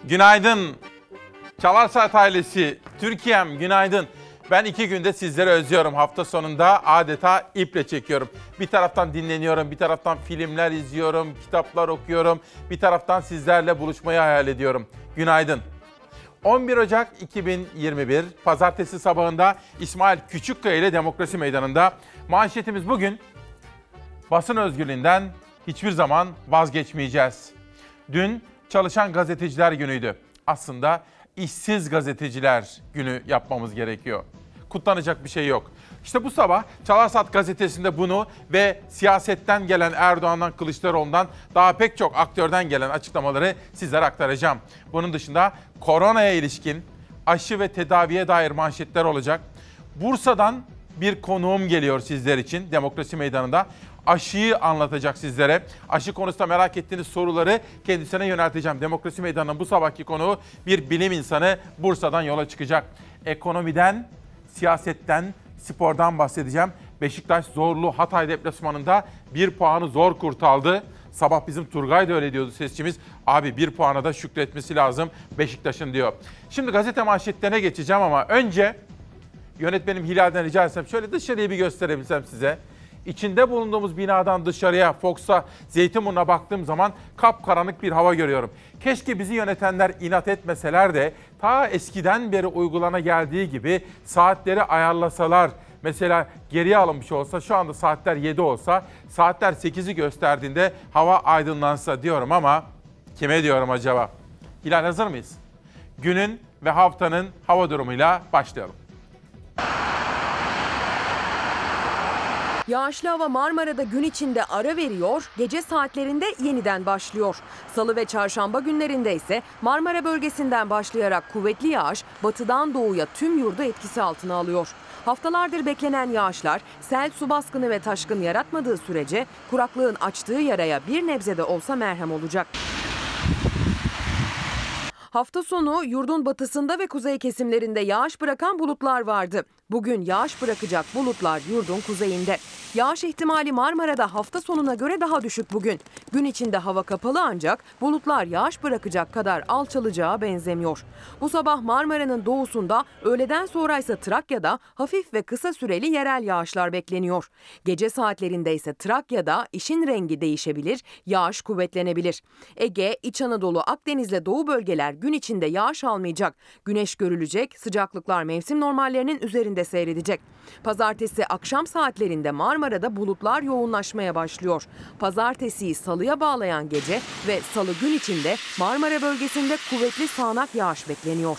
Günaydın. Çalar Saat ailesi, Türkiye'm günaydın. Ben 2 günde sizleri özlüyorum. Hafta sonunda adeta iple çekiyorum. Bir taraftan dinleniyorum, bir taraftan filmler izliyorum, kitaplar okuyorum. Bir taraftan sizlerle buluşmayı hayal ediyorum. Günaydın. 11 Ocak 2021 Pazartesi sabahında İsmail Küçükkaya ile Demokrasi Meydanı'nda. Manşetimiz bugün: basın özgürlüğünden hiçbir zaman vazgeçmeyeceğiz. Dün Çalışan Gazeteciler Günü'ydü. Aslında işsiz gazeteciler günü yapmamız gerekiyor. Kutlanacak bir şey yok. İşte bu sabah Çalar Saat gazetesinde bunu ve siyasetten gelen Erdoğan'dan, Kılıçdaroğlu'ndan daha pek çok aktörden gelen açıklamaları sizlere aktaracağım. Bunun dışında koronaya ilişkin aşı ve tedaviye dair manşetler olacak. Bursa'dan bir konuğum geliyor sizler için Demokrasi Meydanı'nda. Aşıyı anlatacak sizlere. Aşı konusunda merak ettiğiniz soruları kendisine yönelteceğim. Demokrasi Meydanı'nın bu sabahki konuğu bir bilim insanı, Bursa'dan yola çıkacak. Ekonomiden, siyasetten, spordan bahsedeceğim. Beşiktaş zorlu Hatay deplasmanında 1 puanı zor kurtardı. Sabah bizim Turgay da öyle diyordu sesçimiz. Abi 1 puana da şükretmesi lazım Beşiktaş'ın diyor. Şimdi gazete manşetlerine geçeceğim ama önce yönetmenim Hilal'den rica etsem şöyle dışarıyı bir gösterebilsem size. İçinde bulunduğumuz binadan dışarıya, Fox'a, Zeytinburnu'na baktığım zaman kapkaranlık bir hava görüyorum. Keşke bizi yönetenler inat etmeseler de ta eskiden beri uygulana geldiği gibi saatleri ayarlasalar. Mesela geriye alınmış olsa, şu anda saatler 7 olsa, saatler 8'i gösterdiğinde hava aydınlansa diyorum ama kime diyorum acaba? Hilal, hazır mıyız? Günün ve haftanın hava durumuyla başlayalım. Yağışlı hava Marmara'da gün içinde ara veriyor, gece saatlerinde yeniden başlıyor. Salı ve çarşamba günlerinde ise Marmara bölgesinden başlayarak kuvvetli yağış batıdan doğuya tüm yurdu etkisi altına alıyor. Haftalardır beklenen yağışlar sel, su baskını ve taşkın yaratmadığı sürece kuraklığın açtığı yaraya bir nebze de olsa merhem olacak. Hafta sonu yurdun batısında ve kuzey kesimlerinde yağış bırakan bulutlar vardı. Bugün yağış bırakacak bulutlar yurdun kuzeyinde. Yağış ihtimali Marmara'da hafta sonuna göre daha düşük bugün. Gün içinde hava kapalı ancak bulutlar yağış bırakacak kadar alçalacağı benzemiyor. Bu sabah Marmara'nın doğusunda, öğleden sonra ise Trakya'da hafif ve kısa süreli yerel yağışlar bekleniyor. Gece saatlerinde ise Trakya'da işin rengi değişebilir, yağış kuvvetlenebilir. Ege, İç Anadolu, Akdeniz'le doğu bölgeler gün içinde yağış almayacak. Güneş görülecek, sıcaklıklar mevsim normallerinin üzerinde seyredecek. Pazartesi akşam saatlerinde Marmara'da bulutlar yoğunlaşmaya başlıyor. Pazartesiyi salıya bağlayan gece ve salı gün içinde Marmara bölgesinde kuvvetli sağanak yağış bekleniyor.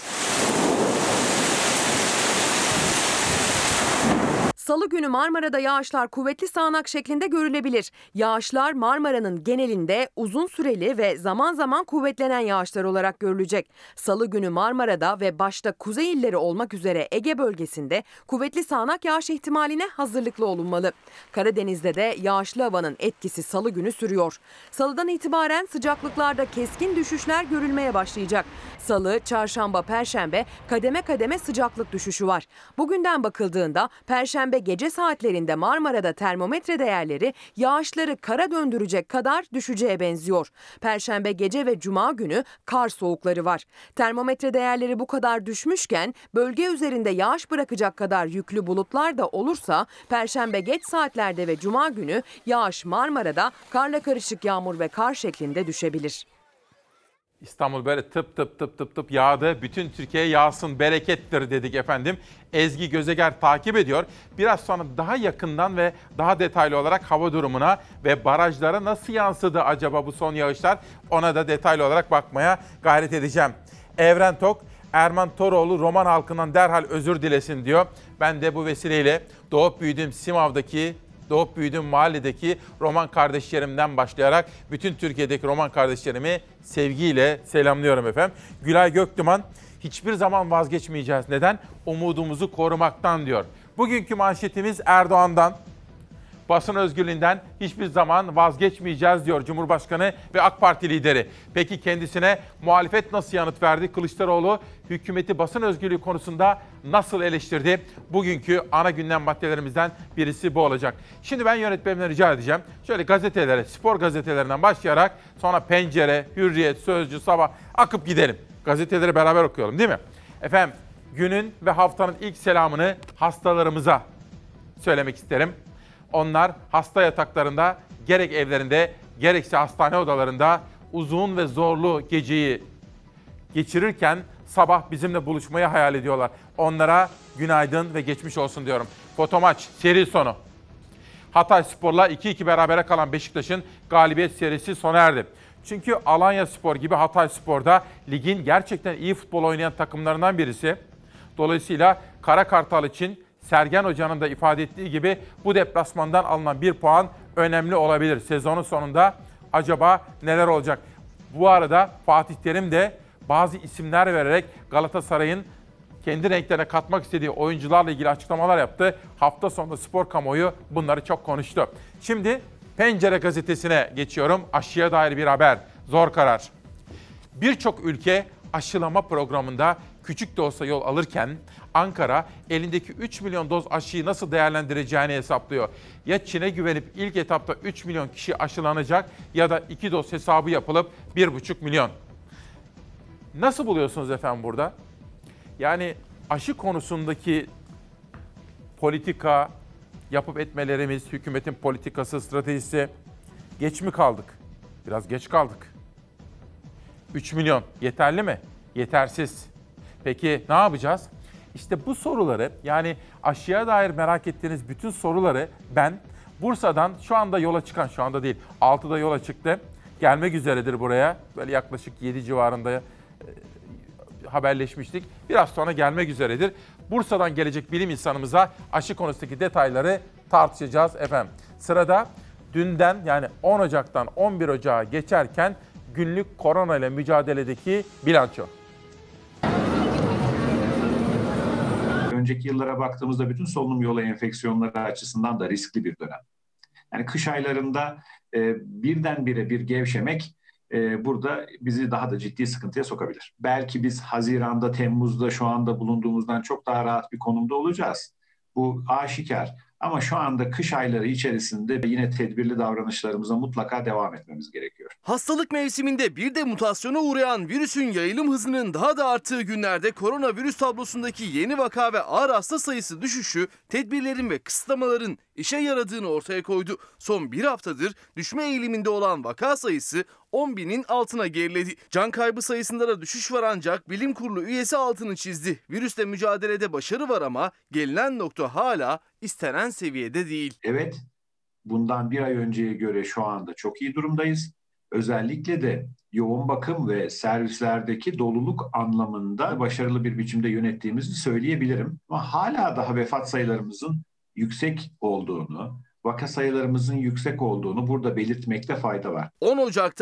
Salı günü Marmara'da yağışlar kuvvetli sağanak şeklinde görülebilir. Yağışlar Marmara'nın genelinde uzun süreli ve zaman zaman kuvvetlenen yağışlar olarak görülecek. Salı günü Marmara'da ve başta kuzey illeri olmak üzere Ege bölgesinde kuvvetli sağanak yağış ihtimaline hazırlıklı olunmalı. Karadeniz'de de yağışlı havanın etkisi salı günü sürüyor. Salıdan itibaren sıcaklıklarda keskin düşüşler görülmeye başlayacak. Salı, çarşamba, perşembe kademe kademe sıcaklık düşüşü var. Bugünden bakıldığında perşembe gece saatlerinde Marmara'da termometre değerleri yağışları kara döndürecek kadar düşeceğe benziyor. Perşembe gece ve cuma günü kar soğukları var. Termometre değerleri bu kadar düşmüşken bölge üzerinde yağış bırakacak kadar yüklü bulutlar da olursa perşembe geç saatlerde ve cuma günü yağış Marmara'da karla karışık yağmur ve kar şeklinde düşebilir. İstanbul böyle tıp tıp tıp tıp tıp yağdı. Bütün Türkiye yağsın, berekettir dedik efendim. Ezgi Gözeger takip ediyor. Biraz sonra daha yakından ve daha detaylı olarak hava durumuna ve barajlara nasıl yansıdı acaba bu son yağışlar? Ona da detaylı olarak bakmaya gayret edeceğim. Evren Tok, Erman Toroğlu Roman halkından derhal özür dilesin diyor. Ben de bu vesileyle doğup büyüdüğüm mahalledeki Roman kardeşlerimden başlayarak bütün Türkiye'deki Roman kardeşlerimi sevgiyle selamlıyorum efendim. Gülay Göktuman, hiçbir zaman vazgeçmeyeceğiz. Neden? Umudumuzu korumaktan diyor. Bugünkü manşetimiz Erdoğan'dan. Basın özgürlüğünden hiçbir zaman vazgeçmeyeceğiz diyor Cumhurbaşkanı ve AK Parti lideri. Peki kendisine muhalefet nasıl yanıt verdi? Kılıçdaroğlu hükümeti basın özgürlüğü konusunda nasıl eleştirdi? Bugünkü ana gündem maddelerimizden birisi bu olacak. Şimdi ben yönetmenimden rica edeceğim. Şöyle gazetelere, spor gazetelerinden başlayarak sonra Pencere, Hürriyet, Sözcü, Sabah akıp gidelim. Gazeteleri beraber okuyalım değil mi? Efendim günün ve haftanın ilk selamını hastalarımıza söylemek isterim. Onlar hasta yataklarında, gerek evlerinde, gerekse hastane odalarında uzun ve zorlu geceyi geçirirken sabah bizimle buluşmayı hayal ediyorlar. Onlara günaydın ve geçmiş olsun diyorum. Fotomaç seri sonu. Hatayspor'la 2-2 berabere kalan Beşiktaş'ın galibiyet serisi sona erdi. Çünkü Alanyaspor gibi Hatayspor'da ligin gerçekten iyi futbol oynayan takımlarından birisi. Dolayısıyla Kara Kartal için Sergen Hoca'nın da ifade ettiği gibi bu deplasmandan alınan bir puan önemli olabilir. Sezonun sonunda acaba neler olacak? Bu arada Fatih Terim de bazı isimler vererek Galatasaray'ın kendi renklerine katmak istediği oyuncularla ilgili açıklamalar yaptı. Hafta sonunda spor kamuoyu bunları çok konuştu. Şimdi Pencere gazetesine geçiyorum. Aşıya dair bir haber. Zor karar. Birçok ülke aşılama programında küçük de olsa yol alırken Ankara elindeki 3 milyon doz aşıyı nasıl değerlendireceğini hesaplıyor. Ya Çin'e güvenip ilk etapta 3 milyon kişi aşılanacak ya da 2 doz hesabı yapılıp 1,5 milyon. Nasıl buluyorsunuz efendim burada? Yani aşı konusundaki politika, yapıp etmelerimiz, hükümetin politikası, stratejisi geç mi kaldık? Biraz geç kaldık. 3 milyon yeterli mi? Yetersiz. Peki ne yapacağız? İşte bu soruları, yani aşıya dair merak ettiğiniz bütün soruları ben Bursa'dan şu anda yola çıkan, şu anda değil 6'da yola çıktı. Gelmek üzeredir buraya. Böyle yaklaşık 7 civarında haberleşmiştik. Biraz sonra gelmek üzeredir. Bursa'dan gelecek bilim insanımıza aşı konusundaki detayları tartışacağız efendim. Sırada dünden yani 10 Ocak'tan 11 Ocak'a geçerken günlük korona ile mücadeledeki bilanço. Önceki yıllara baktığımızda bütün solunum yolu enfeksiyonları açısından da riskli bir dönem. Yani kış aylarında birdenbire bir gevşemek burada bizi daha da ciddi sıkıntıya sokabilir. Belki biz Haziran'da, Temmuz'da şu anda bulunduğumuzdan çok daha rahat bir konumda olacağız. Bu aşikar. Ama şu anda kış ayları içerisinde yine tedbirli davranışlarımıza mutlaka devam etmemiz gerekiyor. Hastalık mevsiminde bir de mutasyona uğrayan virüsün yayılım hızının daha da arttığı günlerde koronavirüs tablosundaki yeni vaka ve ağır hasta sayısı düşüşü tedbirlerin ve kısıtlamaların işe yaradığını ortaya koydu. Son bir haftadır düşme eğiliminde olan vaka sayısı 10.000'in altına geriledi. Can kaybı sayısında da düşüş var ancak bilim kurulu üyesi altını çizdi. Virüsle mücadelede başarı var ama gelinen nokta hala istenen seviyede değil. Evet, bundan bir ay önceye göre şu anda çok iyi durumdayız. Özellikle de yoğun bakım ve servislerdeki doluluk anlamında başarılı bir biçimde yönettiğimizi söyleyebilirim. Ama hala daha vefat sayılarımızın yüksek olduğunu, vaka sayılarımızın yüksek olduğunu burada belirtmekte fayda var. 10 Ocak'ta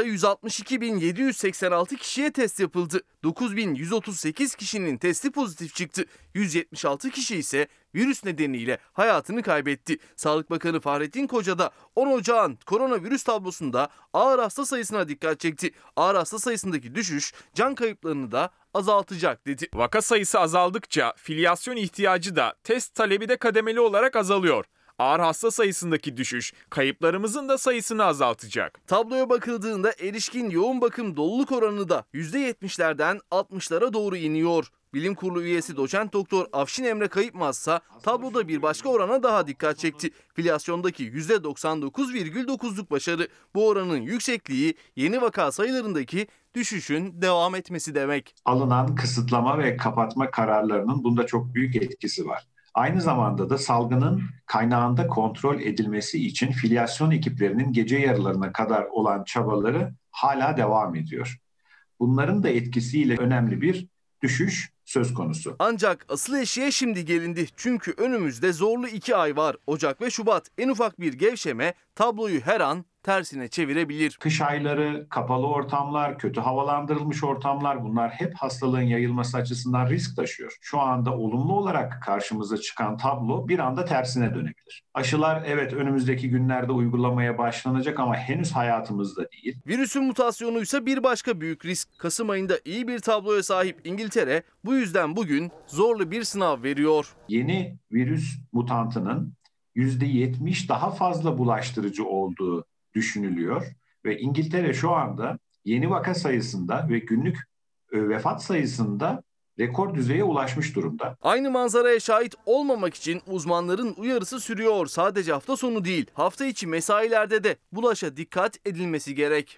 162.786 kişiye test yapıldı. 9.138 kişinin testi pozitif çıktı. 176 kişi ise virüs nedeniyle hayatını kaybetti. Sağlık Bakanı Fahrettin Koca da 10 Ocak'ın koronavirüs tablosunda ağır hasta sayısına dikkat çekti. Ağır hasta sayısındaki düşüş can kayıplarını da azaltacak dedi. Vaka sayısı azaldıkça filyasyon ihtiyacı da test talebi de kademeli olarak azalıyor. Ağır hasta sayısındaki düşüş kayıplarımızın da sayısını azaltacak. Tabloya bakıldığında erişkin yoğun bakım doluluk oranı da %70'lerden 60'lara doğru iniyor. Bilim Kurulu üyesi doçent doktor Afşin Emre Kayıpmazsa tabloda bir başka orana daha dikkat çekti. Filyasyondaki %99,9'luk başarı. Bu oranın yüksekliği yeni vaka sayılarındaki düşüşün devam etmesi demek. Alınan kısıtlama ve kapatma kararlarının bunda çok büyük etkisi var. Aynı zamanda da salgının kaynağında kontrol edilmesi için filyasyon ekiplerinin gece yarılarına kadar olan çabaları hala devam ediyor. Bunların da etkisiyle önemli bir düşüş söz konusu. Ancak asıl eşiğe şimdi gelindi. Çünkü önümüzde zorlu 2 ay var. Ocak ve Şubat. En ufak bir gevşeme tabloyu her an tersine çevirebilir. Kış ayları, kapalı ortamlar, kötü havalandırılmış ortamlar bunlar hep hastalığın yayılması açısından risk taşıyor. Şu anda olumlu olarak karşımıza çıkan tablo bir anda tersine dönebilir. Aşılar evet önümüzdeki günlerde uygulamaya başlanacak ama henüz hayatımızda değil. Virüsün mutasyonu ise bir başka büyük risk. Kasım ayında iyi bir tabloya sahip İngiltere bu yüzden bugün zorlu bir sınav veriyor. Yeni virüs mutantının %70 daha fazla bulaştırıcı olduğu düşünülüyor ve İngiltere şu anda yeni vaka sayısında ve günlük vefat sayısında rekor düzeye ulaşmış durumda. Aynı manzaraya şahit olmamak için uzmanların uyarısı sürüyor. Sadece hafta sonu değil, hafta içi mesailerde de bulaşa dikkat edilmesi gerek.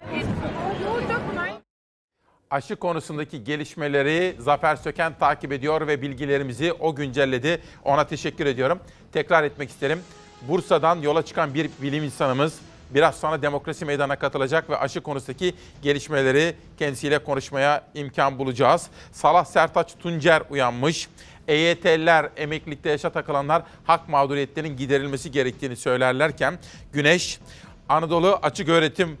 Aşı konusundaki gelişmeleri Zafer Söken takip ediyor ve bilgilerimizi o güncelledi. Ona teşekkür ediyorum. Tekrar etmek isterim. Bursa'dan yola çıkan bir bilim insanımız biraz sonra Demokrasi Meydanı'na katılacak ve aşı konusundaki gelişmeleri kendisiyle konuşmaya imkan bulacağız. Salah Sertaç Tuncer uyanmış. EYT'liler, emeklilikte yaşa takılanlar hak mağduriyetlerinin giderilmesi gerektiğini söylerlerken Güneş, Anadolu Açıköğretim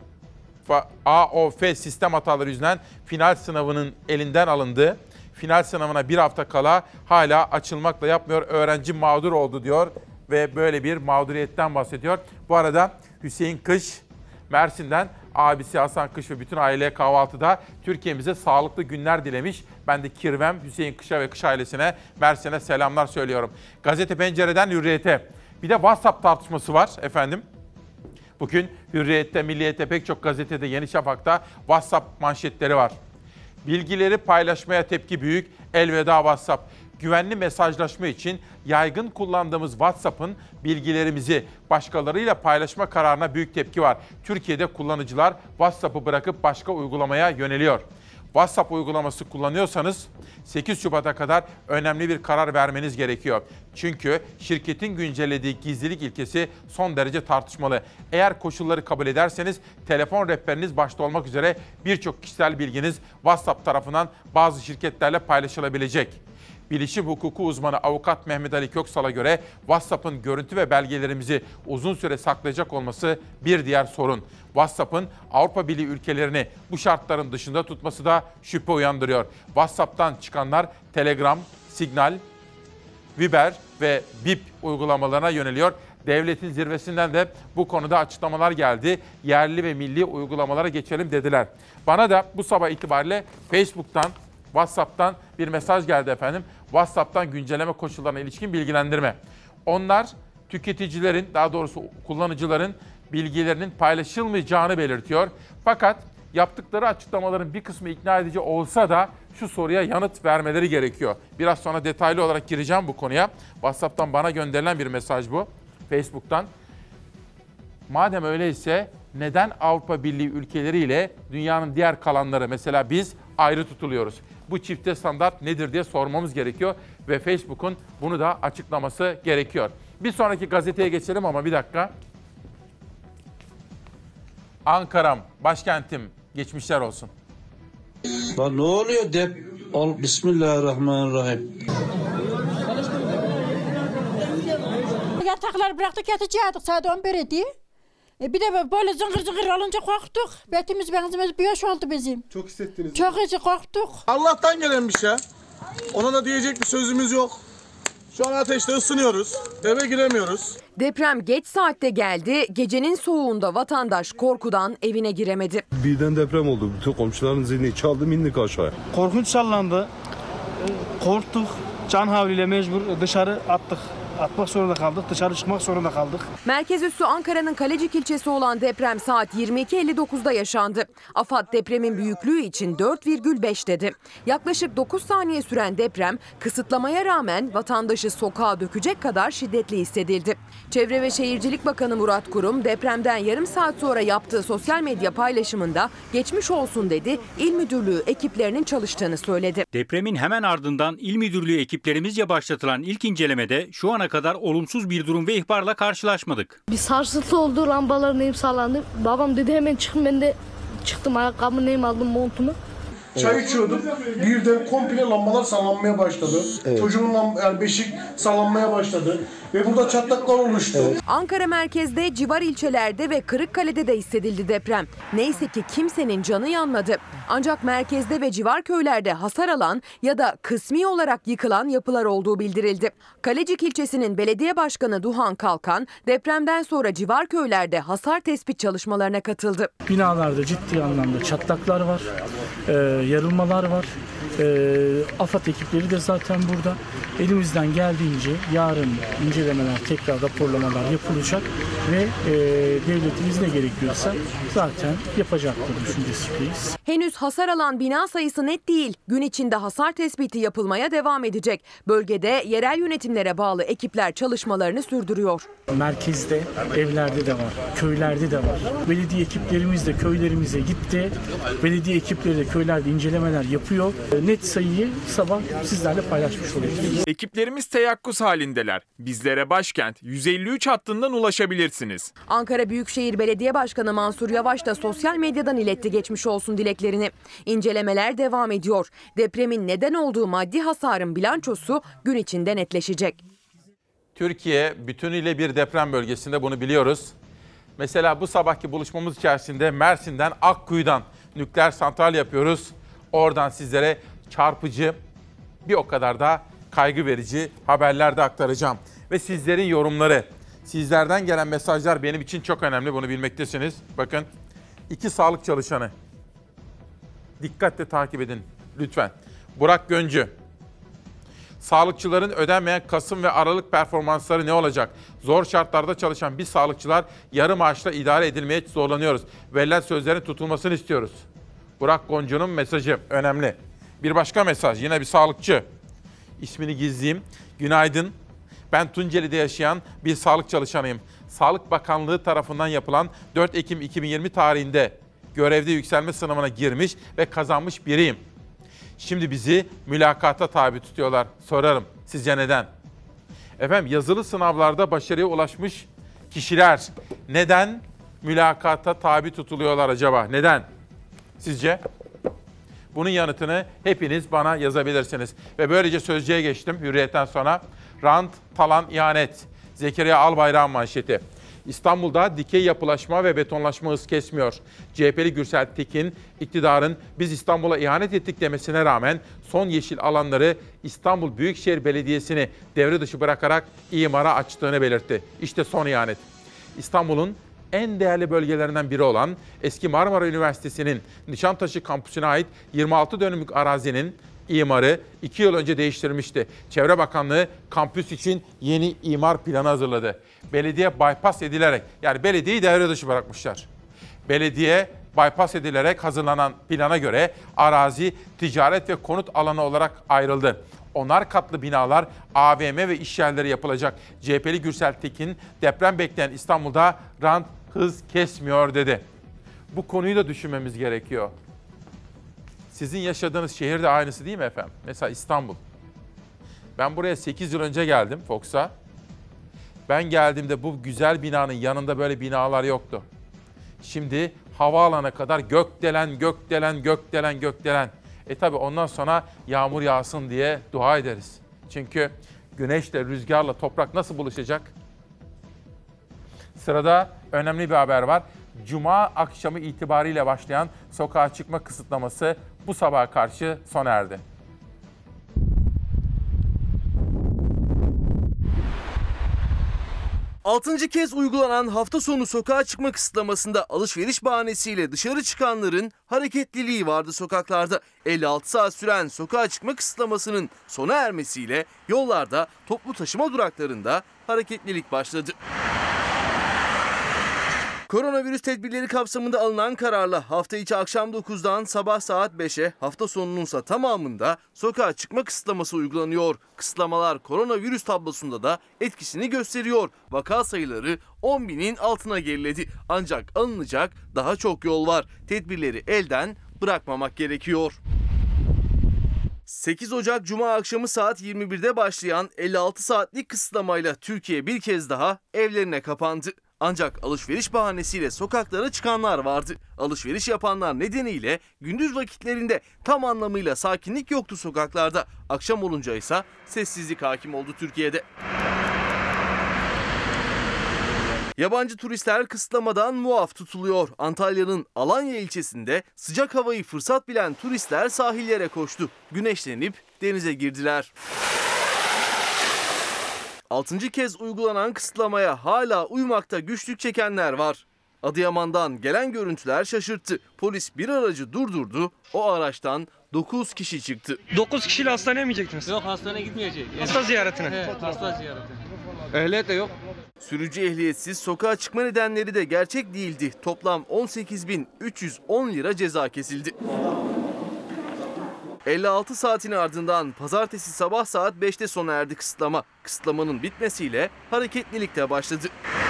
AOF sistem hataları yüzünden final sınavının elinden alındı. Final sınavına bir hafta kala hala açılmakla yapmıyor. Öğrenci mağdur oldu diyor ve böyle bir mağduriyetten bahsediyor. Bu arada Hüseyin Kış, Mersin'den abisi Hasan Kış ve bütün aileye kahvaltıda Türkiye'mize sağlıklı günler dilemiş. Ben de Kirvem, Hüseyin Kış'a ve Kış ailesine, Mersin'e selamlar söylüyorum. Gazete Pencere'den Hürriyet'e. Bir de WhatsApp tartışması var efendim. Bugün Hürriyet'te, Milliyet'te, pek çok gazetede, Yeni Şafak'ta WhatsApp manşetleri var. Bilgileri paylaşmaya tepki büyük, elveda WhatsApp. Güvenli mesajlaşma için yaygın kullandığımız WhatsApp'ın bilgilerimizi başkalarıyla paylaşma kararına büyük tepki var. Türkiye'de kullanıcılar WhatsApp'ı bırakıp başka uygulamaya yöneliyor. WhatsApp uygulaması kullanıyorsanız 8 Şubat'a kadar önemli bir karar vermeniz gerekiyor. Çünkü şirketin güncellediği gizlilik ilkesi son derece tartışmalı. Eğer koşulları kabul ederseniz telefon rehberiniz başta olmak üzere birçok kişisel bilginiz WhatsApp tarafından bazı şirketlerle paylaşılabilecek. Bilişim hukuku uzmanı avukat Mehmet Ali Köksal'a göre WhatsApp'ın görüntü ve belgelerimizi uzun süre saklayacak olması bir diğer sorun. WhatsApp'ın Avrupa Birliği ülkelerini bu şartların dışında tutması da şüphe uyandırıyor. WhatsApp'tan çıkanlar Telegram, Signal, Viber ve Bip uygulamalarına yöneliyor. Devletin zirvesinden de bu konuda açıklamalar geldi. Yerli ve milli uygulamalara geçelim dediler. Bana da bu sabah itibariyle Facebook'tan, WhatsApp'tan bir mesaj geldi efendim. WhatsApp'tan güncelleme koşullarına ilişkin bilgilendirme. Onlar tüketicilerin, daha doğrusu kullanıcıların bilgilerinin paylaşılmayacağını belirtiyor. Fakat yaptıkları açıklamaların bir kısmı ikna edici olsa da şu soruya yanıt vermeleri gerekiyor. Biraz sonra detaylı olarak gireceğim bu konuya. WhatsApp'tan bana gönderilen bir mesaj bu. Facebook'tan. Madem öyleyse neden Avrupa Birliği ülkeleriyle dünyanın diğer kalanları, mesela biz ayrı tutuluyoruz? Bu çifte standart nedir diye sormamız gerekiyor ve Facebook'un bunu da açıklaması gerekiyor. Bir sonraki gazeteye geçelim ama bir dakika. Ankara'm, başkentim, geçmişler olsun. Lan ne oluyor Bismillahirrahmanirrahim. Yatakları bıraktık, yatacaktık, saat 11 idi. Bir de böyle zıngır zıngır olunca korktuk. Betimiz benzimiz bir yaş oldu bizim. Çok hissettiniz. Çok hiç korktuk. Allah'tan gelen bir şey. Ona da diyecek bir sözümüz yok. Şu an ateşte ısınıyoruz. Eve giremiyoruz. Deprem geç saatte geldi. Gecenin soğuğunda vatandaş korkudan evine giremedi. Birden deprem oldu. Bütün komşuların zilini çaldı, indik aşağıya. Korkunç sallandı. Korktuk. Can havliyle mecbur dışarı atmak zorunda kaldık. Dışarı çıkmak zorunda kaldık. Merkez üssü Ankara'nın Kalecik ilçesi olan deprem saat 22.59'da yaşandı. AFAD depremin büyüklüğü için 4,5 dedi. Yaklaşık 9 saniye süren deprem kısıtlamaya rağmen vatandaşı sokağa dökecek kadar şiddetli hissedildi. Çevre ve Şehircilik Bakanı Murat Kurum depremden yarım saat sonra yaptığı sosyal medya paylaşımında geçmiş olsun dedi. İl Müdürlüğü ekiplerinin çalıştığını söyledi. Depremin hemen ardından İl Müdürlüğü ekiplerimizce başlatılan ilk incelemede şu ana kadar olumsuz bir durum ve ihbarla karşılaşmadık. Bir sarsıntı oldu, lambalar neyim sallandı. Babam dedi hemen çıkın, ben de çıktım, ayakkabımı neyim aldım, montumu. Çay içiyorduk. Birden komple lambalar sallanmaya başladı. Evet. Çocuğun beşik sallanmaya başladı. Ve burada çatlaklar oluştu. Evet. Ankara merkezde, civar ilçelerde ve Kırıkkale'de de hissedildi deprem. Neyse ki kimsenin canı yanmadı. Ancak merkezde ve civar köylerde hasar alan ya da kısmi olarak yıkılan yapılar olduğu bildirildi. Kalecik ilçesinin belediye başkanı Duhan Kalkan depremden sonra civar köylerde hasar tespit çalışmalarına katıldı. Binalarda ciddi anlamda çatlaklar var, yarılmalar var. AFAD ekipleri de zaten burada. Elimizden geldiğince yarın incelemeler, tekrar raporlamalar yapılacak ve devletimiz ne gerekiyorsa zaten yapacaktır düşüncesindeyiz. Henüz hasar alan bina sayısı net değil. Gün içinde hasar tespiti yapılmaya devam edecek. Bölgede yerel yönetimlere bağlı ekipler çalışmalarını sürdürüyor. Merkezde, evlerde de var, köylerde de var. Belediye ekiplerimiz de köylerimize gitti. Belediye ekipleri de köylerde incelemeler yapıyor. Net sayıyı sabah sizlerle paylaşmış olacağız. Ekiplerimiz teyakkuz halindeler. Bizlere başkent 153 hattından ulaşabilirsiniz. Ankara Büyükşehir Belediye Başkanı Mansur Yavaş da sosyal medyadan iletti geçmiş olsun dileklerini. İncelemeler devam ediyor. Depremin neden olduğu maddi hasarın bilançosu gün içinde netleşecek. Türkiye bütünüyle bir deprem bölgesinde, bunu biliyoruz. Mesela bu sabahki buluşmamız içerisinde Mersin'den, Akkuyu'dan nükleer santral yapıyoruz. Oradan sizlere çarpıcı, bir o kadar da kaygı verici haberler de aktaracağım. Ve sizlerin yorumları, sizlerden gelen mesajlar benim için çok önemli, bunu bilmektesiniz. Bakın, 2 sağlık çalışanı. Dikkatle takip edin lütfen. Burak Göncü. Sağlıkçıların ödenmeyen Kasım ve Aralık performansları ne olacak? Zor şartlarda çalışan biz sağlıkçılar yarı maaşla idare edilmeye zorlanıyoruz. Verilen sözlerin tutulmasını istiyoruz. Burak Goncu'nun mesajı önemli. Bir başka mesaj, yine bir sağlıkçı. İsmini gizleyeyim. Günaydın. Ben Tunceli'de yaşayan bir sağlık çalışanıyım. Sağlık Bakanlığı tarafından yapılan 4 Ekim 2020 tarihinde görevde yükselme sınavına girmiş ve kazanmış biriyim. Şimdi bizi mülakata tabi tutuyorlar. Sorarım, sizce neden? Efendim, yazılı sınavlarda başarıya ulaşmış kişiler neden mülakata tabi tutuluyorlar acaba? Neden? Sizce? Bunun yanıtını hepiniz bana yazabilirsiniz. Ve böylece Sözcü'ye geçtim Hürriyet'ten sonra. Rant, talan, ihanet. Zekeriya Albayrak'ın manşeti. İstanbul'da dikey yapılaşma ve betonlaşma hız kesmiyor. CHP'li Gürsel Tekin, iktidarın biz İstanbul'a ihanet ettik demesine rağmen son yeşil alanları İstanbul Büyükşehir Belediyesi'ni devre dışı bırakarak imara açtığını belirtti. İşte son ihanet. İstanbul'un en değerli bölgelerinden biri olan eski Marmara Üniversitesi'nin Nişantaşı kampüsüne ait 26 dönümlük arazinin imarı 2 yıl önce değiştirilmişti. Çevre Bakanlığı kampüs için yeni imar planı hazırladı. Belediye bypass edilerek, yani belediyeyi devre dışı bırakmışlar. Belediye bypass edilerek hazırlanan plana göre arazi ticaret ve konut alanı olarak ayrıldı. 10'ar katlı binalar, AVM ve iş yerleri yapılacak. CHP'li Gürsel Tekin, deprem bekleyen İstanbul'da rant hız kesmiyor dedi. Bu konuyu da düşünmemiz gerekiyor. Sizin yaşadığınız şehir de aynısı değil mi efendim? Mesela İstanbul. Ben buraya 8 yıl önce geldim Fox'a. Ben geldiğimde bu güzel binanın yanında böyle binalar yoktu. Şimdi havaalanına kadar gökdelen. Tabii ondan sonra yağmur yağsın diye dua ederiz. Çünkü güneşle, rüzgarla toprak nasıl buluşacak? Sırada önemli bir haber var. Cuma akşamı itibariyle başlayan sokağa çıkma kısıtlaması bu sabaha karşı sona erdi. Altıncı kez uygulanan hafta sonu sokağa çıkma kısıtlamasında alışveriş bahanesiyle dışarı çıkanların hareketliliği vardı sokaklarda. 56 saat süren sokağa çıkma kısıtlamasının sona ermesiyle yollarda, toplu taşıma duraklarında hareketlilik başladı. Koronavirüs tedbirleri kapsamında alınan kararla hafta içi akşam 9'dan sabah saat 5'e, hafta sonununsa tamamında sokağa çıkma kısıtlaması uygulanıyor. Kısıtlamalar koronavirüs tablosunda da etkisini gösteriyor. Vaka sayıları 10.000'in altına geriledi. Ancak alınacak daha çok yol var. Tedbirleri elden bırakmamak gerekiyor. 8 Ocak Cuma akşamı saat 21'de başlayan 56 saatlik kısıtlamayla Türkiye bir kez daha evlerine kapandı. Ancak alışveriş bahanesiyle sokaklara çıkanlar vardı. Alışveriş yapanlar nedeniyle gündüz vakitlerinde tam anlamıyla sakinlik yoktu sokaklarda. Akşam olunca ise sessizlik hakim oldu Türkiye'de. Yabancı turistler kısıtlamadan muaf tutuluyor. Antalya'nın Alanya ilçesinde sıcak havayı fırsat bilen turistler sahillere koştu. Güneşlenip denize girdiler. 6. kez uygulanan kısıtlamaya hala uymakta güçlük çekenler var. Adıyaman'dan gelen görüntüler şaşırttı. Polis bir aracı durdurdu. O araçtan 9 kişi çıktı. 9 kişiyle hastaneye mi gidecektiniz? Yok, hastaneye gitmeyecek. Hasta ziyaretine. Evet, hasta ziyareti. Ehliyet de yok. Sürücü ehliyetsiz sokağa çıkma nedenleri de gerçek değildi. Toplam 18.310 lira ceza kesildi. 56 saatin ardından pazartesi sabah saat 5'te sona erdi kısıtlama. Kısıtlamanın bitmesiyle hareketlilik de başladı.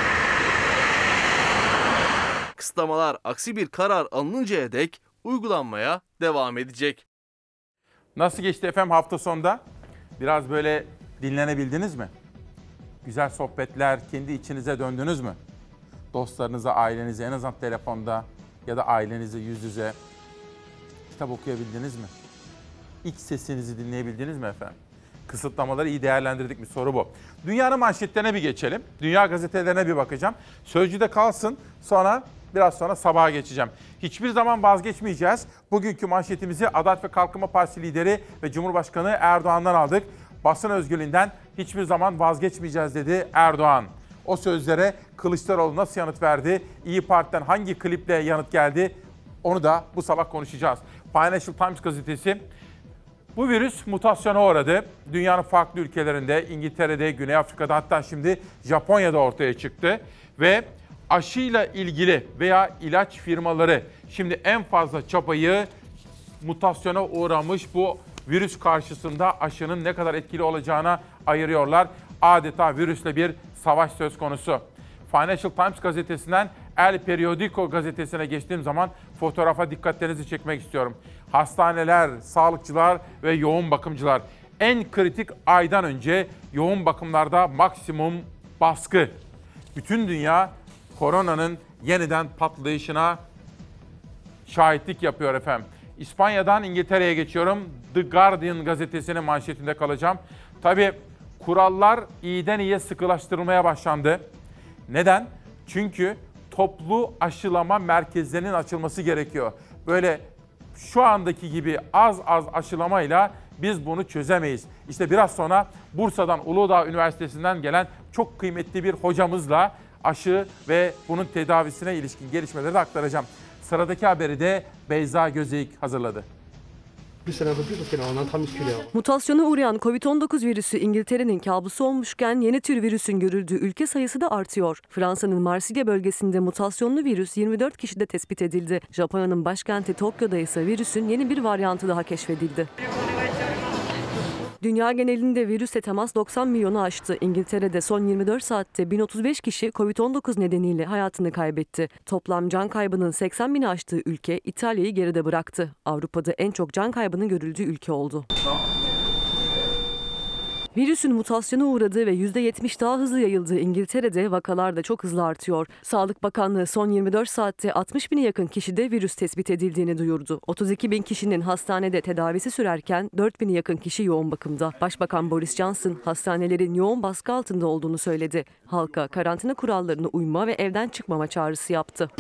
Kısıtlamalar aksi bir karar alınıncaya dek uygulanmaya devam edecek. Nasıl geçti efendim hafta sonunda? Biraz böyle dinlenebildiniz mi? Güzel sohbetler, kendi içinize döndünüz mü? Dostlarınıza, ailenize, en azından telefonda ya da ailenize yüz yüze kitap okuyabildiniz mi? İç sesinizi dinleyebildiniz mi efendim? Kısıtlamaları iyi değerlendirdik mi? Soru bu. Dünyanın manşetlerine bir geçelim. Dünya gazetelerine bir bakacağım. Sözcü'de kalsın, biraz sonra sabaha geçeceğim. Hiçbir zaman vazgeçmeyeceğiz. Bugünkü manşetimizi Adalet ve Kalkınma Partisi lideri ve Cumhurbaşkanı Erdoğan'dan aldık. Basın özgürlüğünden hiçbir zaman vazgeçmeyeceğiz dedi Erdoğan. O sözlere Kılıçdaroğlu nasıl yanıt verdi? İYİ Parti'den hangi kliple yanıt geldi? Onu da bu sabah konuşacağız. Financial Times gazetesi, bu virüs mutasyona uğradı. Dünyanın farklı ülkelerinde, İngiltere'de, Güney Afrika'da, hatta şimdi Japonya'da ortaya çıktı. Ve aşıyla ilgili veya ilaç firmaları şimdi en fazla çabayı mutasyona uğramış bu virüs karşısında aşının ne kadar etkili olacağına ayırıyorlar. Adeta virüsle bir savaş söz konusu. Financial Times gazetesinden El Periodico gazetesine geçtiğim zaman fotoğrafa dikkatlerinizi çekmek istiyorum. Hastaneler, sağlıkçılar ve yoğun bakımcılar. En kritik aydan önce yoğun bakımlarda maksimum baskı. Bütün dünya koronanın yeniden patlayışına şahitlik yapıyor efendim. İspanya'dan İngiltere'ye geçiyorum. The Guardian gazetesinin manşetinde kalacağım. Tabii kurallar iyiden iyiye sıkılaştırılmaya başlandı. Neden? Çünkü toplu aşılama merkezlerinin açılması gerekiyor. Böyle şu andaki gibi az aşılamayla biz bunu çözemeyiz. İşte biraz sonra Bursa'dan Uludağ Üniversitesi'nden gelen çok kıymetli bir hocamızla aşı ve bunun tedavisine ilişkin gelişmeleri de aktaracağım. Sıradaki haberi de Beyza Gözeyik hazırladı. Mutasyona uğrayan Covid-19 virüsü İngiltere'nin kabusu olmuşken yeni tür virüsün görüldüğü ülke sayısı da artıyor. Fransa'nın Marsilya bölgesinde mutasyonlu virüs 24 kişide tespit edildi. Japonya'nın başkenti Tokyo'da ise virüsün yeni bir varyantı daha keşfedildi. Dünya genelinde virüse temas 90 milyonu aştı. İngiltere'de son 24 saatte 1035 kişi Covid-19 nedeniyle hayatını kaybetti. Toplam can kaybının 80 bini aştığı ülke İtalya'yı geride bıraktı. Avrupa'da en çok can kaybının görüldüğü ülke oldu. Virüsün mutasyona uğradığı ve %70 daha hızlı yayıldığı İngiltere'de vakalar da çok hızlı artıyor. Sağlık Bakanlığı son 24 saatte 60 bine yakın kişide virüs tespit edildiğini duyurdu. 32 bin kişinin hastanede tedavisi sürerken 4 bine yakın kişi yoğun bakımda. Başbakan Boris Johnson hastanelerin yoğun baskı altında olduğunu söyledi. Halka karantina kurallarına uyma ve evden çıkmama çağrısı yaptı.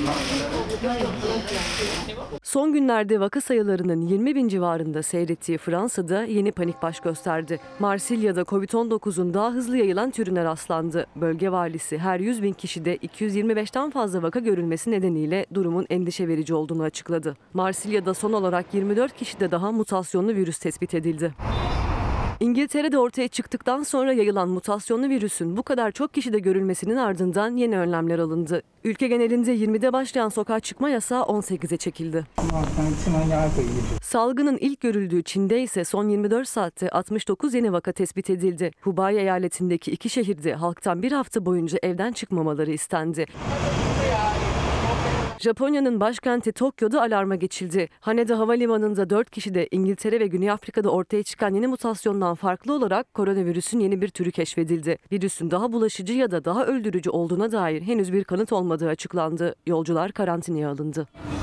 Son günlerde vaka sayılarının 20 bin civarında seyrettiği Fransa'da yeni panik baş gösterdi. Marsilya'da Covid-19'un daha hızlı yayılan türüne rastlandı. Bölge valisi her 100 bin kişide 225'ten fazla vaka görülmesi nedeniyle durumun endişe verici olduğunu açıkladı. Marsilya'da son olarak 24 kişide daha mutasyonlu virüs tespit edildi. İngiltere'de ortaya çıktıktan sonra yayılan mutasyonlu virüsün bu kadar çok kişide görülmesinin ardından yeni önlemler alındı. Ülke genelinde 20'de başlayan sokağa çıkma yasağı 18'e çekildi. Salgının ilk görüldüğü Çin'de ise son 24 saatte 69 yeni vaka tespit edildi. Hubei eyaletindeki 2 şehirde halktan bir hafta boyunca evden çıkmamaları istendi. Japonya'nın başkenti Tokyo'da alarma geçildi. Haneda Havalimanı'nda 4 kişi de İngiltere ve Güney Afrika'da ortaya çıkan yeni mutasyondan farklı olarak koronavirüsün yeni bir türü keşfedildi. Virüsün daha bulaşıcı ya da daha öldürücü olduğuna dair henüz bir kanıt olmadığı açıklandı. Yolcular karantinaya alındı.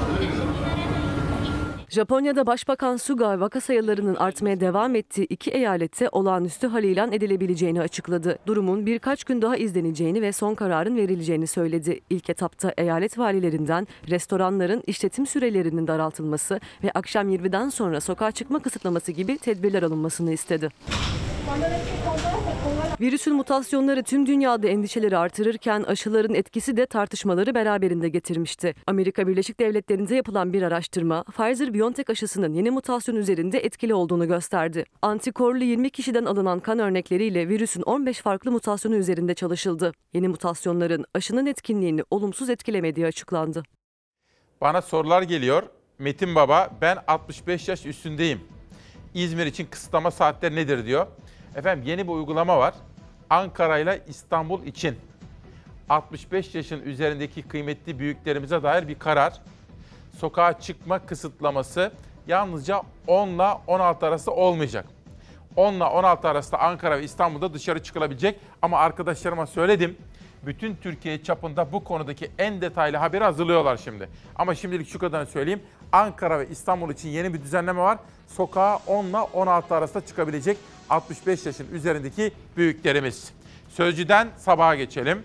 Japonya'da Başbakan Suga vaka sayılarının artmaya devam ettiği 2 eyalette olağanüstü hal ilan edilebileceğini açıkladı. Durumun birkaç gün daha izleneceğini ve son kararın verileceğini söyledi. İlk etapta eyalet valilerinden restoranların işletim sürelerinin daraltılması ve akşam 20'den sonra sokağa çıkma kısıtlaması gibi tedbirler alınmasını istedi. Virüsün mutasyonları tüm dünyada endişeleri artırırken aşıların etkisi de tartışmaları beraberinde getirmişti. Amerika Birleşik Devletleri'nde yapılan bir araştırma, Pfizer-BioNTech aşısının yeni mutasyon üzerinde etkili olduğunu gösterdi. Antikorlu 20 kişiden alınan kan örnekleriyle virüsün 15 farklı mutasyonu üzerinde çalışıldı. Yeni mutasyonların aşının etkinliğini olumsuz etkilemediği açıklandı. Bana sorular geliyor. Metin Baba, ben 65 yaş üstündeyim. İzmir için kısıtlama saatleri nedir diyor. Efendim yeni bir uygulama var. Ankara ile İstanbul için 65 yaşın üzerindeki kıymetli büyüklerimize dair bir karar. Sokağa çıkma kısıtlaması yalnızca 10 ile 16 arası olmayacak. 10 ile 16 arasında Ankara ve İstanbul'da dışarı çıkılabilecek ama arkadaşlarıma söyledim. Bütün Türkiye çapında bu konudaki en detaylı haberi hazırlıyorlar şimdi. Ama şimdilik şu kadarını söyleyeyim. Ankara ve İstanbul için yeni bir düzenleme var. Sokağa 10 ile 16 arasında çıkabilecek 65 yaşın üzerindeki büyüklerimiz. Sözcü'den sabaha geçelim.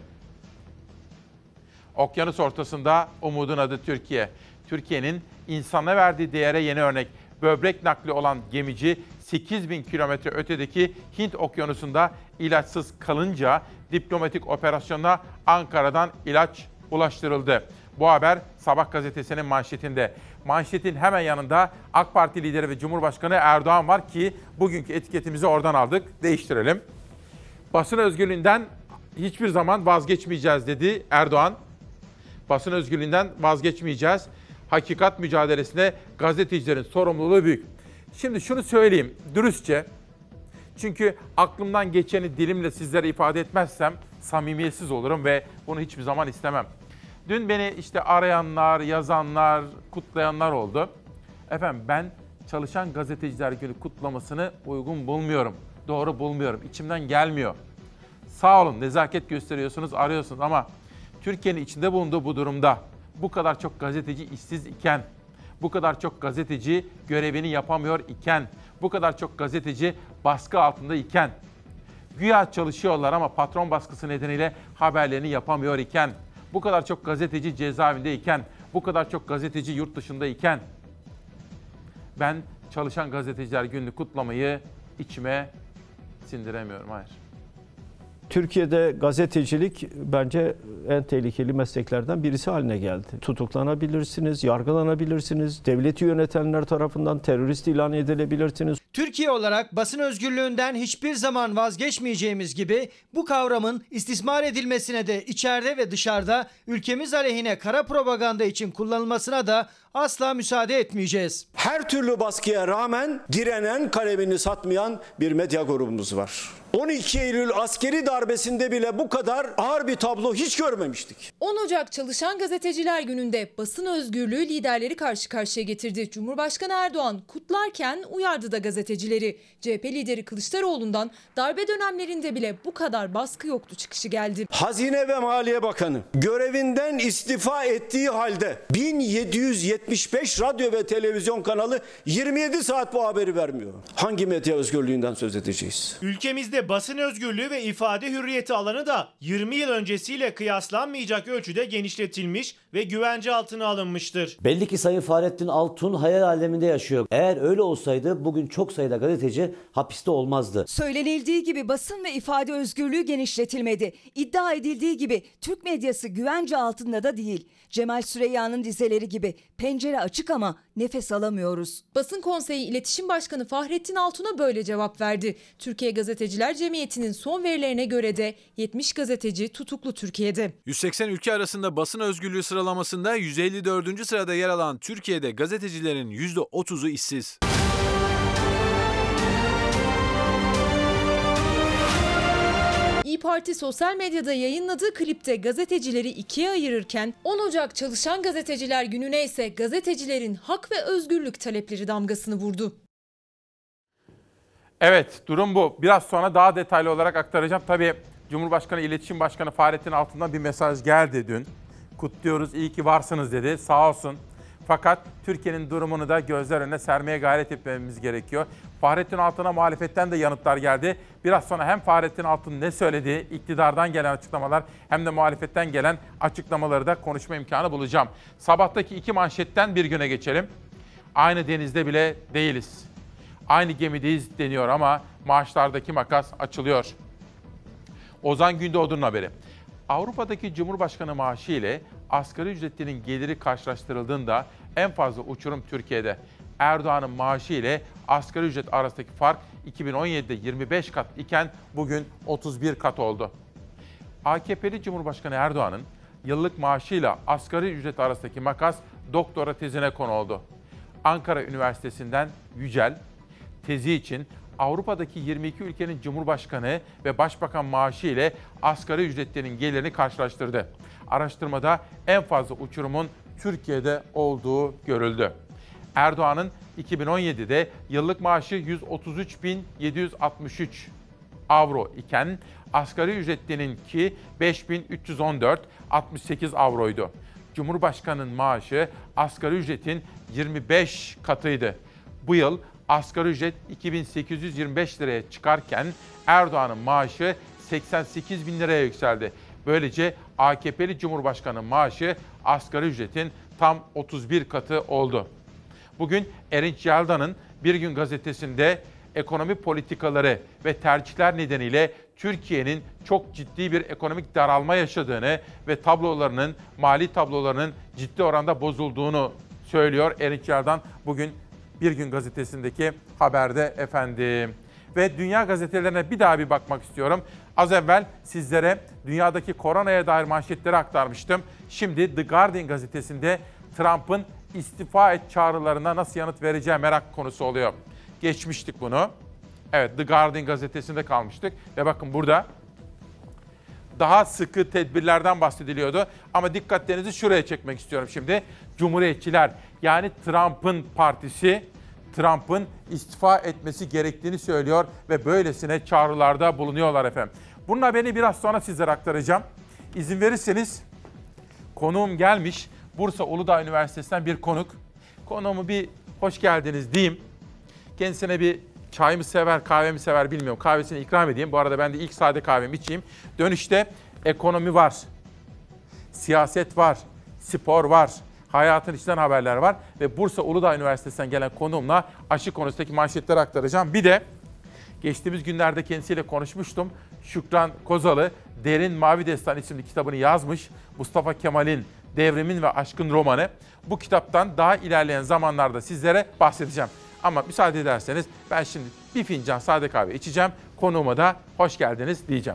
Okyanus ortasında umudun adı Türkiye. Türkiye'nin insana verdiği değere yeni örnek. Böbrek nakli olan gemici 8.000 kilometre ötedeki Hint okyanusunda ilaçsız kalınca diplomatik operasyonla Ankara'dan ilaç ulaştırıldı. Bu haber Sabah gazetesinin manşetinde. Manşetin hemen yanında AK Parti lideri ve Cumhurbaşkanı Erdoğan var ki bugünkü etiketimizi oradan aldık. Değiştirelim. Basın özgürlüğünden hiçbir zaman vazgeçmeyeceğiz dedi Erdoğan. Basın özgürlüğünden vazgeçmeyeceğiz. Hakikat mücadelesinde gazetecilerin sorumluluğu büyük. Şimdi şunu söyleyeyim dürüstçe. Çünkü aklımdan geçeni dilimle sizlere ifade etmezsem samimiyetsiz olurum ve bunu hiçbir zaman istemem. Dün beni işte arayanlar, yazanlar, kutlayanlar oldu. Efendim ben Çalışan Gazeteciler Günü kutlamasını uygun bulmuyorum. Doğru bulmuyorum. İçimden gelmiyor. Sağ olun, nezaket gösteriyorsunuz, arıyorsunuz ama Türkiye'nin içinde bulunduğu bu durumda bu kadar çok gazeteci işsiz iken, bu kadar çok gazeteci görevini yapamıyor iken, bu kadar çok gazeteci baskı altında iken, güya çalışıyorlar ama patron baskısı nedeniyle haberlerini yapamıyor iken, bu kadar çok gazeteci cezaevinde iken, bu kadar çok gazeteci yurt dışında iken, ben Çalışan Gazeteciler Günü'nü kutlamayı içime sindiremiyorum. Hayır. Türkiye'de gazetecilik bence en tehlikeli mesleklerden birisi haline geldi. Tutuklanabilirsiniz, yargılanabilirsiniz, devleti yönetenler tarafından terörist ilan edilebilirsiniz. Türkiye olarak basın özgürlüğünden hiçbir zaman vazgeçmeyeceğimiz gibi bu kavramın istismar edilmesine de içeride ve dışarıda ülkemiz aleyhine kara propaganda için kullanılmasına da asla müsaade etmeyeceğiz. Her türlü baskıya rağmen direnen, kalemini satmayan bir medya grubumuz var. 12 Eylül askeri darbesinde bile bu kadar ağır bir tablo hiç görmemiştik. 10 Ocak Çalışan Gazeteciler Günü'nde basın özgürlüğü liderleri karşı karşıya getirdi. Cumhurbaşkanı Erdoğan kutlarken uyardı da gazetecileri. CHP lideri Kılıçdaroğlu'ndan darbe dönemlerinde bile bu kadar baskı yoktu çıkışı geldi. Hazine ve Maliye Bakanı görevinden istifa ettiği halde 1775 radyo ve televizyon kanalı 27 saat bu haberi vermiyor. Hangi medya özgürlüğünden söz edeceğiz? Ülkemizde basın özgürlüğü ve ifade hürriyeti alanı da 20 yıl öncesiyle kıyaslanmayacak ölçüde genişletilmiş ve güvence altına alınmıştır. Belli ki Sayın Fahrettin Altun hayal aleminde yaşıyor. Eğer öyle olsaydı bugün çok sayıda gazeteci hapiste olmazdı. Söylenildiği gibi basın ve ifade özgürlüğü genişletilmedi. İddia edildiği gibi Türk medyası güvence altında da değil. Cemal Süreyya'nın dizeleri gibi pencere açık ama nefes alamıyoruz. Basın Konseyi İletişim Başkanı Fahrettin Altun'a böyle cevap verdi. Türkiye Gazeteciler Cemiyeti'nin son verilerine göre de 70 gazeteci tutuklu Türkiye'de. 180 ülke arasında basın özgürlüğü sıralamasında 154. sırada yer alan Türkiye'de gazetecilerin %30'u işsiz. İYİ Parti sosyal medyada yayınladığı klipte gazetecileri ikiye ayırırken 10 Ocak Çalışan Gazeteciler Günü'ne ise gazetecilerin hak ve özgürlük talepleri damgasını vurdu. Evet, durum bu. Biraz sonra daha detaylı olarak aktaracağım. Tabii Cumhurbaşkanı İletişim Başkanı Fahrettin Altun'dan bir mesaj geldi dün. Kutluyoruz, iyi ki varsınız dedi. Sağ olsun. Fakat Türkiye'nin durumunu da gözler önüne sermeye gayret etmemiz gerekiyor. Fahrettin Altun'a muhalefetten de yanıtlar geldi. Biraz sonra hem Fahrettin Altun ne söyledi, iktidardan gelen açıklamalar hem de muhalefetten gelen açıklamaları da konuşma imkanı bulacağım. Sabahtaki iki manşetten bir güne geçelim. Aynı denizde bile değiliz. Aynı gemideyiz deniyor ama maaşlardaki makas açılıyor. Ozan Gündoğdu'nun haberi. Avrupa'daki Cumhurbaşkanı maaşı ile asgari ücretlinin geliri karşılaştırıldığında en fazla uçurum Türkiye'de. Erdoğan'ın maaşı ile asgari ücret arasındaki fark 2017'de 25 kat iken bugün 31 kat oldu. AKP'li Cumhurbaşkanı Erdoğan'ın yıllık maaşıyla asgari ücret arasındaki makas doktora tezine konu oldu. Ankara Üniversitesi'nden Yücel, tezi için Avrupa'daki 22 ülkenin Cumhurbaşkanı ve Başbakan maaşı ile asgari ücretlerin gelirini karşılaştırdı. Araştırmada en fazla uçurumun Türkiye'de olduğu görüldü. Erdoğan'ın 2017'de yıllık maaşı 133.763 avro iken asgari ücretlininki 5.314,68 avroydu. Cumhurbaşkanının maaşı asgari ücretin 25 katıydı. Bu yıl asgari ücret 2.825 liraya çıkarken Erdoğan'ın maaşı 88.000 liraya yükseldi. Böylece AKP'li Cumhurbaşkanı maaşı asgari ücretin tam 31 katı oldu. Bugün Erinç Yaldan'ın Bir Gün gazetesinde ekonomi politikaları ve tercihler nedeniyle Türkiye'nin çok ciddi bir ekonomik daralma yaşadığını ve mali tablolarının ciddi oranda bozulduğunu söylüyor Erinç Yaldan bugün Bir Gün gazetesindeki haberde efendim. Ve dünya gazetelerine bir daha bir bakmak istiyorum. Az evvel sizlere dünyadaki koronaya dair manşetleri aktarmıştım. Şimdi The Guardian gazetesinde Trump'ın istifa et çağrılarına nasıl yanıt vereceği merak konusu oluyor. Geçmiştik bunu. Evet, The Guardian gazetesinde kalmıştık. Ve bakın burada daha sıkı tedbirlerden bahsediliyordu. Ama dikkatlerinizi şuraya çekmek istiyorum şimdi. Cumhuriyetçiler, yani Trump'ın partisi, Trump'ın istifa etmesi gerektiğini söylüyor ve böylesine çağrılarda bulunuyorlar efendim. Bunun haberini biraz sonra sizlere aktaracağım. İzin verirseniz konuğum gelmiş. Bursa Uludağ Üniversitesi'nden bir konuk. Konuğumu bir hoş geldiniz diyeyim. Kendisine bir çay mı sever, kahve mi sever bilmiyorum. Kahvesini ikram edeyim. Bu arada ben de ilk sade kahvemi içeyim. Dönüşte ekonomi var, siyaset var, spor var, hayatın içinden haberler var. Ve Bursa Uludağ Üniversitesi'nden gelen konuğumla aşı konusundaki manşetleri aktaracağım. Bir de geçtiğimiz günlerde kendisiyle konuşmuştum. Şükran Kozalı, Derin Mavi Destan isimli kitabını yazmış. Mustafa Kemal'in Devrimin ve Aşkın romanı. Bu kitaptan daha ilerleyen zamanlarda sizlere bahsedeceğim. Ama müsaade ederseniz ben şimdi bir fincan sade kahve içeceğim. Konuğuma da hoş geldiniz diyeceğim.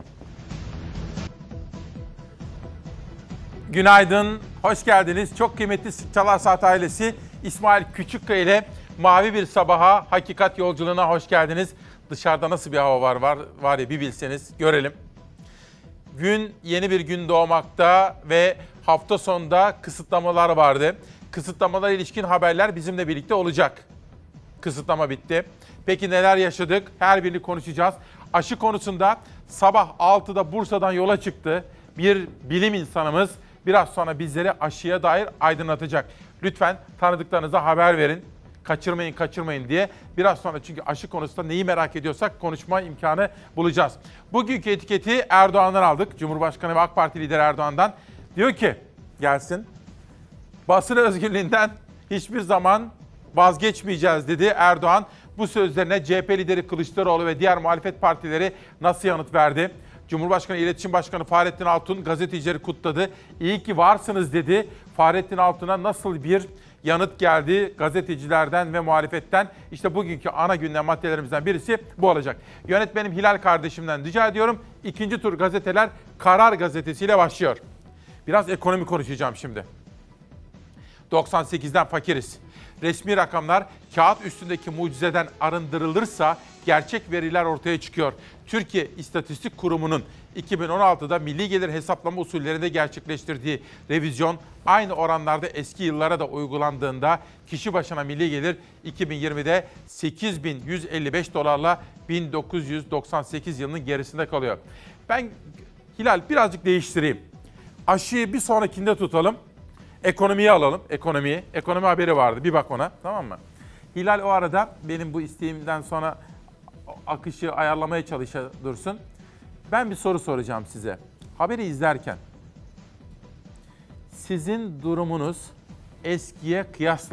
Günaydın, hoş geldiniz. Çok kıymetli Çalar Saat ailesi, İsmail Küçükkaya ile Mavi Bir Sabaha Hakikat Yolculuğuna hoş geldiniz. Dışarıda nasıl bir hava var ya bir bilseniz görelim. Yeni bir gün doğmakta ve hafta sonunda kısıtlamalar vardı. Kısıtlamalara ilişkin haberler bizimle birlikte olacak. Kısıtlama bitti. Peki neler yaşadık? Her birini konuşacağız. Aşı konusunda sabah 6'da Bursa'dan yola çıktı bir bilim insanımız biraz sonra bizleri aşıya dair aydınlatacak. Lütfen tanıdıklarınıza haber verin. Kaçırmayın diye. Biraz sonra çünkü aşı konusunda neyi merak ediyorsak konuşma imkanı bulacağız. Bugünkü etiketi Erdoğan'dan aldık. Cumhurbaşkanı ve AK Parti lideri Erdoğan'dan. Diyor ki gelsin. Basın özgürlüğünden hiçbir zaman vazgeçmeyeceğiz dedi Erdoğan. Bu sözlerine CHP lideri Kılıçdaroğlu ve diğer muhalefet partileri nasıl yanıt verdi? Cumhurbaşkanı İletişim Başkanı Fahrettin Altun gazetecileri kutladı. İyi ki varsınız dedi. Fahrettin Altun'a nasıl bir yanıt geldi gazetecilerden ve muhalefetten? İşte bugünkü ana gündem maddelerimizden birisi bu olacak. Yönetmenim Hilal kardeşimden rica ediyorum. İkinci tur gazeteler Karar Gazetesi'yle başlıyor. Biraz ekonomi konuşacağım şimdi. 98'den fakiriz. Resmi rakamlar kağıt üstündeki mucizeden arındırılırsa gerçek veriler ortaya çıkıyor. Türkiye İstatistik Kurumu'nun 2016'da milli gelir hesaplama usullerinde gerçekleştirdiği revizyon aynı oranlarda eski yıllara da uygulandığında kişi başına milli gelir 2020'de 8.155 dolarla 1998 yılının gerisinde kalıyor. Ben Hilal birazcık değiştireyim. Aşıyı bir sonrakinde tutalım. Ekonomiyi alalım, ekonomiyi. Ekonomi haberi vardı, bir bak ona, tamam mı? Hilal o arada benim bu isteğimden sonra akışı ayarlamaya dursun. Ben bir soru soracağım size. Haberi izlerken sizin durumunuz eskiye kıyasla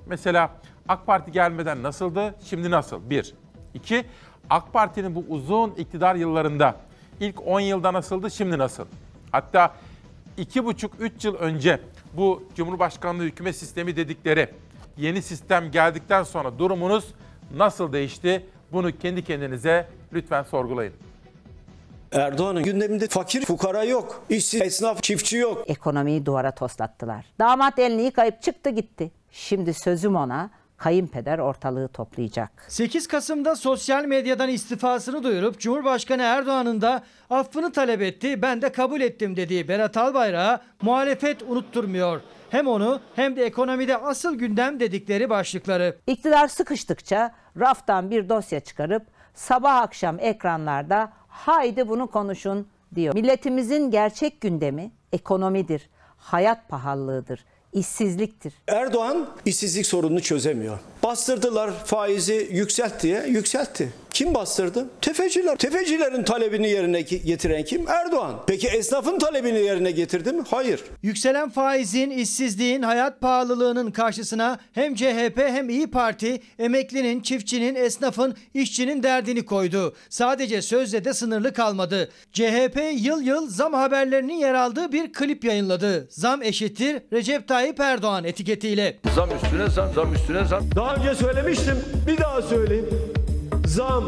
Mesela AK Parti gelmeden nasıldı, şimdi nasıl? 1. 2. AK Parti'nin bu uzun iktidar yıllarında ilk 10 yılda nasıldı, şimdi nasıl? Hatta 2,5-3 yıl önce bu Cumhurbaşkanlığı hükümet sistemi dedikleri yeni sistem geldikten sonra durumunuz nasıl değişti? Bunu kendi kendinize lütfen sorgulayın. Erdoğan'ın gündeminde fakir fukara yok. İşsiz, esnaf, çiftçi yok. Ekonomiyi duvara toslattılar. Damat elini yıkayıp çıktı gitti. Şimdi sözüm ona, kayınpeder ortalığı toplayacak. 8 Kasım'da sosyal medyadan istifasını duyurup Cumhurbaşkanı Erdoğan'ın da affını talep etti, ben de kabul ettim dediği Berat Albayrak'a muhalefet unutturmuyor. Hem onu hem de ekonomide asıl gündem dedikleri başlıkları. İktidar sıkıştıkça raftan bir dosya çıkarıp sabah akşam ekranlarda haydi bunu konuşun diyor. Milletimizin gerçek gündemi ekonomidir, hayat pahalılığıdır, işsizliktir. Erdoğan işsizlik sorununu çözemiyor. Bastırdılar faizi yükselt diye yükseltti. Kim bastırdı? Tefeciler. Tefecilerin talebini yerine getiren kim? Erdoğan. Peki esnafın talebini yerine getirdi mi? Hayır. Yükselen faizin, işsizliğin, hayat pahalılığının karşısına hem CHP hem İYİ Parti emeklinin, çiftçinin, esnafın, işçinin derdini koydu. Sadece sözle de sınırlı kalmadı. CHP yıl yıl zam haberlerinin yer aldığı bir klip yayınladı. Zam eşittir Recep Tayyip Erdoğan etiketiyle. Zam üstüne zam, zam üstüne zam. Daha önce söylemiştim. Bir daha söyleyeyim. Zam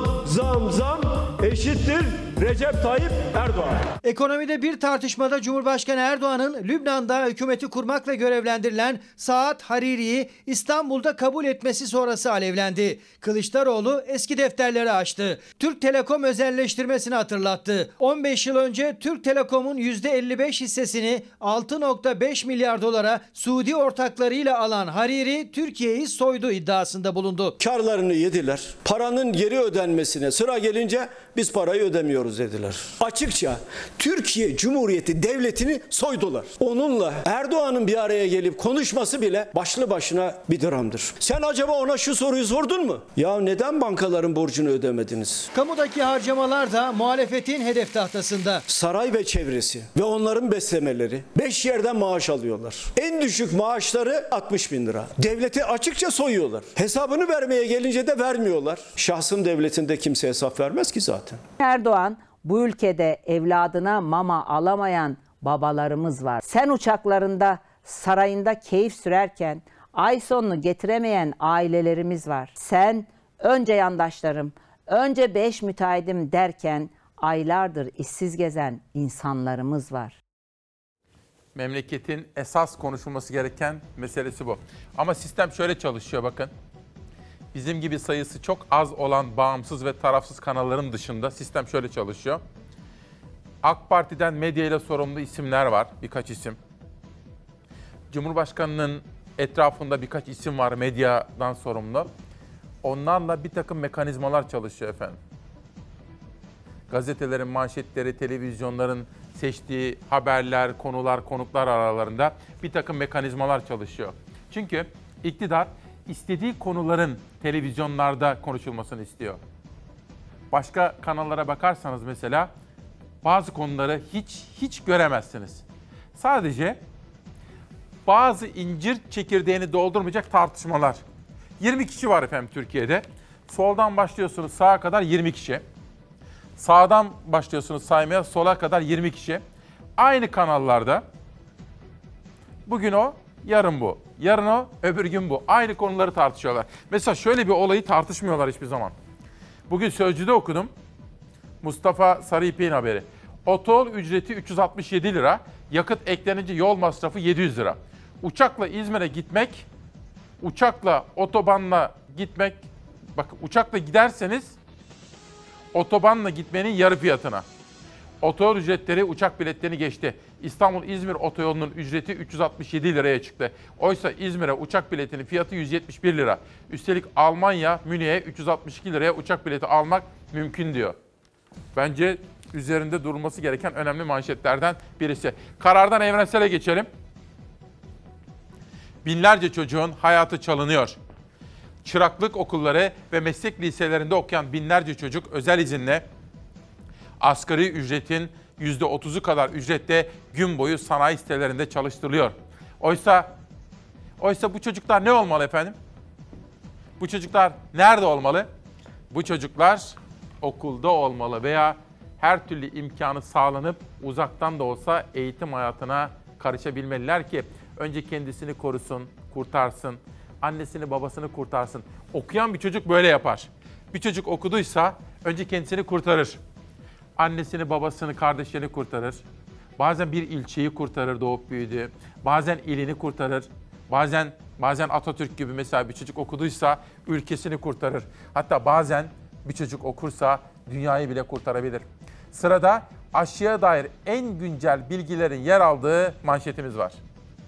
eşittir Recep Tayyip Erdoğan. Ekonomide bir tartışmada Cumhurbaşkanı Erdoğan'ın Lübnan'da hükümeti kurmakla görevlendirilen Saad Hariri'yi İstanbul'da kabul etmesi sonrası alevlendi. Kılıçdaroğlu eski defterleri açtı. Türk Telekom özelleştirmesini hatırlattı. 15 yıl önce Türk Telekom'un %55 hissesini 6,5 milyar dolara Suudi ortaklarıyla alan Hariri Türkiye'yi soydu iddiasında bulundu. Karlarını yediler. Paranın geri ödenmesine sıra gelince biz parayı ödemiyoruz dediler. Açıkça Türkiye Cumhuriyeti Devleti'ni soydular. Onunla Erdoğan'ın bir araya gelip konuşması bile başlı başına bir dramdır. Sen acaba ona şu soruyu sordun mu? Ya neden bankaların borcunu ödemediniz? Kamudaki harcamalar da muhalefetin hedef tahtasında. Saray ve çevresi ve onların beslemeleri 5 yerden maaş alıyorlar. En düşük maaşları 60 bin lira. Devleti açıkça soyuyorlar. Hesabını vermeye gelince de vermiyorlar. Şahsın devletinde kimse hesap vermez ki zaten. Erdoğan, bu ülkede evladına mama alamayan babalarımız var. Sen uçaklarında, sarayında keyif sürerken ay sonunu getiremeyen ailelerimiz var. Sen önce yandaşlarım, önce 5 müteahhidim derken aylardır işsiz gezen insanlarımız var. Memleketin esas konuşulması gereken meselesi bu. Ama sistem şöyle çalışıyor bakın. Bizim gibi sayısı çok az olan bağımsız ve tarafsız kanalların dışında sistem şöyle çalışıyor. AK Parti'den medyayla sorumlu isimler var, birkaç isim. Cumhurbaşkanının etrafında birkaç isim var medyadan sorumlu. Onlarla bir takım mekanizmalar çalışıyor efendim. Gazetelerin manşetleri, televizyonların seçtiği haberler, konular, konuklar aralarında bir takım mekanizmalar çalışıyor. Çünkü iktidar istediği konuların televizyonlarda konuşulmasını istiyor. Başka kanallara bakarsanız mesela bazı konuları hiç göremezsiniz. Sadece bazı incir çekirdeğini doldurmayacak tartışmalar. 20 kişi var efendim Türkiye'de. Soldan başlıyorsunuz sağa kadar 20 kişi. Sağdan başlıyorsunuz saymaya sola kadar 20 kişi. Aynı kanallarda bugün o, yarın bu. Yarın o, öbür gün bu. Aynı konuları tartışıyorlar. Mesela şöyle bir olayı tartışmıyorlar hiçbir zaman. Bugün Sözcü'de okudum. Mustafa Sarıipek'in haberi. Otoyol ücreti 367 lira. Yakıt eklenince yol masrafı 700 lira. Uçakla İzmir'e gitmek, uçakla otobanla gitmek, bak uçakla giderseniz otobanla gitmenin yarı fiyatına. Otoyol ücretleri uçak biletlerini geçti. İstanbul-İzmir otoyolunun ücreti 367 liraya çıktı. Oysa İzmir'e uçak biletinin fiyatı 171 lira. Üstelik Almanya, Münih'e 362 liraya uçak bileti almak mümkün diyor. Bence üzerinde durulması gereken önemli manşetlerden birisi. Karardan evrensele geçelim. Binlerce çocuğun hayatı çalınıyor. Çıraklık okulları ve meslek liselerinde okuyan binlerce çocuk özel izinle asgari ücretin %30'u kadar ücrette gün boyu sanayi sitelerinde çalıştırılıyor. Oysa bu çocuklar ne olmalı efendim? Bu çocuklar nerede olmalı? Bu çocuklar okulda olmalı veya her türlü imkanı sağlanıp uzaktan da olsa eğitim hayatına karışabilmeliler ki önce kendisini korusun, kurtarsın, annesini babasını kurtarsın. Okuyan bir çocuk böyle yapar. Bir çocuk okuduysa önce kendisini kurtarır. Annesini, babasını, kardeşlerini kurtarır. Bazen bir ilçeyi kurtarır doğup büyüdüğü. Bazen ilini kurtarır. Bazen Atatürk gibi mesela bir çocuk okuduysa ülkesini kurtarır. Hatta bazen bir çocuk okursa dünyayı bile kurtarabilir. Sırada aşıya dair en güncel bilgilerin yer aldığı manşetimiz var.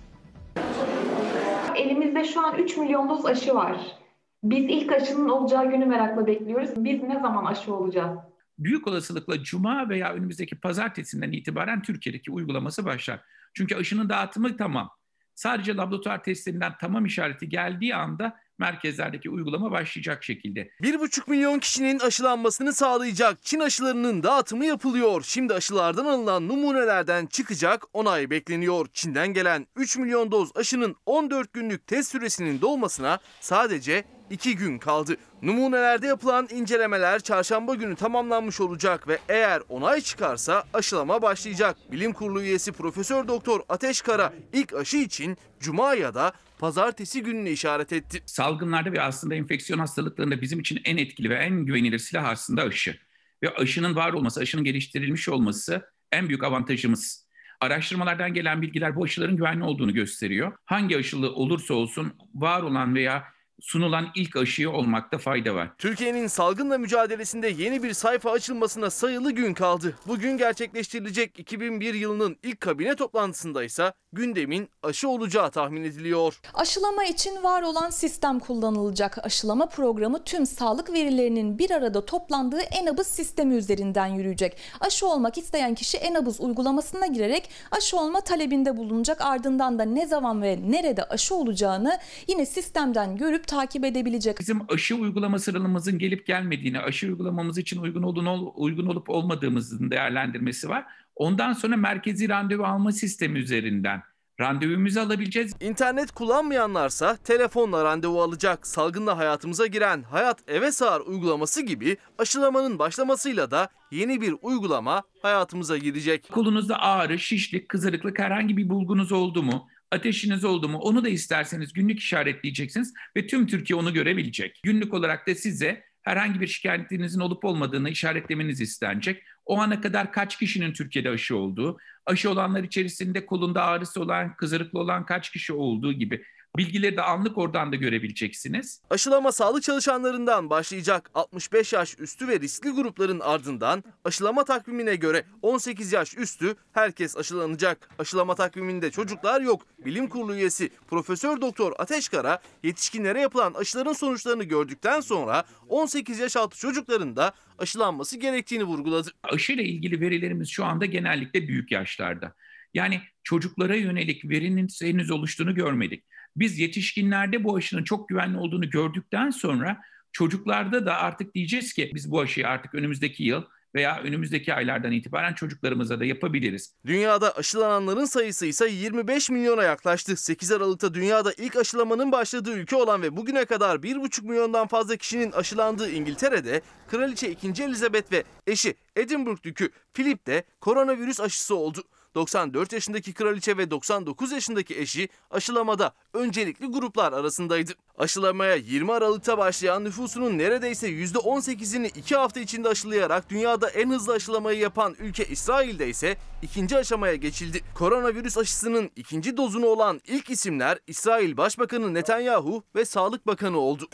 Elimizde şu an 3 milyon doz aşı var. Biz ilk aşının olacağı günü merakla bekliyoruz. Biz ne zaman aşı olacağız? Büyük olasılıkla Cuma veya önümüzdeki Pazartesinden itibaren Türkiye'deki uygulaması başlar. Çünkü aşının dağıtımı tamam. Sadece laboratuvar testlerinden tamam işareti geldiği anda merkezlerdeki uygulama başlayacak şekilde. 1,5 milyon kişinin aşılanmasını sağlayacak Çin aşılarının dağıtımı yapılıyor. Şimdi aşılardan alınan numunelerden çıkacak onay bekleniyor. Çin'den gelen 3 milyon doz aşının 14 günlük test süresinin dolmasına sadece 2 gün kaldı. Numunelerde yapılan incelemeler çarşamba günü tamamlanmış olacak ve eğer onay çıkarsa aşılama başlayacak. Bilim Kurulu üyesi Profesör Doktor Ateş Kara ilk aşı için Cuma ya da Pazartesi gününü işaret etti. Salgınlarda ve aslında enfeksiyon hastalıklarında bizim için en etkili ve en güvenilir silah aslında aşı. Ve aşının var olması, aşının geliştirilmiş olması en büyük avantajımız. Araştırmalardan gelen bilgiler bu aşıların güvenli olduğunu gösteriyor. Hangi aşılı olursa olsun var olan veya sunulan ilk aşıya olmakta fayda var. Türkiye'nin salgınla mücadelesinde yeni bir sayfa açılmasına sayılı gün kaldı. Bugün gerçekleştirilecek 2001 yılının ilk kabine toplantısında ise gündemin aşı olacağı tahmin ediliyor. Aşılama için var olan sistem kullanılacak. Aşılama programı tüm sağlık verilerinin bir arada toplandığı eNabız sistemi üzerinden yürüyecek. Aşı olmak isteyen kişi eNabız uygulamasına girerek aşı olma talebinde bulunacak. Ardından da ne zaman ve nerede aşı olacağını yine sistemden görüp takip edebilecek. Bizim aşı uygulama sıralamamızın gelip gelmediğini, aşı uygulamamız için uygun olup olmadığımızın değerlendirmesi var. Ondan sonra merkezi randevu alma sistemi üzerinden randevumuzu alabileceğiz. İnternet kullanmayanlarsa telefonla randevu alacak. Salgınla hayatımıza giren Hayat Eve Sağar uygulaması gibi aşılamanın başlamasıyla da yeni bir uygulama hayatımıza girecek. Kolunuzda ağrı, şişlik, kızarıklık herhangi bir bulgunuz oldu mu? Ateşiniz oldu mu? Onu da isterseniz günlük işaretleyeceksiniz ve tüm Türkiye onu görebilecek. Günlük olarak da size herhangi bir şikayetinizin olup olmadığını işaretlemeniz istenecek. O ana kadar kaç kişinin Türkiye'de aşı olduğu, aşı olanlar içerisinde kolunda ağrısı olan, kızarıklı olan kaç kişi olduğu gibi bilgileri de anlık oradan da görebileceksiniz. Aşılama sağlık çalışanlarından başlayacak. 65 yaş üstü ve riskli grupların ardından aşılama takvimine göre 18 yaş üstü herkes aşılanacak. Aşılama takviminde çocuklar yok. Bilim Kurulu üyesi Profesör Doktor Ateş Kara yetişkinlere yapılan aşıların sonuçlarını gördükten sonra 18 yaş altı çocukların da aşılanması gerektiğini vurguladı. Aşıyla ilgili verilerimiz şu anda genellikle büyük yaşlarda. Yani çocuklara yönelik verinin henüz oluştuğunu görmedik. Biz yetişkinlerde bu aşının çok güvenli olduğunu gördükten sonra çocuklarda da artık diyeceğiz ki biz bu aşıyı artık önümüzdeki yıl veya önümüzdeki aylardan itibaren çocuklarımıza da yapabiliriz. Dünyada aşılananların sayısı ise 25 milyona yaklaştı. 8 Aralık'ta dünyada ilk aşılamanın başladığı ülke olan ve bugüne kadar 1,5 milyondan fazla kişinin aşılandığı İngiltere'de Kraliçe 2. Elizabeth ve eşi Edinburgh Dükü Philip de koronavirüs aşısı oldu. 94 yaşındaki kraliçe ve 99 yaşındaki eşi aşılamada öncelikli gruplar arasındaydı. Aşılamaya 20 Aralık'ta başlayan nüfusunun neredeyse %18'ini 2 hafta içinde aşılayarak dünyada en hızlı aşılamayı yapan ülke İsrail'de ise ikinci aşamaya geçildi. Koronavirüs aşısının ikinci dozunu olan ilk isimler İsrail Başbakanı Netanyahu ve Sağlık Bakanı oldu.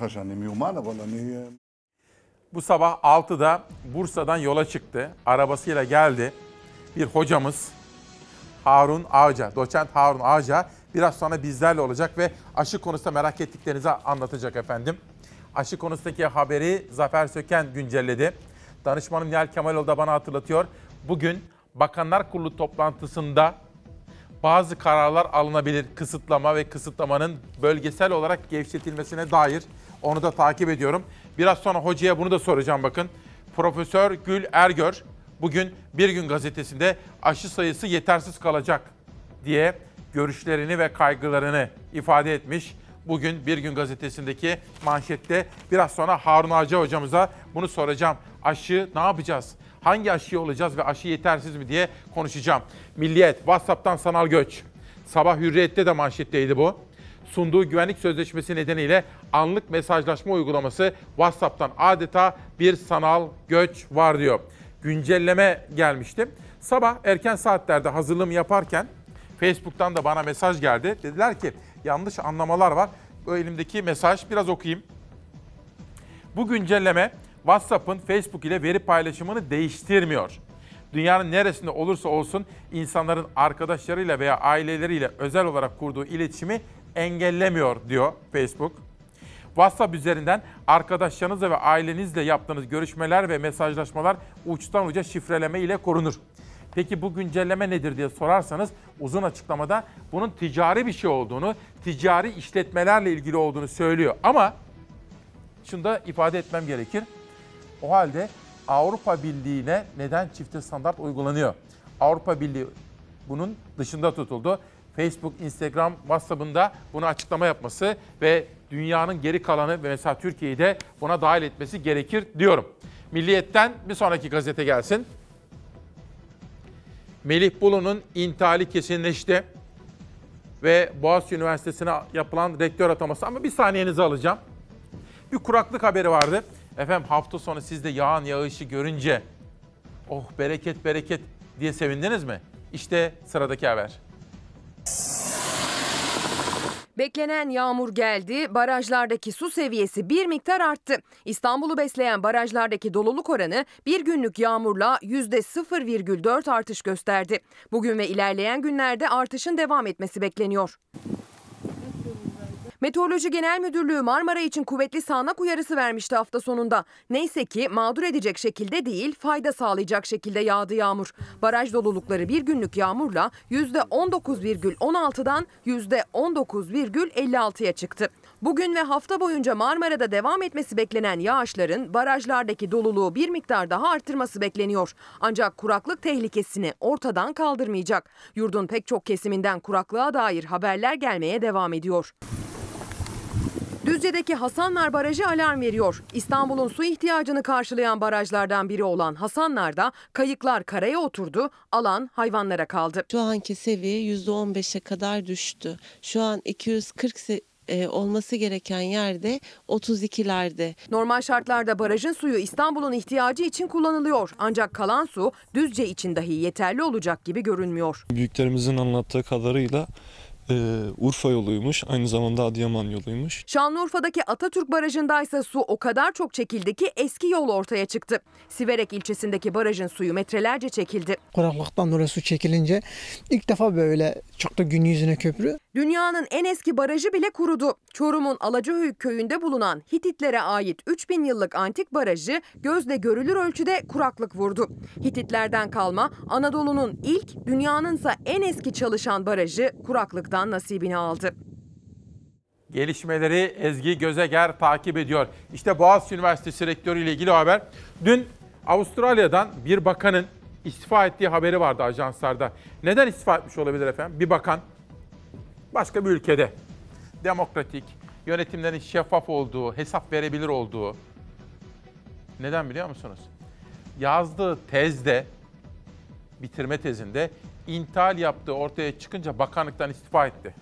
Bu sabah 6'da Bursa'dan yola çıktı. Arabasıyla geldi. Bir hocamız Harun Ağca, doçent Harun Ağca biraz sonra bizlerle olacak ve aşı konusunda merak ettiklerinizi anlatacak efendim. Aşı konusundaki haberi Zafer Söken güncelledi. Danışmanım Nihal Kemaloğlu da bana hatırlatıyor. Bugün Bakanlar Kurulu toplantısında bazı kararlar alınabilir. Kısıtlama ve kısıtlamanın bölgesel olarak gevşetilmesine dair onu da takip ediyorum. Biraz sonra hocaya bunu da soracağım bakın. Profesör Gül Ergör bugün Bir Gün gazetesinde aşı sayısı yetersiz kalacak diye görüşlerini ve kaygılarını ifade etmiş. Bugün Bir Gün Gazetesi'ndeki manşette biraz sonra Harun Ağacı hocamıza bunu soracağım. Aşı ne yapacağız? Hangi aşıyı olacağız ve aşı yetersiz mi diye konuşacağım. Milliyet, WhatsApp'tan sanal göç. Sabah Hürriyet'te de manşetteydi bu. Sunduğu güvenlik sözleşmesi nedeniyle anlık mesajlaşma uygulaması WhatsApp'tan adeta bir sanal göç var diyor. Güncelleme gelmişti. Sabah erken saatlerde hazırlığımı yaparken Facebook'tan da bana mesaj geldi. Dediler ki yanlış anlamalar var. Bu elimdeki mesaj biraz okuyayım. Bu güncelleme WhatsApp'ın Facebook ile veri paylaşımını değiştirmiyor. Dünyanın neresinde olursa olsun insanların arkadaşlarıyla veya aileleriyle özel olarak kurduğu iletişimi engellemiyor diyor Facebook. WhatsApp üzerinden arkadaşlarınızla ve ailenizle yaptığınız görüşmeler ve mesajlaşmalar uçtan uca şifreleme ile korunur. Peki bu güncelleme nedir diye sorarsanız uzun açıklamada bunun ticari bir şey olduğunu, ticari işletmelerle ilgili olduğunu söylüyor. Ama şunu da ifade etmem gerekir. O halde Avrupa Birliği'ne neden çifte standart uygulanıyor? Avrupa Birliği bunun dışında tutuldu. Facebook, Instagram, WhatsApp'ın da buna açıklama yapması ve dünyanın geri kalanı ve mesela Türkiye'yi de buna dahil etmesi gerekir diyorum. Milliyet'ten bir sonraki gazete gelsin. Melih Bulu'nun intihali kesinleşti ve Boğaziçi Üniversitesi'ne yapılan rektör ataması. Ama bir saniyenizi alacağım. Bir kuraklık haberi vardı. Efendim hafta sonu siz de yağan yağışı görünce oh bereket bereket diye sevindiniz mi? İşte sıradaki haber. Beklenen yağmur geldi, barajlardaki su seviyesi bir miktar arttı. İstanbul'u besleyen barajlardaki doluluk oranı bir günlük yağmurla %0,4 artış gösterdi. Bugün ve ilerleyen günlerde artışın devam etmesi bekleniyor. Meteoroloji Genel Müdürlüğü Marmara için kuvvetli sağanak uyarısı vermişti hafta sonunda. Neyse ki mağdur edecek şekilde değil, fayda sağlayacak şekilde yağdı yağmur. Baraj dolulukları bir günlük yağmurla %19,16'dan %19,56'ya çıktı. Bugün ve hafta boyunca Marmara'da devam etmesi beklenen yağışların barajlardaki doluluğu bir miktar daha arttırması bekleniyor. Ancak kuraklık tehlikesini ortadan kaldırmayacak. Yurdun pek çok kesiminden kuraklığa dair haberler gelmeye devam ediyor. Düzce'deki Hasanlar Barajı alarm veriyor. İstanbul'un su ihtiyacını karşılayan barajlardan biri olan Hasanlar'da kayıklar karaya oturdu, alan hayvanlara kaldı. Şu anki seviye %15'e kadar düştü. Şu an 240 olması gereken yerde 32'lerde. Normal şartlarda barajın suyu İstanbul'un ihtiyacı için kullanılıyor. Ancak kalan su Düzce için dahi yeterli olacak gibi görünmüyor. Büyüklerimizin anlattığı kadarıyla Urfa yoluymuş, aynı zamanda Adıyaman yoluymuş. Şanlıurfa'daki Atatürk Barajı'ndaysa su o kadar çok çekildi ki eski yol ortaya çıktı. Siverek ilçesindeki barajın suyu metrelerce çekildi. Kuraklıktan dolayı su çekilince ilk defa böyle çıktı gün yüzüne köprü. Dünyanın en eski barajı bile kurudu. Çorum'un Alacahöyük köyünde bulunan Hititlere ait 3000 yıllık antik barajı gözle görülür ölçüde kuraklık vurdu. Hititlerden kalma Anadolu'nun ilk, dünyanınsa en eski çalışan barajı kuraklıktan nasibini aldı. Gelişmeleri Ezgi Gözeger takip ediyor. İşte Boğaziçi Üniversitesi Rektörü ile ilgili haber. Dün Avustralya'dan bir bakanın istifa ettiği haberi vardı ajanslarda. Neden istifa etmiş olabilir efendim? Bir bakan başka bir ülkede demokratik, yönetimlerin şeffaf olduğu, hesap verebilir olduğu. Neden biliyor musunuz? Yazdığı tezde, bitirme tezinde intihal yaptığı ortaya çıkınca bakanlıktan istifa etti.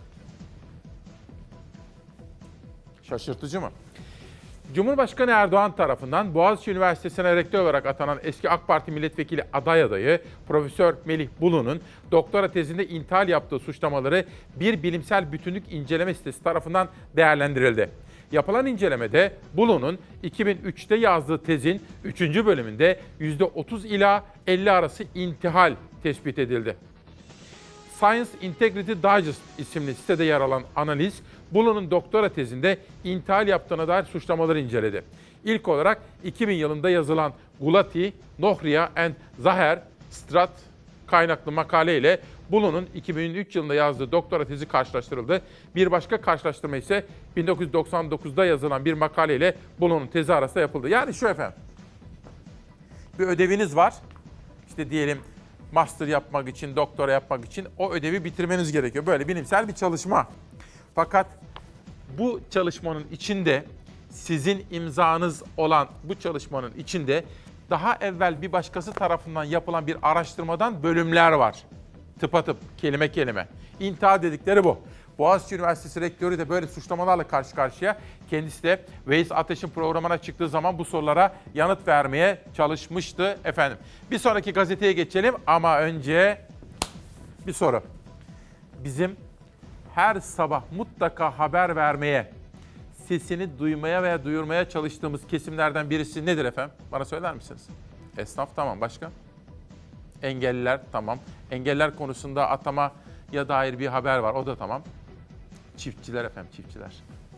Şaşırtıcı mı? Cumhurbaşkanı Erdoğan tarafından Boğaziçi Üniversitesi'ne rektör olarak atanan eski AK Parti milletvekili adayı Profesör Melih Bulu'nun doktora tezinde intihal yaptığı suçlamaları bir bilimsel bütünlük inceleme sitesi tarafından değerlendirildi. Yapılan incelemede Bulu'nun 2003'te yazdığı tezin 3. bölümünde %30 ila 50 arası intihal tespit edildi. Science Integrity Digest isimli sitede yer alan analiz, Bulu'nun doktora tezinde intihal yaptığına dair suçlamaları inceledi. İlk olarak 2000 yılında yazılan Gulati, Nohria and Zaher Strat kaynaklı makale ile Bulu'nun 2003 yılında yazdığı doktora tezi karşılaştırıldı. Bir başka karşılaştırma ise 1999'da yazılan bir makale ile Bulu'nun tezi arasında yapıldı. Yani şu efendim, bir ödeviniz var. İşte diyelim master yapmak için, doktora yapmak için o ödevi bitirmeniz gerekiyor. Böyle bilimsel bir çalışma. Fakat Bu çalışmanın içinde sizin imzanız olan bu çalışmanın içinde daha evvel bir başkası tarafından yapılan bir araştırmadan bölümler var. Tıpatıp, kelime kelime. İntihar dedikleri bu. Boğaziçi Üniversitesi Rektörü de böyle suçlamalarla karşı karşıya. Kendisi de Veys Ateş'in programına çıktığı zaman bu sorulara yanıt vermeye çalışmıştı efendim. Bir sonraki gazeteye geçelim ama önce bir soru. Bizim her sabah mutlaka haber vermeye, sesini duymaya veya duyurmaya çalıştığımız kesimlerden birisi nedir efendim? Bana söyler misiniz? Esnaf tamam, başka? Engelliler tamam. Engelliler konusunda atamaya dair bir haber var, o da tamam. Çiftçiler efendim, çiftçiler.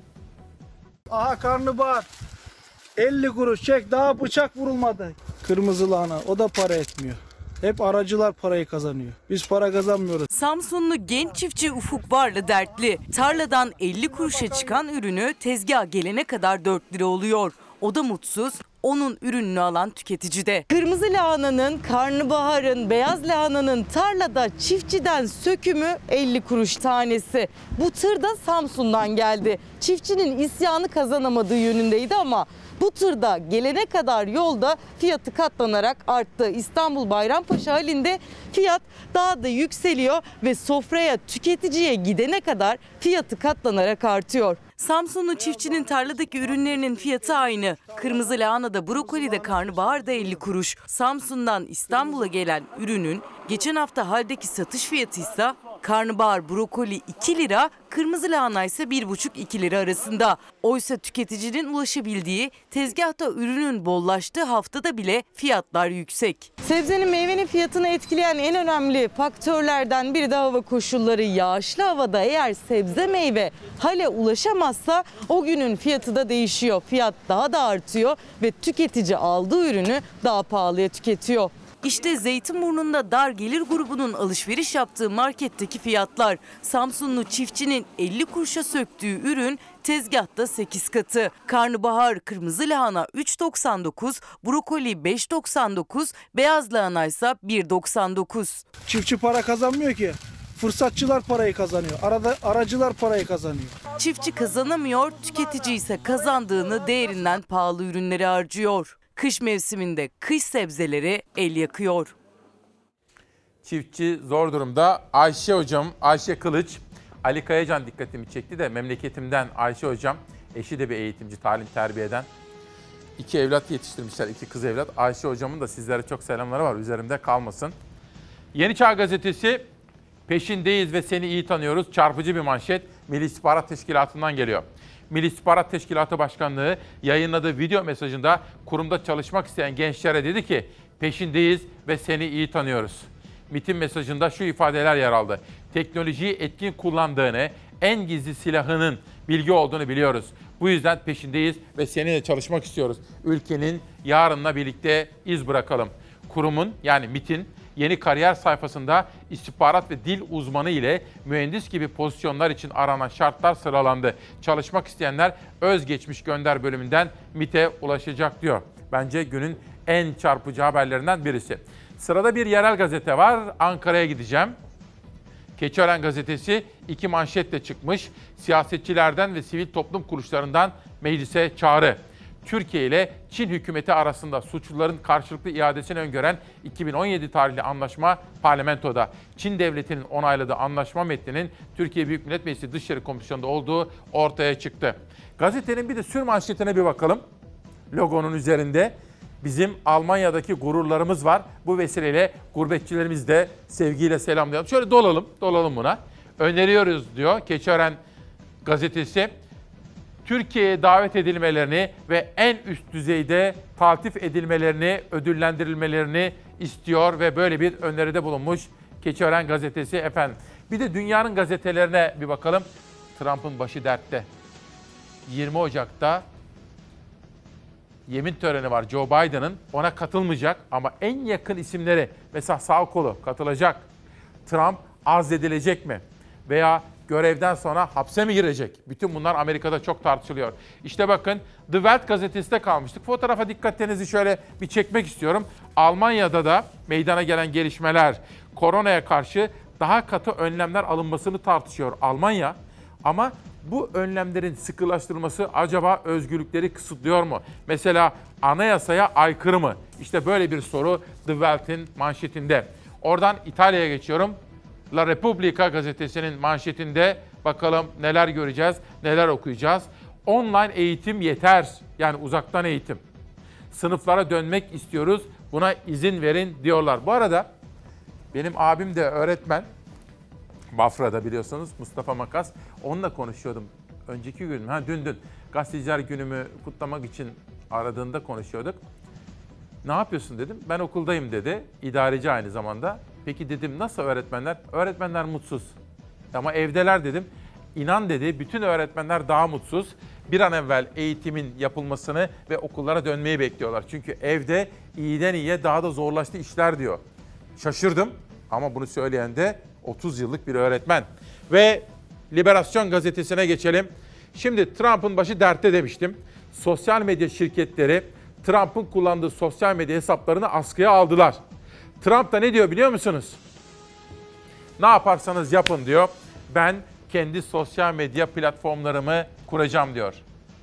Aha karnabahar. 50 kuruş çek, daha bıçak vurulmadı. Kırmızı lahana, o da para etmiyor. Hep aracılar parayı kazanıyor. Biz para kazanmıyoruz. Samsunlu genç çiftçi Ufuk Varlı dertli. Tarladan 50 kuruşa çıkan ürünü tezgaha gelene kadar 4 lira oluyor. O da mutsuz. Onun ürününü alan tüketici de. Kırmızı lahananın, karnabaharın, beyaz lahananın tarlada çiftçiden sökümü 50 kuruş tanesi. Bu tır da Samsun'dan geldi. Çiftçinin isyanı kazanamadığı yönündeydi ama bu tırda gelene kadar yolda fiyatı katlanarak arttı. İstanbul Bayrampaşa halinde fiyat daha da yükseliyor ve sofraya, tüketiciye gidene kadar fiyatı katlanarak artıyor. Samsunlu çiftçinin tarladaki ürünlerinin fiyatı aynı. Kırmızı lahanada, brokolide, karnabaharda 50 kuruş. Samsun'dan İstanbul'a gelen ürünün geçen hafta haldeki satış fiyatı ise karnabahar, brokoli 2 lira, kırmızı lahana ise 1,5-2 lira arasında. Oysa tüketicinin ulaşabildiği, tezgahta ürünün bollaştığı haftada bile fiyatlar yüksek. Sebzenin, meyvenin fiyatını etkileyen en önemli faktörlerden biri de hava koşulları. Yağışlı havada eğer sebze meyve hale ulaşamazsa o günün fiyatı da değişiyor. Fiyat daha da artıyor ve tüketici aldığı ürünü daha pahalıya tüketiyor. İşte Zeytinburnu'nda dar gelir grubunun alışveriş yaptığı marketteki fiyatlar. Samsunlu çiftçinin 50 kuruşa söktüğü ürün tezgahta 8 katı. Karnabahar, kırmızı lahana 3,99, brokoli 5,99, beyaz lahana ise 1,99. Çiftçi para kazanmıyor ki. Fırsatçılar parayı kazanıyor. Aracılar parayı kazanıyor. Çiftçi kazanamıyor, tüketici ise kazandığını değerinden pahalı ürünleri harcıyor. Kış mevsiminde kış sebzeleri el yakıyor. Çiftçi zor durumda. Ayşe hocam, Ayşe Kılıç, Ali Kayacan dikkatimi çekti de memleketimden Ayşe hocam, eşi de bir eğitimci, talim terbiye eden. 2 evlat yetiştirmişler, 2 kız evlat. Ayşe hocamın da sizlere çok selamları var, üzerimde kalmasın. Yeni Çağ Gazetesi, peşindeyiz ve seni iyi tanıyoruz. Çarpıcı bir manşet Milli İstihbarat Teşkilatı'ndan geliyor. Milli İstihbarat Teşkilatı Başkanlığı yayınladığı video mesajında kurumda çalışmak isteyen gençlere dedi ki peşindeyiz ve seni iyi tanıyoruz. MİT'in mesajında şu ifadeler yer aldı. Teknolojiyi etkin kullandığını, en gizli silahının bilgi olduğunu biliyoruz. Bu yüzden peşindeyiz ve seninle çalışmak istiyoruz. Ülkenin yarınla birlikte iz bırakalım. Kurumun yani MİT'in yeni kariyer sayfasında istihbarat ve dil uzmanı ile mühendis gibi pozisyonlar için aranan şartlar sıralandı. Çalışmak isteyenler özgeçmiş gönder bölümünden MİT'e ulaşacak diyor. Bence günün en çarpıcı haberlerinden birisi. Sırada bir yerel gazete var. Ankara'ya gideceğim. Keçiören gazetesi 2 manşetle çıkmış. Siyasetçilerden ve sivil toplum kuruluşlarından meclise çağrı. Türkiye ile Çin hükümeti arasında suçluların karşılıklı iadesini öngören 2017 tarihli anlaşma parlamentoda. Çin devletinin onayladığı anlaşma metninin Türkiye Büyük Millet Meclisi Dışişleri Komisyonu'nda olduğu ortaya çıktı. Gazetenin bir de sürmanşetine bir bakalım. Logonun üzerinde bizim Almanya'daki gururlarımız var. Bu vesileyle gurbetçilerimiz de sevgiyle selamlayalım. Şöyle dolalım buna. Öneriyoruz diyor Keçiören gazetesi. Türkiye'ye davet edilmelerini ve en üst düzeyde taltif edilmelerini, ödüllendirilmelerini istiyor ve böyle bir öneride bulunmuş Keçiören gazetesi efendim. Bir de dünyanın gazetelerine bir bakalım. Trump'ın başı dertte. 20 Ocak'ta yemin töreni var Joe Biden'ın. Ona katılmayacak ama en yakın isimleri mesela sağ kolu katılacak. Trump azledilecek mi? Veya görevden sonra hapse mi girecek? Bütün bunlar Amerika'da çok tartışılıyor. İşte bakın The Welt gazetesinde kalmıştık. Fotoğrafa dikkatlerinizi şöyle bir çekmek istiyorum. Almanya'da da meydana gelen gelişmeler, koronaya karşı daha katı önlemler alınmasını tartışıyor Almanya. Ama Bu önlemlerin sıkılaştırılması acaba özgürlükleri kısıtlıyor mu? Mesela anayasaya aykırı mı? İşte böyle bir soru The Welt'in manşetinde. Oradan İtalya'ya geçiyorum. La Repubblica gazetesinin manşetinde bakalım neler göreceğiz, neler okuyacağız. Online eğitim yeter. Yani uzaktan eğitim. Sınıflara dönmek istiyoruz. Buna izin verin diyorlar. Bu arada benim abim de öğretmen. Bafra'da biliyorsunuz Mustafa Makas. Onunla konuşuyordum. Önceki gün, dün gazeteciler günümü kutlamak için aradığında konuşuyorduk. Ne yapıyorsun dedim. Ben okuldayım dedi. İdareci aynı zamanda. Peki dedim nasıl öğretmenler? Öğretmenler mutsuz. Ama evdeler dedim. İnan dedi bütün öğretmenler daha mutsuz. Bir an evvel eğitimin yapılmasını ve okullara dönmeyi bekliyorlar. Çünkü evde iyiden iyiye daha da zorlaştı işler diyor. Şaşırdım ama bunu söyleyen de 30 yıllık bir öğretmen. Ve Liberasyon gazetesine geçelim. Şimdi Trump'ın başı dertte demiştim. Sosyal medya şirketleri Trump'ın kullandığı sosyal medya hesaplarını askıya aldılar. Trump da ne diyor biliyor musunuz? Ne yaparsanız yapın diyor. Ben kendi sosyal medya platformlarımı kuracağım diyor.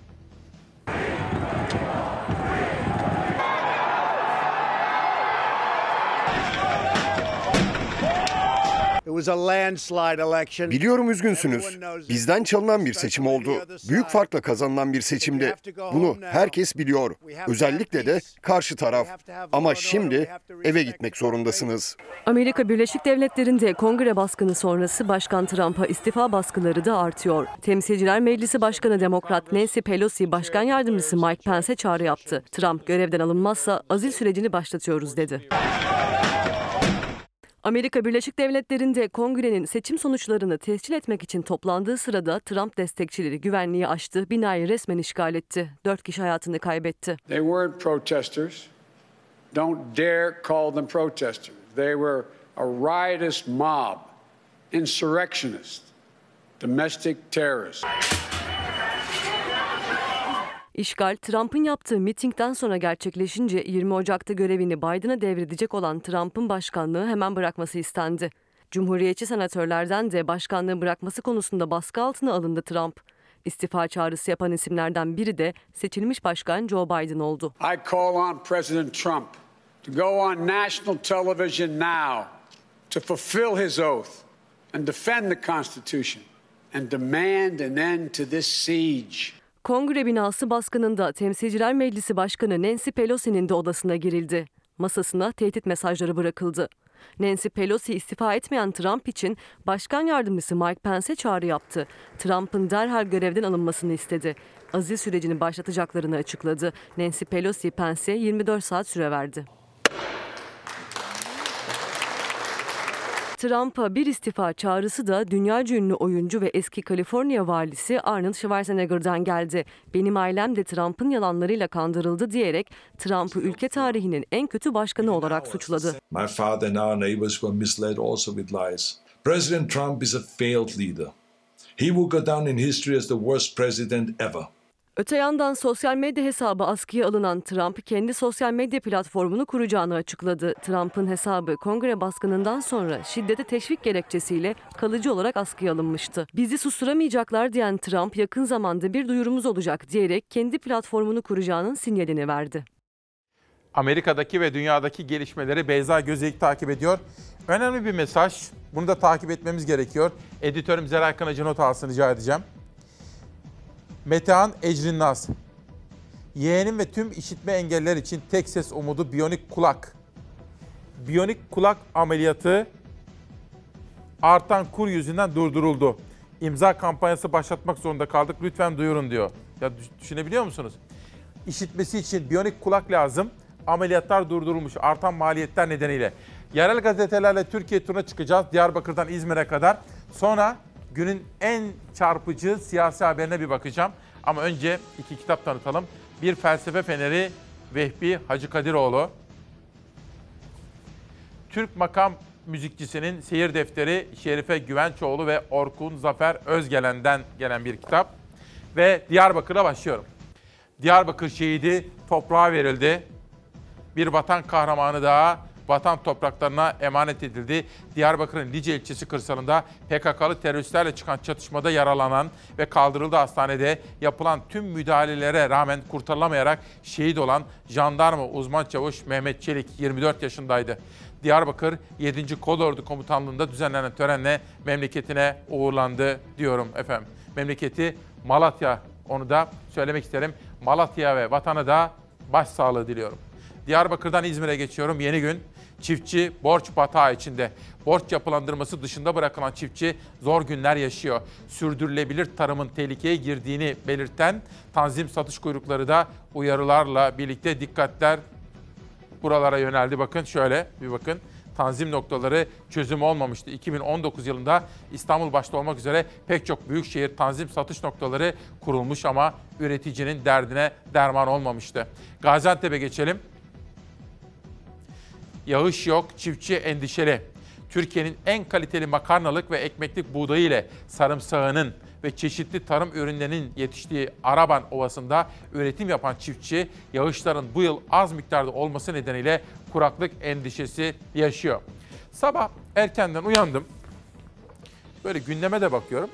Biliyorum üzgünsünüz. Bizden çalınan bir seçim oldu. Büyük farkla kazanılan bir seçimdi. Bunu herkes biliyor. Özellikle de karşı taraf. Ama şimdi eve gitmek zorundasınız. Amerika Birleşik Devletleri'nde kongre baskını sonrası Başkan Trump'a istifa baskıları da artıyor. Temsilciler Meclisi Başkanı Demokrat Nancy Pelosi, Başkan Yardımcısı Mike Pence'e çağrı yaptı. Trump görevden alınmazsa azil sürecini başlatıyoruz dedi. Amerika Birleşik Devletleri'nde kongrenin seçim sonuçlarını tescil etmek için toplandığı sırada Trump destekçileri güvenliği aştı, binayı resmen işgal etti. 4 kişi hayatını kaybetti. They weren't protesters. Don't dare call them protesters. They were a riotous mob, insurrectionist, domestic terrorists. İşgal, Trump'ın yaptığı mitingden sonra gerçekleşince 20 Ocak'ta görevini Biden'a devredecek olan Trump'ın başkanlığı hemen bırakması istendi. Cumhuriyetçi senatörlerden de başkanlığı bırakması konusunda baskı altına alındı Trump. İstifa çağrısı yapan isimlerden biri de seçilmiş başkan Joe Biden oldu. I call on President Trump to go on national television now to fulfill his oath and defend the Constitution and demand an end to this siege. Kongre binası baskınında Temsilciler Meclisi Başkanı Nancy Pelosi'nin de odasına girildi. Masasına tehdit mesajları bırakıldı. Nancy Pelosi istifa etmeyen Trump için Başkan Yardımcısı Mike Pence'e çağrı yaptı. Trump'ın derhal görevden alınmasını istedi. Azil sürecini başlatacaklarını açıkladı. Nancy Pelosi, Pence'e 24 saat süre verdi. Trump'a bir istifa çağrısı da dünyaca ünlü oyuncu ve eski Kaliforniya valisi Arnold Schwarzenegger'dan geldi. Benim ailem de Trump'ın yalanlarıyla kandırıldı diyerek Trump'ı ülke tarihinin en kötü başkanı olarak suçladı. My father and our neighbors were misled also with lies. President Trump is a failed leader. He will go down in history as the worst president ever. Öte yandan sosyal medya hesabı askıya alınan Trump kendi sosyal medya platformunu kuracağını açıkladı. Trump'ın hesabı kongre baskınından sonra şiddete teşvik gerekçesiyle kalıcı olarak askıya alınmıştı. Bizi susturamayacaklar diyen Trump yakın zamanda bir duyurumuz olacak diyerek kendi platformunu kuracağının sinyalini verdi. Amerika'daki ve dünyadaki gelişmeleri Beyza Gözeyik takip ediyor. Önemli bir mesaj. Bunu da takip etmemiz gerekiyor. Editörüm Zeray Kınacı not alsın rica edeceğim. Metehan Ecrinaz, yeğenim ve tüm işitme engelliler için tek ses umudu biyonik kulak. Biyonik kulak ameliyatı artan kur yüzünden durduruldu. İmza kampanyası başlatmak zorunda kaldık. Lütfen duyurun diyor. Ya düşünebiliyor musunuz? İşitmesi için biyonik kulak lazım. Ameliyatlar durdurulmuş artan maliyetler nedeniyle. Yerel gazetelerle Türkiye turuna çıkacağız. Diyarbakır'dan İzmir'e kadar. Sonra günün en çarpıcı siyasi haberine bir bakacağım. Ama önce 2 kitap tanıtalım. Bir Felsefe Feneri Vehbi Hacıkadiroğlu. Türk makam müzikçisinin seyir defteri Şerife Güvençoğlu ve Orkun Zafer Özgelen'den gelen bir kitap. Ve Diyarbakır'a başlıyorum. Diyarbakır şehidi toprağa verildi. Bir vatan kahramanı daha vatan topraklarına emanet edildi. Diyarbakır'ın Lice ilçesi kırsalında PKK'lı teröristlerle çıkan çatışmada yaralanan ve kaldırıldı hastanede. Yapılan tüm müdahalelere rağmen kurtarılamayarak şehit olan jandarma uzman çavuş Mehmet Çelik 24 yaşındaydı. Diyarbakır 7. Kolordu Komutanlığı'nda düzenlenen törenle memleketine uğurlandı diyorum efendim. Memleketi Malatya, onu da söylemek isterim. Malatya ve vatana da başsağlığı diliyorum. Diyarbakır'dan İzmir'e geçiyorum. Yeni gün. Çiftçi borç batağı içinde. Borç yapılandırması dışında bırakılan çiftçi zor günler yaşıyor. Sürdürülebilir tarımın tehlikeye girdiğini belirten tanzim satış kuyrukları da uyarılarla birlikte dikkatler buralara yöneldi. Bakın şöyle bir bakın. Tanzim noktaları çözüm olmamıştı. 2019 yılında İstanbul başta olmak üzere pek çok büyükşehir tanzim satış noktaları kurulmuş ama üreticinin derdine derman olmamıştı. Gaziantep'e geçelim. Yağış yok, çiftçi endişeli. Türkiye'nin en kaliteli makarnalık ve ekmeklik buğdayı ile sarımsağının ve çeşitli tarım ürünlerinin yetiştiği Araban Ovası'nda üretim yapan çiftçi, yağışların bu yıl az miktarda olması nedeniyle kuraklık endişesi yaşıyor. Sabah erkenden uyandım. Böyle gündeme de bakıyorum.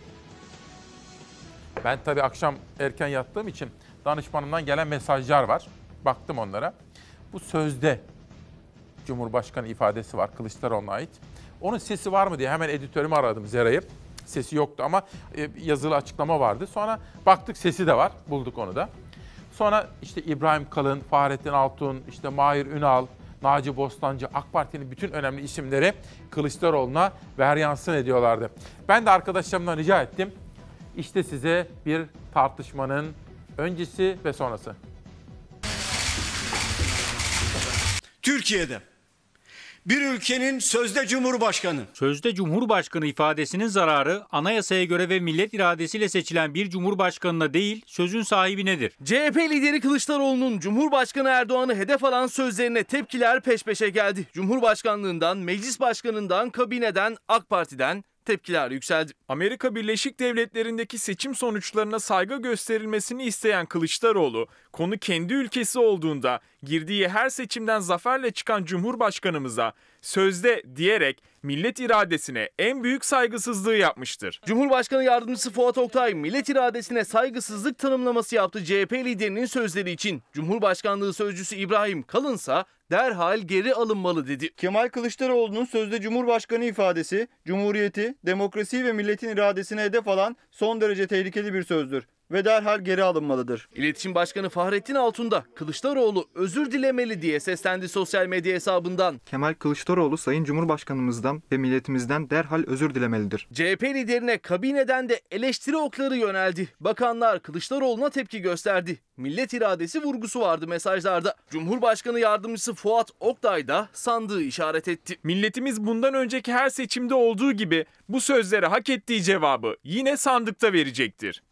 Ben tabii akşam erken yattığım için danışmanımdan gelen mesajlar var. Baktım onlara. Bu sözde Cumhurbaşkanı ifadesi var Kılıçdaroğlu'na ait. Onun sesi var mı diye hemen editörümü aradım, Zera'yı. Sesi yoktu ama yazılı açıklama vardı. Sonra baktık sesi de var, bulduk onu da. Sonra işte İbrahim Kalın, Fahrettin Altun, işte Mahir Ünal, Naci Bostancı, AK Parti'nin bütün önemli isimleri Kılıçdaroğlu'na veryansın ediyorlardı. Ben de arkadaşlarımdan rica ettim. İşte size bir tartışmanın öncesi ve sonrası. Türkiye'de bir ülkenin sözde cumhurbaşkanı. Sözde cumhurbaşkanı ifadesinin zararı anayasaya göre ve millet iradesiyle seçilen bir cumhurbaşkanına değil, sözün sahibi nedir? CHP lideri Kılıçdaroğlu'nun Cumhurbaşkanı Erdoğan'ı hedef alan sözlerine tepkiler peş peşe geldi. Cumhurbaşkanlığından, meclis başkanından, kabineden, AK Parti'den tepkiler yükseldi. Amerika Birleşik Devletleri'ndeki seçim sonuçlarına saygı gösterilmesini isteyen Kılıçdaroğlu, konu kendi ülkesi olduğunda girdiği her seçimden zaferle çıkan Cumhurbaşkanımıza sözde diyerek millet iradesine en büyük saygısızlığı yapmıştır. Cumhurbaşkanı Yardımcısı Fuat Oktay millet iradesine saygısızlık tanımlaması yaptı CHP liderinin sözleri için. Cumhurbaşkanlığı sözcüsü İbrahim Kalınsa derhal geri alınmalı dedi. Kemal Kılıçdaroğlu'nun sözde Cumhurbaşkanı ifadesi, Cumhuriyeti, demokrasiyi ve milletin iradesine hedef alan son derece tehlikeli bir sözdür ve derhal geri alınmalıdır. İletişim Başkanı Fahrettin Altun da Kılıçdaroğlu özür dilemeli diye seslendi sosyal medya hesabından. Kemal Kılıçdaroğlu Sayın Cumhurbaşkanımızdan ve milletimizden derhal özür dilemelidir. CHP liderine kabineden de eleştiri okları yöneldi. Bakanlar Kılıçdaroğlu'na tepki gösterdi. Millet iradesi vurgusu vardı mesajlarda. Cumhurbaşkanı Yardımcısı Fuat Oktay da sandığı işaret etti. Milletimiz bundan önceki her seçimde olduğu gibi bu sözlere hak ettiği cevabı yine sandıkta verecektir.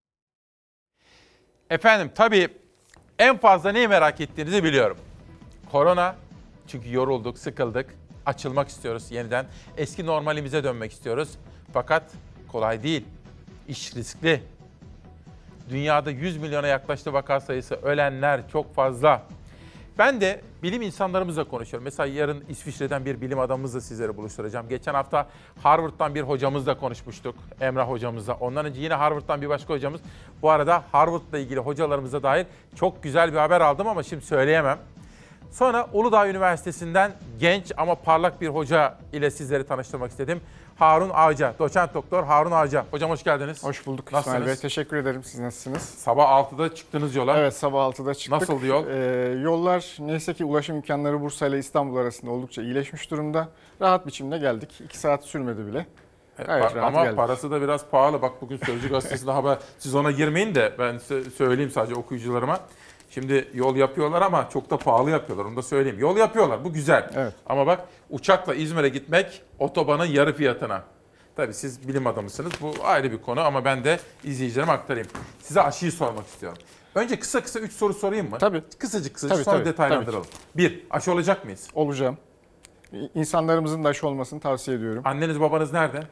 Efendim tabii en fazla neyi merak ettiğinizi biliyorum. Korona, çünkü yorulduk, sıkıldık, açılmak istiyoruz yeniden. Eski normalimize dönmek istiyoruz. Fakat kolay değil, iş riskli. Dünyada 100 milyona yaklaştı vaka sayısı, ölenler çok fazla. Ben de bilim insanlarımızla konuşuyorum. Mesela yarın İsviçre'den bir bilim adamımızla sizleri buluşturacağım. Geçen hafta Harvard'dan bir hocamızla konuşmuştuk, Emrah hocamızla. Ondan önce yine Harvard'dan bir başka hocamız. Bu arada Harvard'la ilgili hocalarımıza dair çok güzel bir haber aldım ama şimdi söyleyemem. Sonra Uludağ Üniversitesi'nden genç ama parlak bir hoca ile sizleri tanıştırmak istedim. Harun Ağca, doçent doktor Harun Ağca. Hocam hoş geldiniz. Hoş bulduk Nasılsınız? İsmail Bey. Teşekkür ederim. Siz nasılsınız? Sabah 6'da çıktınız yola. Evet, sabah 6'da çıktık. Nasıldı yol? Yollar neyse ki ulaşım imkanları Bursa ile İstanbul arasında oldukça iyileşmiş durumda. Rahat biçimde geldik. 2 saat sürmedi bile. Ama geldik. Parası da biraz pahalı. Bak bugün Sözcü Gazetesi'nde haber. Siz ona girmeyin de ben size söyleyeyim sadece okuyucularıma. Şimdi yol yapıyorlar ama çok da pahalı yapıyorlar, onu da söyleyeyim. Yol yapıyorlar, bu güzel. Evet. Ama bak uçakla İzmir'e gitmek otobanın yarı fiyatına. Tabii siz bilim adamısınız, bu ayrı bir konu ama ben de izleyicilerime aktarayım. Size aşıyı sormak istiyorum. Önce kısa 3 soru sorayım mı? Tabii. Kısacık sonra detaylandıralım. 1, aşı olacak mıyız? Olacağım. İnsanlarımızın da aşı olmasını tavsiye ediyorum. Anneniz babanız nerede?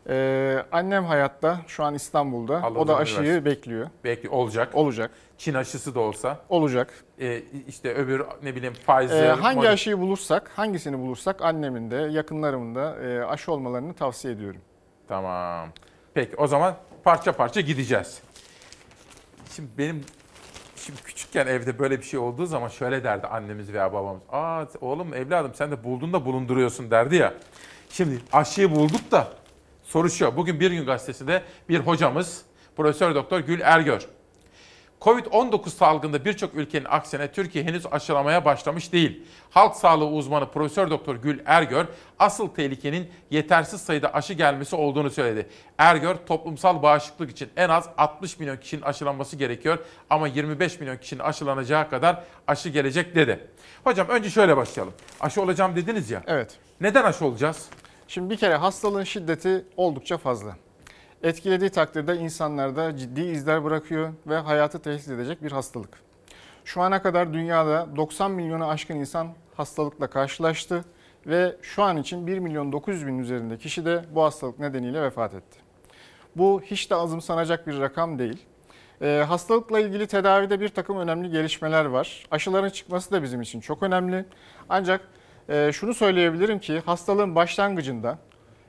Annem hayatta, şu an İstanbul'da. Allah o da uzun aşıyı versin. bekliyor. Olacak. Olacak. Çin aşısı da olsa. Olacak. İşte öbür ne bileyim Pfizer. Hangi aşıyı bulursak, hangisini bulursak annemin de yakınlarımın da aşı olmalarını tavsiye ediyorum. Tamam. Peki o zaman parça parça gideceğiz. Şimdi benim küçükken evde böyle bir şey olduğu zaman şöyle derdi annemiz veya babamız. Oğlum evladım sen de buldun da bulunduruyorsun derdi ya. Şimdi aşıyı bulduk da soru şu. Bugün Bir Gün Gazetesi'nde bir hocamız Profesör Doktor Gül Ergör. Covid-19 salgında birçok ülkenin aksine Türkiye henüz aşılamaya başlamış değil. Halk sağlığı uzmanı Profesör Doktor Gül Ergör asıl tehlikenin yetersiz sayıda aşı gelmesi olduğunu söyledi. Ergör toplumsal bağışıklık için en az 60 milyon kişinin aşılanması gerekiyor ama 25 milyon kişinin aşılanacağı kadar aşı gelecek dedi. Hocam önce şöyle başlayalım. Aşı olacağım dediniz ya. Evet. Neden aşı olacağız? Şimdi bir kere hastalığın şiddeti oldukça fazla. Etkilediği takdirde insanlarda ciddi izler bırakıyor ve hayatı tehdit edecek bir hastalık. Şu ana kadar dünyada 90 milyonu aşkın insan hastalıkla karşılaştı ve şu an için 1 milyon 900 bin üzerinde kişi de bu hastalık nedeniyle vefat etti. Bu hiç de azımsanacak bir rakam değil. Hastalıkla ilgili tedavide bir takım önemli gelişmeler var. Aşıların çıkması da bizim için çok önemli. Ancak şunu söyleyebilirim ki hastalığın başlangıcında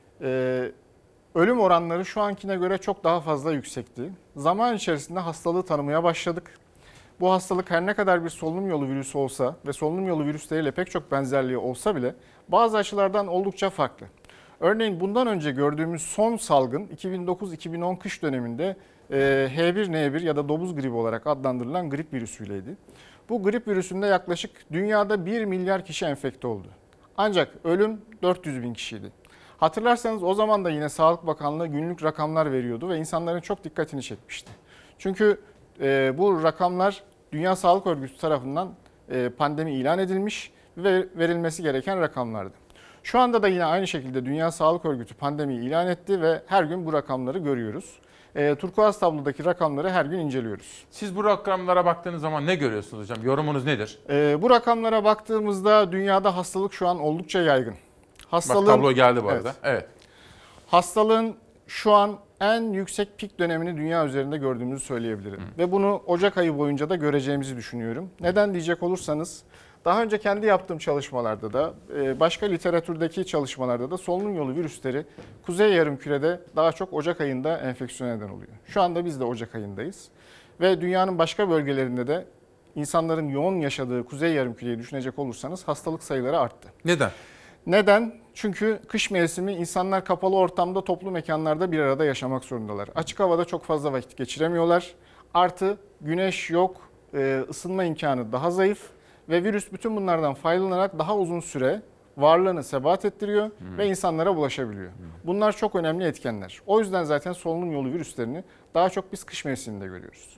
ölüm oranları şu ankine göre çok daha fazla yüksekti. Zaman içerisinde hastalığı tanımaya başladık. Bu hastalık her ne kadar bir solunum yolu virüsü olsa ve solunum yolu virüsleriyle pek çok benzerliği olsa bile bazı aşılardan oldukça farklı. Örneğin bundan önce gördüğümüz son salgın 2009-2010 kış döneminde H1N1 ya da domuz gribi olarak adlandırılan grip virüsüyleydi. Bu grip virüsünde yaklaşık dünyada 1 milyar kişi enfekte oldu. Ancak ölüm 400 bin kişiydi. Hatırlarsanız o zaman da yine Sağlık Bakanlığı günlük rakamlar veriyordu ve insanların çok dikkatini çekmişti. Çünkü bu rakamlar Dünya Sağlık Örgütü tarafından pandemi ilan edilmiş ve verilmesi gereken rakamlardı. Şu anda da yine aynı şekilde Dünya Sağlık Örgütü pandemiyi ilan etti ve her gün bu rakamları görüyoruz. Turkuaz tablodaki rakamları her gün inceliyoruz. Siz bu rakamlara baktığınız zaman ne görüyorsunuz hocam? Yorumunuz nedir? Bu rakamlara baktığımızda dünyada hastalık şu an oldukça yaygın. Bak tablo geldi bu arada. Evet. Hastalığın şu an en yüksek pik dönemini dünya üzerinde gördüğümüzü söyleyebilirim. Ve bunu Ocak ayı boyunca da göreceğimizi düşünüyorum. Neden diyecek olursanız daha önce kendi yaptığım çalışmalarda da başka literatürdeki çalışmalarda da solunum yolu virüsleri Kuzey Yarımküre'de daha çok Ocak ayında enfeksiyon neden oluyor. Şu anda biz de Ocak ayındayız. Ve dünyanın başka bölgelerinde de insanların yoğun yaşadığı Kuzey Yarımküre'yi düşünecek olursanız hastalık sayıları arttı. Neden? Neden? Çünkü kış mevsimi insanlar kapalı ortamda, toplu mekanlarda bir arada yaşamak zorundalar. Açık havada çok fazla vakit geçiremiyorlar. Artı güneş yok, ısınma imkanı daha zayıf ve virüs bütün bunlardan faydalanarak daha uzun süre varlığını sebat ettiriyor ve insanlara bulaşabiliyor. Bunlar çok önemli etkenler. O yüzden zaten solunum yolu virüslerini daha çok biz kış mevsiminde görüyoruz.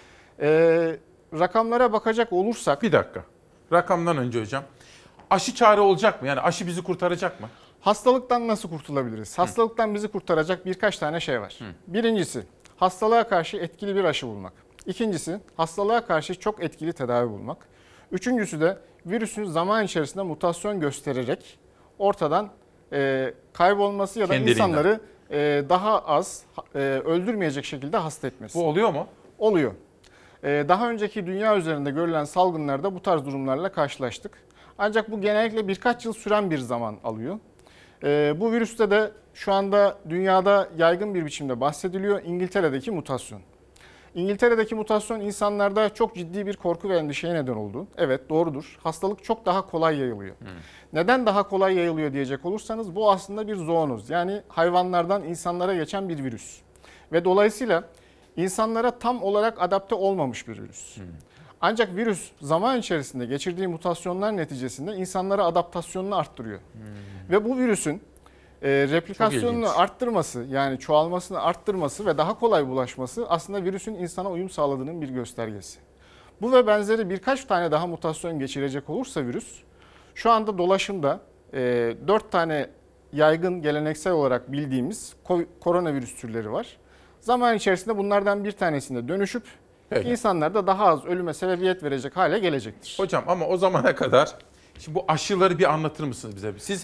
Rakamlara bakacak olursak... Bir dakika. Rakamdan önce hocam. Aşı çare olacak mı? Yani aşı bizi kurtaracak mı? Hastalıktan nasıl kurtulabiliriz? Hastalıktan bizi kurtaracak birkaç tane şey var. Birincisi, hastalığa karşı etkili bir aşı bulmak. İkincisi, hastalığa karşı çok etkili tedavi bulmak. Üçüncüsü de virüsün zaman içerisinde mutasyon göstererek ortadan kaybolması ya da insanları daha az öldürmeyecek şekilde hasta etmesi. Bu oluyor mu? Oluyor. Daha önceki dünya üzerinde görülen salgınlarda bu tarz durumlarla karşılaştık. Ancak bu genellikle birkaç yıl süren bir zaman alıyor. Bu virüste de şu anda dünyada yaygın bir biçimde bahsediliyor. İngiltere'deki mutasyon. İngiltere'deki mutasyon insanlarda çok ciddi bir korku ve endişeye neden oldu. Evet, doğrudur. Hastalık çok daha kolay yayılıyor. Neden daha kolay yayılıyor diyecek olursanız bu aslında bir zoonoz. Yani hayvanlardan insanlara geçen bir virüs. Ve dolayısıyla insanlara tam olarak adapte olmamış bir virüs. Ancak virüs zaman içerisinde geçirdiği mutasyonlar neticesinde insanlara adaptasyonunu arttırıyor. Ve bu virüsün replikasyonunu arttırması, yani çoğalmasını arttırması ve daha kolay bulaşması aslında virüsün insana uyum sağladığının bir göstergesi. Bu ve benzeri birkaç tane daha mutasyon geçirecek olursa virüs, şu anda dolaşımda 4 tane yaygın geleneksel olarak bildiğimiz koronavirüs türleri var. Zaman içerisinde bunlardan bir tanesine dönüşüp insanlar da daha az ölüme sebebiyet verecek hale gelecektir. Hocam ama o zamana kadar şimdi bu aşıları bir anlatır mısınız bize? Siz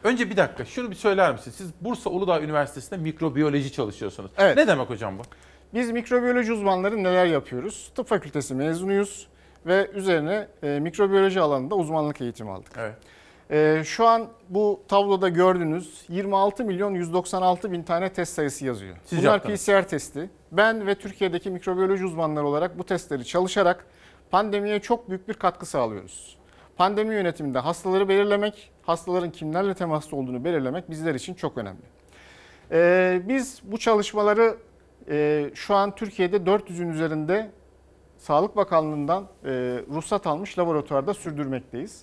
Önce bir dakika şunu bir söyler misiniz? Siz Bursa Uludağ Üniversitesi'nde mikrobiyoloji çalışıyorsunuz. Evet. Ne demek hocam bu? Biz mikrobiyoloji uzmanları neler yapıyoruz? Tıp fakültesi mezunuyuz ve üzerine mikrobiyoloji alanında uzmanlık eğitimi aldık. Evet. Şu an bu tabloda gördüğünüz 26 milyon 196 bin tane test sayısı yazıyor. Siz Bunlar yaptınız. PCR testi. Ben ve Türkiye'deki mikrobiyoloji uzmanları olarak bu testleri çalışarak pandemiye çok büyük bir katkı sağlıyoruz. Pandemi yönetiminde hastaları belirlemek, hastaların kimlerle temaslı olduğunu belirlemek bizler için çok önemli. Biz bu çalışmaları şu an Türkiye'de 400'ün üzerinde Sağlık Bakanlığı'ndan ruhsat almış laboratuvarda sürdürmekteyiz.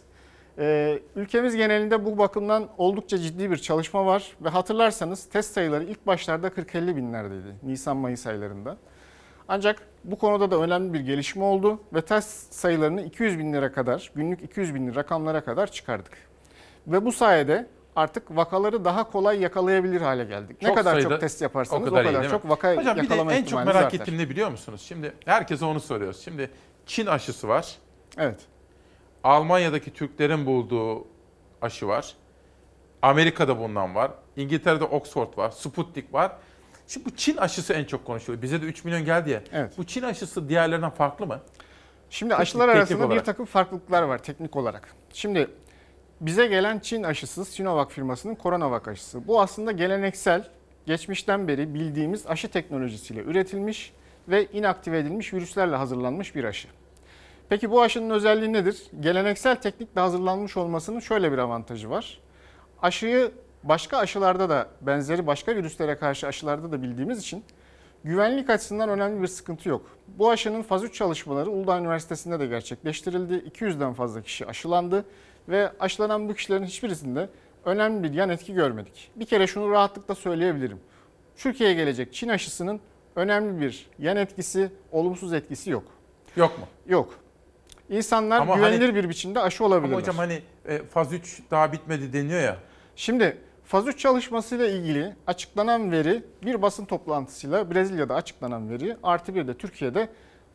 Ülkemiz genelinde bu bakımdan oldukça ciddi bir çalışma var ve hatırlarsanız test sayıları ilk başlarda 40-50 binlerdeydi Nisan-Mayıs aylarında. Ancak bu konuda da önemli bir gelişme oldu ve test sayılarını 200 binlere kadar, günlük 200 bin rakamlara kadar çıkardık. Ve bu sayede artık vakaları daha kolay yakalayabilir hale geldik. Ne kadar çok test yaparsanız o kadar çok vaka yakalama ihtimaliniz artar. Hocam bir de en çok merak ettiğim ne biliyor musunuz? Şimdi herkese onu soruyoruz. Şimdi Çin aşısı var. Evet. Almanya'daki Türklerin bulduğu aşı var. Amerika'da bulunan var. İngiltere'de Oxford var. Sputnik var. Şimdi bu Çin aşısı en çok konuşuluyor. Bize de 3 milyon geldi ya. Evet. Bu Çin aşısı diğerlerinden farklı mı? Şimdi aşılar arasında bir takım farklılıklar var teknik olarak. Şimdi bize gelen Çin aşısı Sinovac firmasının CoronaVac aşısı. Bu aslında geleneksel, geçmişten beri bildiğimiz aşı teknolojisiyle üretilmiş ve inaktive edilmiş virüslerle hazırlanmış bir aşı. Peki bu aşının özelliği nedir? Geleneksel teknikle hazırlanmış olmasının şöyle bir avantajı var. Aşıyı başka aşılarda da benzeri başka virüslere karşı aşılarda da bildiğimiz için güvenlik açısından önemli bir sıkıntı yok. Bu aşının faz 3 çalışmaları Uludağ Üniversitesi'nde de gerçekleştirildi. 200'den fazla kişi aşılandı ve aşılanan bu kişilerin hiçbirisinde önemli bir yan etki görmedik. Bir kere şunu rahatlıkla söyleyebilirim. Türkiye'ye gelecek Çin aşısının önemli bir yan etkisi, olumsuz etkisi yok. Yok mu? Yok. İnsanlar ama güvenilir bir biçimde aşı olabilirler. Ama hocam hani faz 3 daha bitmedi deniyor ya. Şimdi faz 3 çalışmasıyla ilgili açıklanan veri bir basın toplantısıyla Brezilya'da açıklanan veri artı bir de Türkiye'de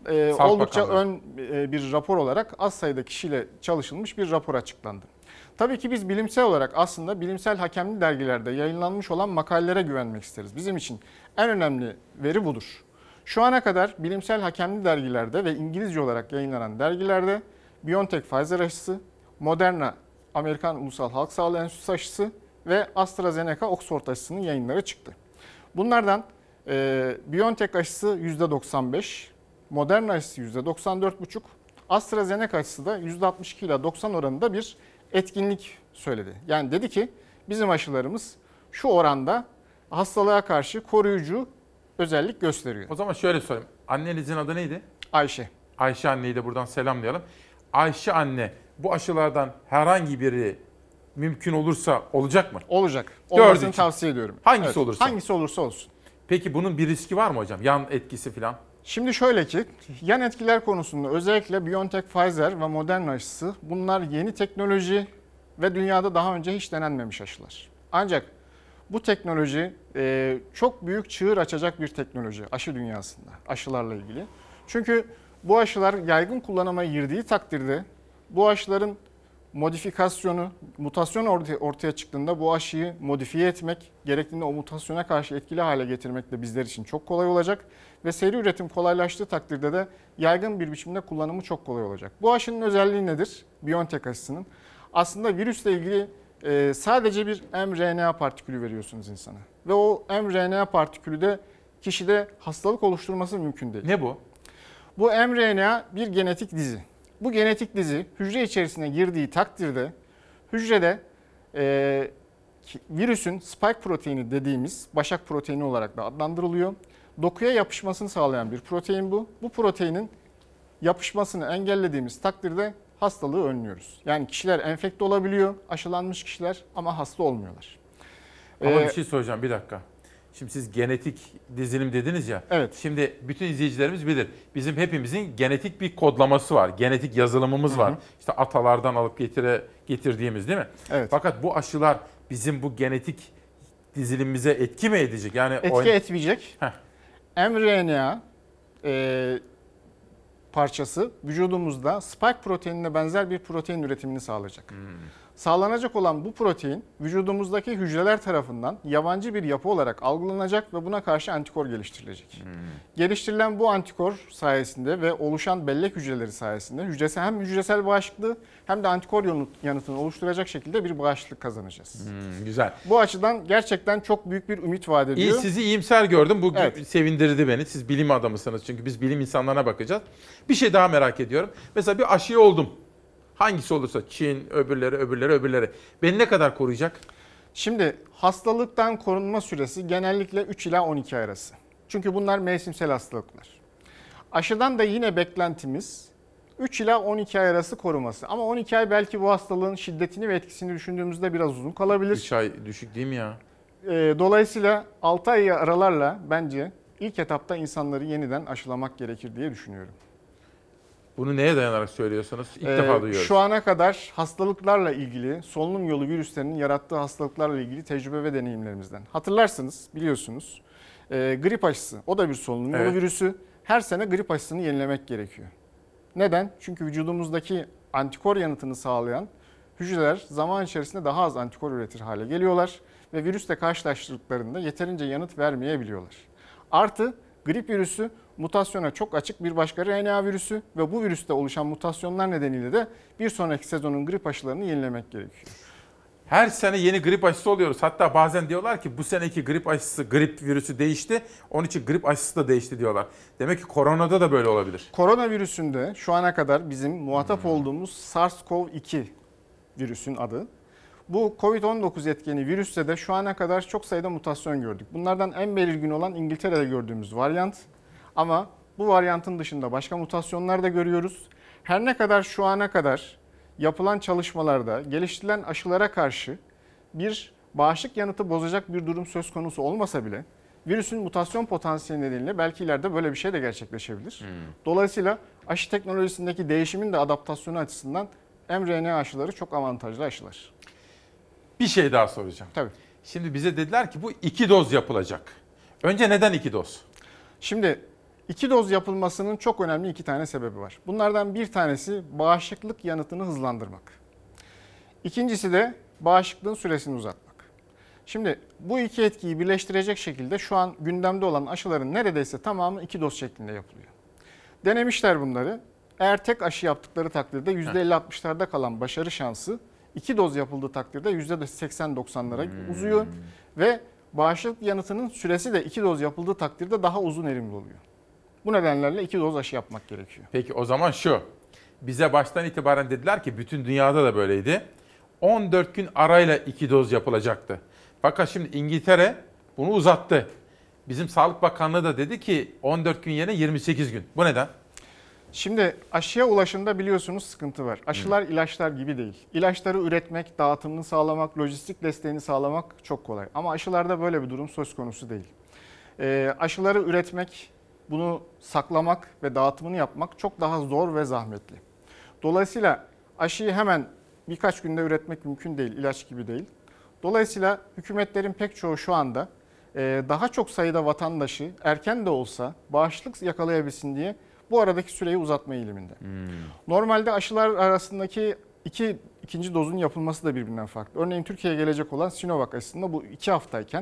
oldukça ön bir rapor olarak az sayıda kişiyle çalışılmış bir rapor açıklandı. Tabii ki biz bilimsel olarak aslında bilimsel hakemli dergilerde yayınlanmış olan makalelere güvenmek isteriz. Bizim için en önemli veri budur. Şu ana kadar bilimsel hakemli dergilerde ve İngilizce olarak yayınlanan dergilerde BioNTech Pfizer aşısı, Moderna Amerikan Ulusal Halk Sağlığı Enstitüsü aşısı ve AstraZeneca Oxford aşısının yayınları çıktı. Bunlardan BioNTech aşısı %95, Moderna aşısı %94,5, AstraZeneca aşısı da %62 ile 90 oranında bir etkinlik söyledi. Yani dedi ki bizim aşılarımız şu oranda hastalığa karşı koruyucu özellik gösteriyor. O zaman şöyle sorayım. Annenizin adı neydi? Ayşe. Ayşe anneyi de buradan selamlayalım. Ayşe anne bu aşılardan herhangi biri mümkün olursa olacak mı? Olacak. Olmasını tavsiye ediyorum. Hangisi olursa? Hangisi olursa olsun. Peki bunun bir riski var mı hocam? Yan etkisi falan? Şimdi şöyle ki yan etkiler konusunda özellikle BioNTech, Pfizer ve Moderna aşısı bunlar yeni teknoloji ve dünyada daha önce hiç denenmemiş aşılar. Ancak bu teknoloji çok büyük çığır açacak bir teknoloji aşı dünyasında, aşılarla ilgili. Çünkü bu aşılar yaygın kullanıma girdiği takdirde bu aşıların modifikasyonu, mutasyon ortaya çıktığında bu aşıyı modifiye etmek, gerektiğinde o mutasyona karşı etkili hale getirmek de bizler için çok kolay olacak. Ve seri üretim kolaylaştığı takdirde de yaygın bir biçimde kullanımı çok kolay olacak. Bu aşının özelliği nedir? BioNTech aşısının. Aslında virüsle ilgili sadece bir mRNA partikülü veriyorsunuz insana. Ve o mRNA partikülü de kişide hastalık oluşturması mümkün değil. Ne bu? Bu mRNA bir genetik dizi. Bu genetik dizi hücre içerisine girdiği takdirde hücrede virüsün spike proteini dediğimiz başak proteini olarak da adlandırılıyor. Dokuya yapışmasını sağlayan bir protein bu. Bu proteinin yapışmasını engellediğimiz takdirde hastalığı önlüyoruz. Yani kişiler enfekte olabiliyor, aşılanmış kişiler ama hasta olmuyorlar. Ama bir şey soracağım bir dakika. Şimdi siz genetik dizilim dediniz ya. Evet. Şimdi bütün izleyicilerimiz bilir. Bizim hepimizin genetik bir kodlaması var. Genetik yazılımımız var. İşte atalardan alıp getirdiğimiz değil mi? Evet. Fakat bu aşılar bizim bu genetik dizilimimize etki mi edecek? Yani etki etmeyecek. mRNA parçası vücudumuzda spike proteinine benzer bir protein üretimini sağlayacak. Sağlanacak olan bu protein vücudumuzdaki hücreler tarafından yabancı bir yapı olarak algılanacak ve buna karşı antikor geliştirilecek. Geliştirilen bu antikor sayesinde ve oluşan bellek hücreleri sayesinde hem hücresel bağışıklığı hem de antikor yanıtını oluşturacak şekilde bir bağışıklık kazanacağız. Güzel. Bu açıdan gerçekten çok büyük bir ümit vaat ediyor. Sizi iyimser gördüm. Bu sevindirdi beni. Siz bilim adamısınız çünkü biz bilim insanlarına bakacağız. Bir şey daha merak ediyorum. Mesela bir aşıyı oldum. Hangisi olursa Çin, öbürleri. Beni ne kadar koruyacak? Şimdi hastalıktan korunma süresi genellikle 3 ila 12 ay arası. Çünkü bunlar mevsimsel hastalıklar. Aşıdan da yine beklentimiz 3 ila 12 ay arası koruması. Ama 12 ay belki bu hastalığın şiddetini ve etkisini düşündüğümüzde biraz uzun kalabilir. 3 ay düşük değil mi ya? Dolayısıyla 6 ay aralarla bence ilk etapta insanları yeniden aşılamak gerekir diye düşünüyorum. Bunu neye dayanarak söylüyorsunuz? İlk defa duyuyoruz. Şu ana kadar hastalıklarla ilgili, solunum yolu virüslerinin yarattığı hastalıklarla ilgili tecrübe ve deneyimlerimizden. Hatırlarsınız, biliyorsunuz. Grip aşısı, o da bir solunum yolu virüsü. Her sene grip aşısını yenilemek gerekiyor. Neden? Çünkü vücudumuzdaki antikor yanıtını sağlayan hücreler zaman içerisinde daha az antikor üretir hale geliyorlar ve virüsle karşılaştıklarında yeterince yanıt vermeyebiliyorlar. Artı grip virüsü mutasyona çok açık bir başka RNA virüsü ve bu virüste oluşan mutasyonlar nedeniyle de bir sonraki sezonun grip aşılarını yenilemek gerekiyor. Her sene yeni grip aşısı oluyoruz. Hatta bazen diyorlar ki bu seneki grip virüsü değişti. Onun için grip aşısı da değişti diyorlar. Demek ki koronada da böyle olabilir. Koronavirüsünde şu ana kadar bizim muhatap olduğumuz SARS-CoV-2 virüsün adı. Bu COVID-19 etkeni virüste de şu ana kadar çok sayıda mutasyon gördük. Bunlardan en belirgin olan İngiltere'de gördüğümüz varyant. Ama bu varyantın dışında başka mutasyonlar da görüyoruz. Her ne kadar şu ana kadar yapılan çalışmalarda geliştirilen aşılara karşı bir bağışıklık yanıtı bozacak bir durum söz konusu olmasa bile virüsün mutasyon potansiyeli nedeniyle belki ileride böyle bir şey de gerçekleşebilir. Dolayısıyla aşı teknolojisindeki değişimin de adaptasyonu açısından mRNA aşıları çok avantajlı aşılar. Bir şey daha soracağım. Tabii. Şimdi bize dediler ki bu 2 doz yapılacak. Önce neden 2 doz? Şimdi 2 doz yapılmasının çok önemli 2 tane sebebi var. Bunlardan bir tanesi bağışıklık yanıtını hızlandırmak. İkincisi de bağışıklığın süresini uzatmak. Şimdi bu iki etkiyi birleştirecek şekilde şu an gündemde olan aşıların neredeyse tamamı 2 doz şeklinde yapılıyor. Denemişler bunları. Eğer tek aşı yaptıkları takdirde %50-60'larda kalan başarı şansı 2 doz yapıldığı takdirde %80-90'lara uzuyor ve bağışıklık yanıtının süresi de 2 doz yapıldığı takdirde daha uzun erimli oluyor. Bu nedenlerle 2 doz aşı yapmak gerekiyor. Peki o zaman şu, bize baştan itibaren dediler ki bütün dünyada da böyleydi. 14 gün arayla 2 doz yapılacaktı. Fakat şimdi İngiltere bunu uzattı. Bizim Sağlık Bakanlığı da dedi ki 14 gün yerine 28 gün. Bu neden? Şimdi aşıya ulaşımda biliyorsunuz sıkıntı var. Aşılar ilaçlar gibi değil. İlaçları üretmek, dağıtımını sağlamak, lojistik desteğini sağlamak çok kolay. Ama aşılarda böyle bir durum söz konusu değil. Aşıları üretmek, bunu saklamak ve dağıtımını yapmak çok daha zor ve zahmetli. Dolayısıyla aşıyı hemen birkaç günde üretmek mümkün değil, ilaç gibi değil. Dolayısıyla hükümetlerin pek çoğu şu anda daha çok sayıda vatandaşı erken de olsa bağışıklık yakalayabilsin diye bu aradaki süreyi uzatma eğiliminde. Normalde aşılar arasındaki ikinci dozun yapılması da birbirinden farklı. Örneğin Türkiye'ye gelecek olan Sinovac aşısında bu 2 haftayken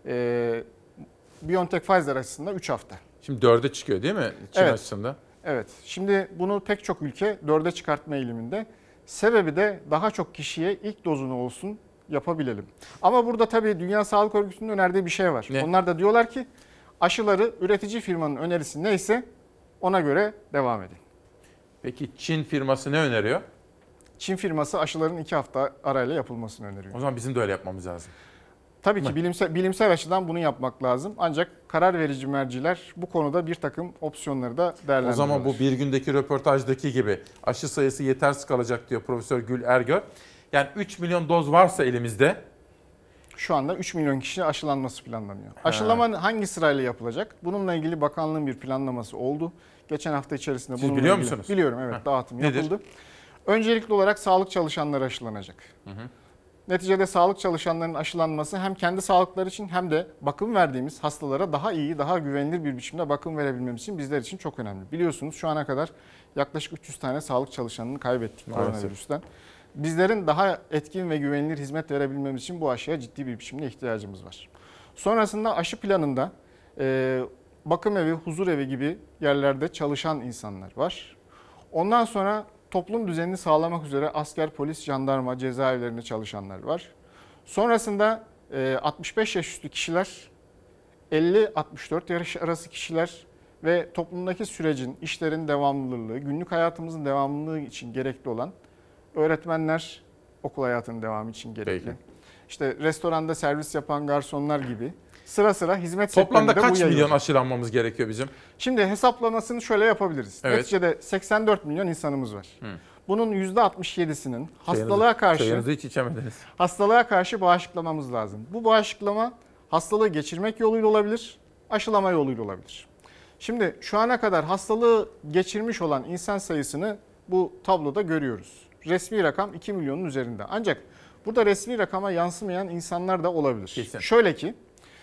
BioNTech Pfizer aşısında 3 hafta. Şimdi 4'e çıkıyor değil mi Çin aşısında? Evet. Şimdi bunu pek çok ülke 4'e çıkartma eğiliminde. Sebebi de daha çok kişiye ilk dozunu olsun yapabilelim. Ama burada tabii Dünya Sağlık Örgütü'nün önerdiği bir şey var. Ne? Onlar da diyorlar ki aşıları üretici firmanın önerisi neyse ona göre devam edin. Peki Çin firması ne öneriyor? Çin firması aşıların 2 hafta arayla yapılmasını öneriyor. O zaman bizim de öyle yapmamız lazım. Tabii ki bilimsel açıdan bunu yapmak lazım. Ancak karar verici merciler bu konuda bir takım opsiyonları da değerlendiriyorlar. O zaman bu bir gündeki röportajdaki gibi aşı sayısı yetersiz kalacak diyor Profesör Gül Ergör. Yani 3 milyon doz varsa elimizde. Şu anda 3 milyon kişi aşılanması planlanıyor. Aşılama hangi sırayla yapılacak? Bununla ilgili bakanlığın bir planlaması oldu. Geçen hafta içerisinde Siz biliyor musunuz? Biliyorum, evet. Dağıtım yapıldı. Öncelikli olarak sağlık çalışanları aşılanacak. Neticede sağlık çalışanlarının aşılanması hem kendi sağlıkları için hem de bakım verdiğimiz hastalara daha iyi, daha güvenilir bir biçimde bakım verebilmemiz için bizler için çok önemli. Biliyorsunuz şu ana kadar yaklaşık 300 tane sağlık çalışanını kaybettik koronavirüsten. bizlerin daha etkin ve güvenilir hizmet verebilmemiz için bu aşıya ciddi bir biçimde ihtiyacımız var. Sonrasında aşı planında bakım evi, huzur evi gibi yerlerde çalışan insanlar var. Ondan sonra toplum düzenini sağlamak üzere asker, polis, jandarma, cezaevlerinde çalışanlar var. Sonrasında 65 yaş üstü kişiler, 50-64 yaş arası kişiler ve toplumdaki sürecin, işlerin devamlılığı, günlük hayatımızın devamlılığı için gerekli olan öğretmenler, okul hayatının devamı için gerekli. Peki. İşte restoranda servis yapan garsonlar gibi sıra sıra hizmet Toplamda sektöründe bu kaç yayılıyor. milyon aşılanmamız gerekiyor bizim? Şimdi hesaplamasını şöyle yapabiliriz. Evet. Neticede 84 milyon insanımız var. Bunun %67'sinin Çayınızı hiç içemediniz. hastalığa karşı bağışıklamamız lazım. Bu bağışıklama hastalığı geçirmek yoluyla olabilir, aşılama yoluyla olabilir. Şimdi şu ana kadar hastalığı geçirmiş olan insan sayısını bu tabloda görüyoruz. Resmi rakam 2 milyonun üzerinde. Ancak burada resmi rakama yansımayan insanlar da olabilir. Kesin. Şöyle ki,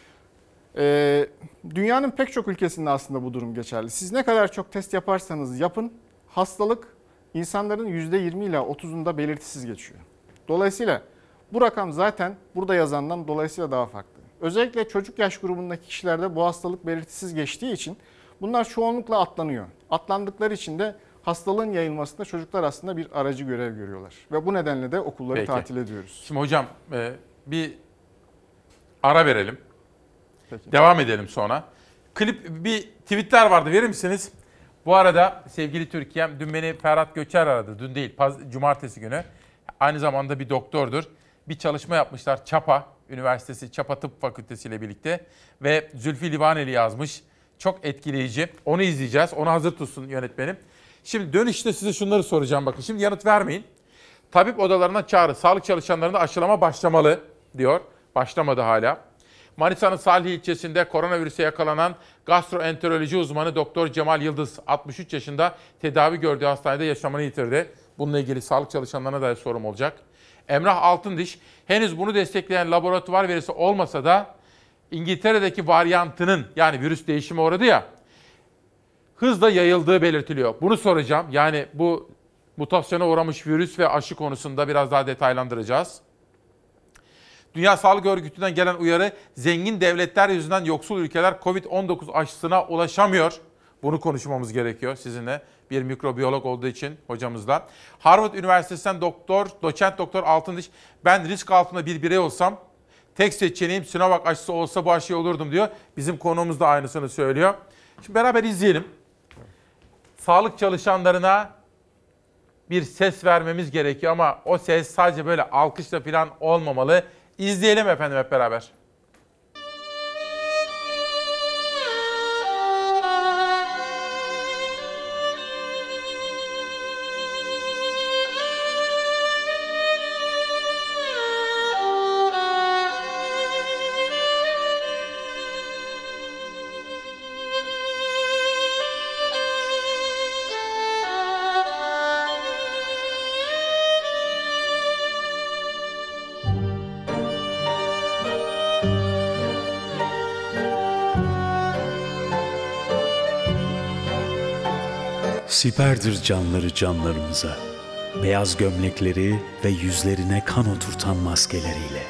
dünyanın pek çok ülkesinde aslında bu durum geçerli. Siz ne kadar çok test yaparsanız yapın, hastalık insanların %20 ila 30'unda belirtisiz geçiyor. Dolayısıyla bu rakam zaten burada yazandan dolayısıyla daha farklı. Özellikle çocuk yaş grubundaki kişilerde bu hastalık belirtisiz geçtiği için bunlar çoğunlukla atlanıyor. Atlandıkları için de hastalığın yayılmasında çocuklar aslında bir aracı görev görüyorlar. Ve bu nedenle de okulları Peki. tatil ediyoruz. Şimdi hocam bir ara verelim. Peki. Devam edelim sonra. Bir tweetler vardı, verir misiniz? Bu arada sevgili Türkiye'm, dün beni Ferhat Göçer aradı. Dün değil, cumartesi günü. Aynı zamanda bir doktordur. Bir çalışma yapmışlar Çapa Üniversitesi, Çapa Tıp Fakültesi ile birlikte. Ve Zülfü Livaneli yazmış. Çok etkileyici. Onu izleyeceğiz. Onu hazır tutsun yönetmenim. Şimdi dönüşte size şunları soracağım, bakın. Şimdi yanıt vermeyin. Tabip odalarına çağrı. Sağlık çalışanlarında aşılama başlamalı diyor. Başlamadı hala. Manisa'nın Salih ilçesinde koronavirüse yakalanan gastroenteroloji uzmanı Doktor Cemal Yıldız 63 yaşında tedavi gördüğü hastanede yaşamını yitirdi. Bununla ilgili sağlık çalışanlarına da sorum olacak. Emrah Altındiş, henüz bunu destekleyen laboratuvar verisi olmasa da İngiltere'deki varyantının, yani virüs değişime uğradı ya, hızla yayıldığı belirtiliyor. Bunu soracağım. Yani bu mutasyona uğramış virüs ve aşı konusunda biraz daha detaylandıracağız. Dünya Sağlık Örgütü'nden gelen uyarı, zengin devletler yüzünden yoksul ülkeler Covid-19 aşısına ulaşamıyor. Bunu konuşmamız gerekiyor sizinle, bir mikrobiyolog olduğu için hocamızla. Harvard Üniversitesi'nden doçent doktor Altındiş, ben risk altında bir birey olsam tek seçeneğim Sinovac aşısı olsa bu aşıyı olurdum diyor. Bizim konuğumuz da aynısını söylüyor. Şimdi beraber izleyelim. Sağlık çalışanlarına bir ses vermemiz gerekiyor ama o ses sadece böyle alkışla falan olmamalı. İzleyelim efendim hep beraber. Siperdir canları canlarımıza, beyaz gömlekleri ve yüzlerine kan oturtan maskeleriyle.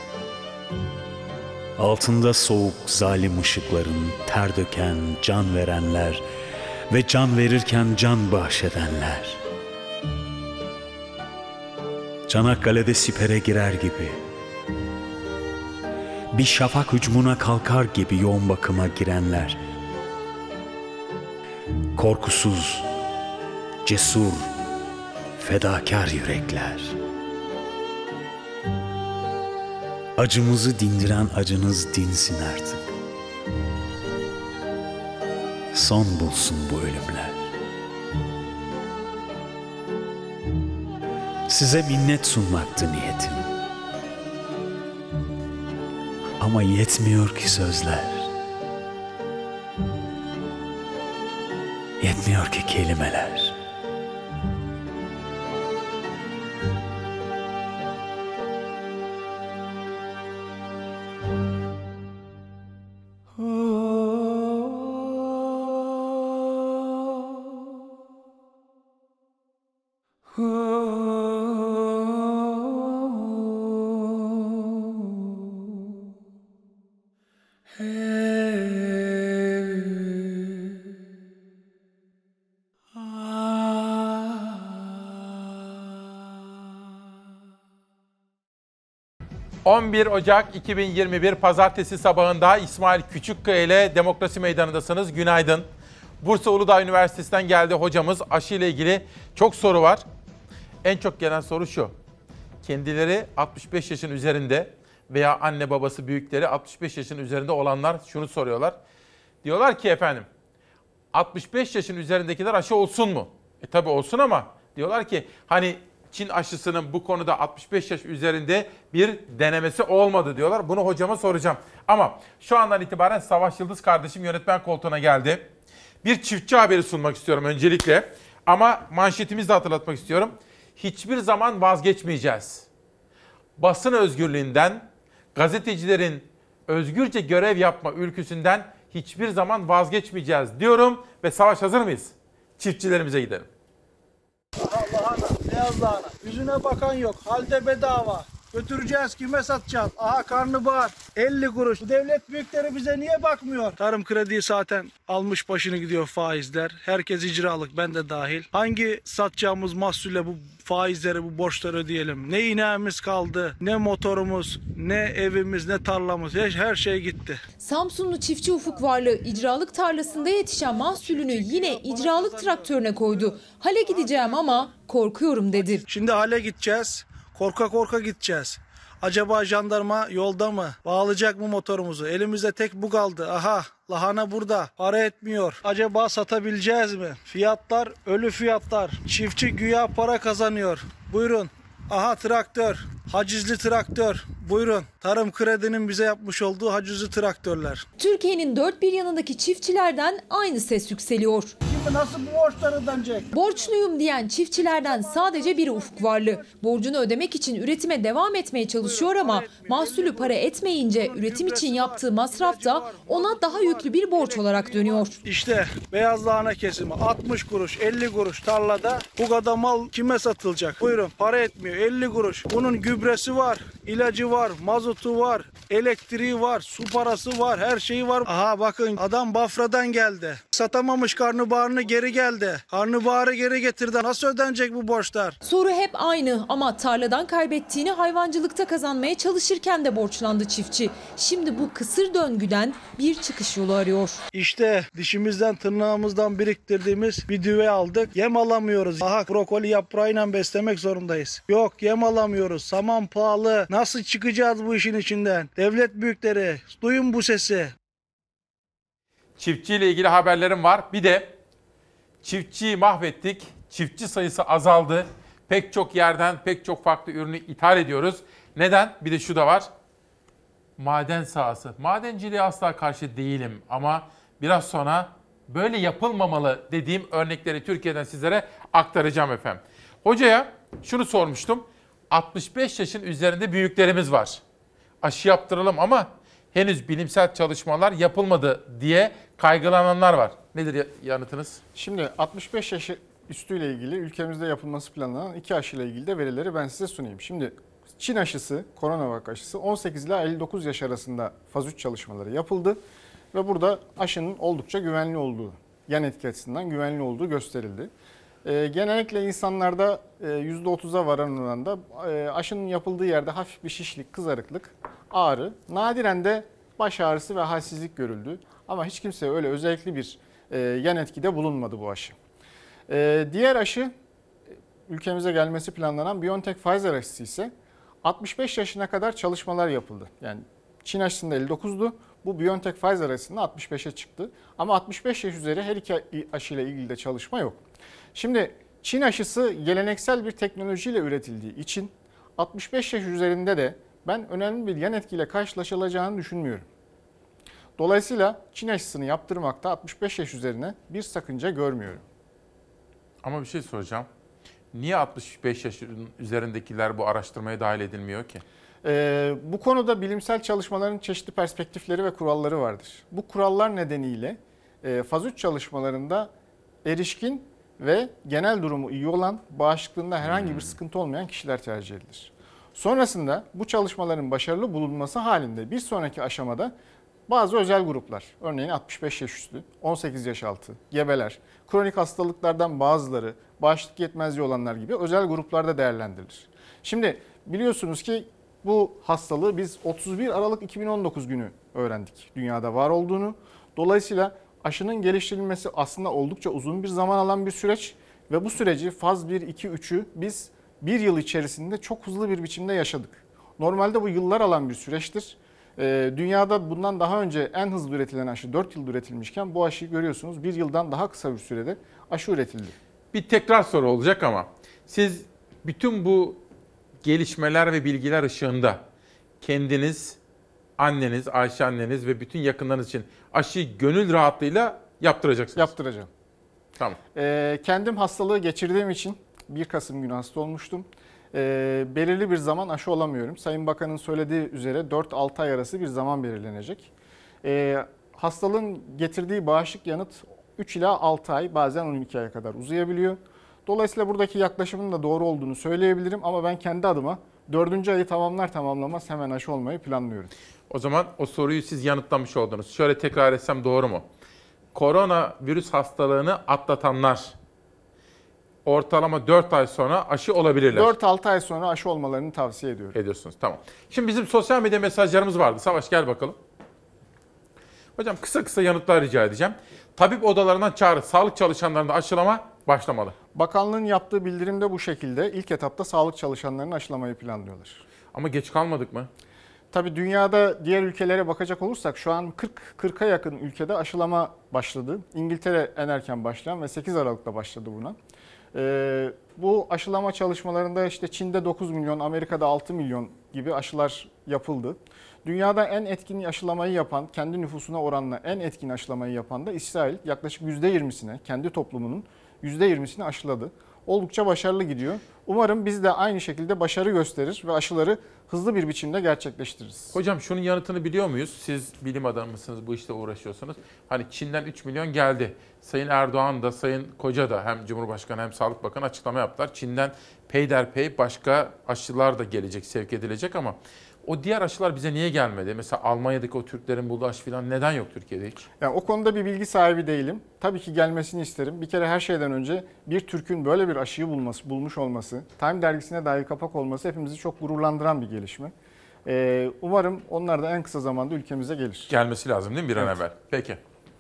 Altında soğuk zalim ışıkların ter döken can verenler ve can verirken can bahşedenler. Çanakkale'de sipere girer gibi, bir şafak hücumuna kalkar gibi yoğun bakıma girenler. Korkusuz, cesur, fedakar yürekler. Acımızı dindiren acınız dinsin artık. Son bulsun bu ölümler. Size minnet sunmaktı niyetim. Ama yetmiyor ki sözler. Yetmiyor ki kelimeler. ...11 Ocak 2021 Pazartesi sabahında İsmail Küçükkaya ile Demokrasi Meydanı'ndasınız. Günaydın. Bursa Uludağ Üniversitesi'nden geldi hocamız. Aşı ile ilgili çok soru var. En çok gelen soru şu. Kendileri 65 yaşın üzerinde veya anne babası büyükleri 65 yaşın üzerinde olanlar şunu soruyorlar. Diyorlar ki efendim 65 yaşın üzerindekiler aşı olsun mu? Tabii olsun ama diyorlar ki hani Çin aşısının bu konuda 65 yaş üzerinde bir denemesi olmadı diyorlar. Bunu hocama soracağım. Ama şu andan itibaren Savaş Yıldız kardeşim yönetmen koltuğuna geldi. Bir çiftçi haberi sunmak istiyorum öncelikle. Ama manşetimizi de hatırlatmak istiyorum. Hiçbir zaman vazgeçmeyeceğiz. Basın özgürlüğünden, gazetecilerin özgürce görev yapma ülküsünden hiçbir zaman vazgeçmeyeceğiz diyorum. Ve Savaş, hazır mıyız? Çiftçilerimize gidelim. Lahana, beyaz lahana. Yüzüne bakan yok. Halde bedava. Götüreceğiz, kime satacağız? Aha karnabahar 50 kuruş. Bu devlet büyükleri bize niye bakmıyor? Tarım krediyi zaten almış başını gidiyor faizler. Herkes icralık, ben de dahil. Hangi satacağımız mahsulle bu faizleri, bu borçları ödeyelim? Ne ineğimiz kaldı, ne motorumuz, ne evimiz, ne tarlamız. Her şey gitti. Samsunlu çiftçi Ufuk Varlı icralık tarlasında yetişen mahsulünü yine icralık traktörüne koydu. Hale gideceğim ama korkuyorum dedi. Şimdi hale gideceğiz. Korka korka gideceğiz. Acaba jandarma yolda mı? Bağlayacak mı motorumuzu? Elimizde tek bu kaldı. Aha, lahana burada. Para etmiyor. Acaba satabileceğiz mi? Fiyatlar ölü fiyatlar. Çiftçi güya para kazanıyor. Buyurun. Aha traktör. Hacizli traktör. Buyurun. Tarım Kredi'nin bize yapmış olduğu hacizli traktörler. Türkiye'nin dört bir yanındaki çiftçilerden aynı ses yükseliyor. Şimdi nasıl bu borçlar ödenecek? Borçluyum diyen çiftçilerden sadece biri Ufuk Varlı. Borcunu ödemek için üretime devam etmeye çalışıyor ama mahsulü para etmeyince üretim için yaptığı masraf da ona daha yüklü bir borç olarak dönüyor. İşte beyaz lahana kesimi 60 kuruş 50 kuruş tarlada bu kadar mal kime satılacak? Buyurun, para etmiyor 50 kuruş. Bunun gübresi var, ilacı var, mazotu var, elektriği var, su parası var, her şeyi var. Aha bakın adam Bafra'dan geldi. Satamamış karnabaharını geri geldi. Karnabaharı geri getirdi. Nasıl ödenecek bu borçlar? Soru hep aynı ama tarladan kaybettiğini hayvancılıkta kazanmaya çalışırken de borçlandı çiftçi. Şimdi bu kısır döngüden bir çıkış yolu arıyor. İşte dişimizden tırnağımızdan biriktirdiğimiz bir düve aldık. Yem alamıyoruz. Aha brokoli yaprağıyla beslemek zorundayız. Yok, yem alamıyoruz. Saman pahalı. Nasıl çıkacağız bu işin içinden? Devlet büyükleri, duyun bu sesi. Çiftçiyle ilgili haberlerim var. Bir de çiftçiyi mahvettik. Çiftçi sayısı azaldı. Pek çok yerden pek çok farklı ürünü ithal ediyoruz. Neden? Bir de şu da var. Maden sahası. Madenciliğe asla karşı değilim ama biraz sonra böyle yapılmamalı dediğim örnekleri Türkiye'den sizlere aktaracağım efendim. Hocaya şunu sormuştum. 65 yaşın üzerinde büyüklerimiz var. Aşı yaptıralım ama henüz bilimsel çalışmalar yapılmadı diye kaygılananlar var. Nedir yanıtınız? Şimdi 65 yaş üstüyle ilgili ülkemizde yapılması planlanan 2 aşıyla ilgili de verileri ben size sunayım. Şimdi Çin aşısı, Coronavac aşısı 18 ile 59 yaş arasında faz 3 çalışmaları yapıldı. Ve burada aşının oldukça güvenli olduğu, yan etki açısından güvenli olduğu gösterildi. Genellikle insanlarda %30'a varan oranda aşının yapıldığı yerde hafif bir şişlik, kızarıklık, ağrı, nadiren de baş ağrısı ve halsizlik görüldü. Ama hiç kimse öyle özellikle bir yan etkide bulunmadı bu aşı. Diğer aşı ülkemize gelmesi planlanan BioNTech-Pfizer aşısı ise 65 yaşına kadar çalışmalar yapıldı. Yani Çin aşısında 59'du. Bu BioNTech-Pfizer aşısında 65'e çıktı. Ama 65 yaş üzeri her iki aşıyla ilgili de çalışma yok. Şimdi Çin aşısı geleneksel bir teknolojiyle üretildiği için 65 yaş üzerinde de ben önemli bir yan etkiyle karşılaşılacağını düşünmüyorum. Dolayısıyla Çin aşısını yaptırmakta 65 yaş üzerine bir sakınca görmüyorum. Ama bir şey soracağım. Niye 65 yaş üzerindekiler bu araştırmaya dahil edilmiyor ki? Bu konuda bilimsel çalışmaların çeşitli perspektifleri ve kuralları vardır. Bu kurallar nedeniyle faz 3 çalışmalarında erişkin ve genel durumu iyi olan, bağışıklığında herhangi bir sıkıntı olmayan kişiler tercih edilir. Sonrasında bu çalışmaların başarılı bulunması halinde bir sonraki aşamada bazı özel gruplar, örneğin 65 yaş üstü, 18 yaş altı, gebeler, kronik hastalıklardan bazıları, bağışıklık yetmezliği olanlar gibi özel gruplarda değerlendirilir. Şimdi biliyorsunuz ki bu hastalığı biz 31 Aralık 2019 günü öğrendik dünyada var olduğunu. Dolayısıyla aşının geliştirilmesi aslında oldukça uzun bir zaman alan bir süreç ve bu süreci faz 1, 2, 3'ü biz bir yıl içerisinde çok hızlı bir biçimde yaşadık. Normalde bu yıllar alan bir süreçtir. Dünyada bundan daha önce en hızlı üretilen aşı 4 yıl üretilmişken bu aşıyı görüyorsunuz bir yıldan daha kısa bir sürede aşı üretildi. Bir tekrar soru olacak ama siz bütün bu gelişmeler ve bilgiler ışığında kendiniz, anneniz, Ayşe anneniz ve bütün yakınlarınız için aşıyı gönül rahatlığıyla yaptıracaksınız. Yaptıracağım. Tamam. Kendim hastalığı geçirdiğim için 1 Kasım günü hasta olmuştum. Belirli bir zaman aşı olamıyorum. Sayın Bakan'ın söylediği üzere 4-6 ay arası bir zaman belirlenecek. Hastalığın getirdiği bağışıklık yanıt 3 ila 6 ay bazen 12 aya kadar uzayabiliyor. Dolayısıyla buradaki yaklaşımın da doğru olduğunu söyleyebilirim ama ben kendi adıma 4. ayı tamamlamaz hemen aşı olmayı planlıyorum. O zaman o soruyu siz yanıtlamış oldunuz. Şöyle tekrar etsem doğru mu? Koronavirüs hastalığını atlatanlar ortalama 4 ay sonra aşı olabilirler. 4-6 ay sonra aşı olmalarını tavsiye ediyorum. Ediyorsunuz, tamam. Şimdi bizim sosyal medya mesajlarımız vardı. Savaş gel bakalım. Hocam kısa yanıtlar rica edeceğim. Tabip odalarından çağrı, sağlık çalışanlarında aşılama başlamalı. Bakanlığın yaptığı bildirimde bu şekilde. İlk etapta sağlık çalışanlarını aşılamayı planlıyorlar. Ama geç kalmadık mı? Tabii dünyada diğer ülkelere bakacak olursak şu an 40'a yakın ülkede aşılama başladı. İngiltere en erken başlayan ve 8 Aralık'ta başladı buna. Bu aşılama çalışmalarında işte Çin'de 9 milyon, Amerika'da 6 milyon gibi aşılar yapıldı. Dünyada en etkin aşılamayı yapan, kendi nüfusuna oranla en etkin aşılamayı yapan da İsrail. Yaklaşık %20'sine, kendi toplumunun %20'sini aşıladı. Oldukça başarılı gidiyor. Umarım biz de aynı şekilde başarı gösterir ve aşıları hızlı bir biçimde gerçekleştiririz. Hocam şunun yanıtını biliyor muyuz? Siz bilim adamısınız, bu işte uğraşıyorsunuz. Hani Çin'den 3 milyon geldi. Sayın Erdoğan da, Sayın Koca da hem Cumhurbaşkanı hem Sağlık Bakanı açıklama yaptılar. Çin'den peyderpey başka aşılar da gelecek, sevk edilecek ama o diğer aşılar bize niye gelmedi? Mesela Almanya'daki o Türklerin bulduğu aşı falan neden yok Türkiye'de hiç? Yani o konuda bir bilgi sahibi değilim. Tabii ki gelmesini isterim. Bir kere her şeyden önce bir Türk'ün böyle bir aşıyı bulmuş olması, Time dergisine dair kapak olması hepimizi çok gururlandıran bir gelişme. Umarım onlar da en kısa zamanda ülkemize gelir. Gelmesi lazım değil mi bir an evvel? Peki.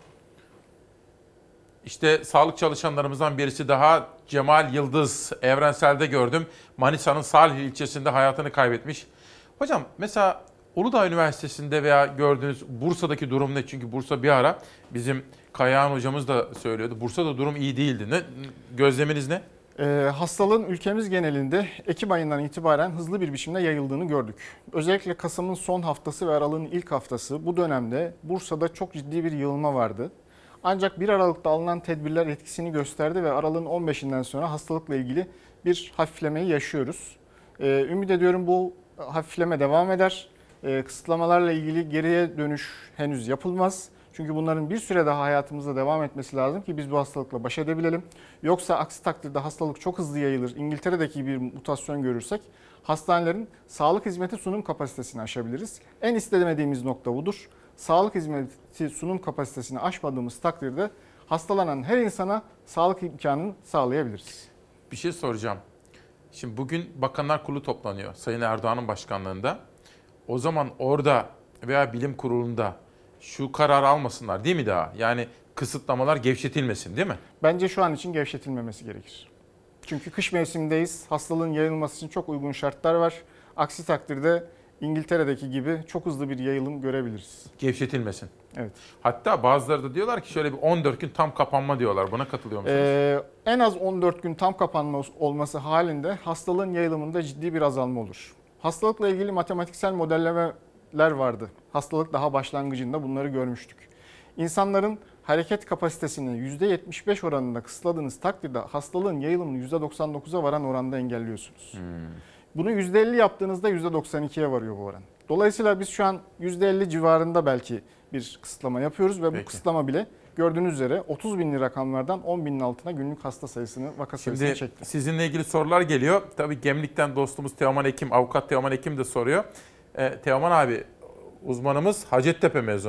İşte sağlık çalışanlarımızdan birisi daha Cemal Yıldız. Evrensel'de gördüm. Manisa'nın Salih ilçesinde hayatını kaybetmiş. Hocam mesela Uludağ Üniversitesi'nde veya gördüğünüz Bursa'daki durum ne? Çünkü Bursa bir ara bizim Kayahan hocamız da söylüyordu. Bursa'da durum iyi değildi. Gözleminiz ne? Hastalığın ülkemiz genelinde Ekim ayından itibaren hızlı bir biçimde yayıldığını gördük. Özellikle Kasım'ın son haftası ve Aralık'ın ilk haftası bu dönemde Bursa'da çok ciddi bir yığılma vardı. Ancak 1 Aralık'ta alınan tedbirler etkisini gösterdi ve Aralık'ın 15'inden sonra hastalıkla ilgili bir hafiflemeyi yaşıyoruz. Ümit ediyorum bu hafifleme devam eder. Kısıtlamalarla ilgili geriye dönüş henüz yapılmaz. Çünkü bunların bir süre daha hayatımızda devam etmesi lazım ki biz bu hastalıkla baş edebilelim. Yoksa aksi takdirde hastalık çok hızlı yayılır. İngiltere'deki bir mutasyon görürsek hastanelerin sağlık hizmeti sunum kapasitesini aşabiliriz. En istemediğimiz nokta budur. Sağlık hizmeti sunum kapasitesini aşmadığımız takdirde hastalanan her insana sağlık imkanını sağlayabiliriz. Bir şey soracağım. Şimdi bugün Bakanlar Kurulu toplanıyor Sayın Erdoğan'ın başkanlığında. O zaman orada veya bilim kurulunda şu kararı almasınlar değil mi daha? Yani kısıtlamalar gevşetilmesin değil mi? Bence şu an için gevşetilmemesi gerekir. Çünkü kış mevsimindeyiz. Hastalığın yayılması için çok uygun şartlar var. Aksi takdirde İngiltere'deki gibi çok hızlı bir yayılım görebiliriz. Gevşetilmesin. Evet. Hatta bazıları da diyorlar ki şöyle bir 14 gün tam kapanma diyorlar. Buna katılıyor musunuz? En az 14 gün tam kapanma olması halinde hastalığın yayılımında ciddi bir azalma olur. Hastalıkla ilgili matematiksel modellemeler vardı. Hastalık daha başlangıcında bunları görmüştük. İnsanların hareket kapasitesini %75 oranında kısıtladığınız takdirde hastalığın yayılımını %99'a varan oranda engelliyorsunuz. Bunu %50 yaptığınızda %92'ye varıyor bu oran. Dolayısıyla biz şu an %50 civarında belki bir kısıtlama yapıyoruz ve bu kısıtlama bile gördüğünüz üzere 30 binli rakamlardan 10 binin altına günlük hasta sayısını, vaka sayısını çekti. Şimdi sizinle ilgili sorular geliyor. Tabii Gemlik'ten dostumuz Teoman Ekim, avukat Teoman Ekim de soruyor. Teoman abi uzmanımız Hacettepe mezunu.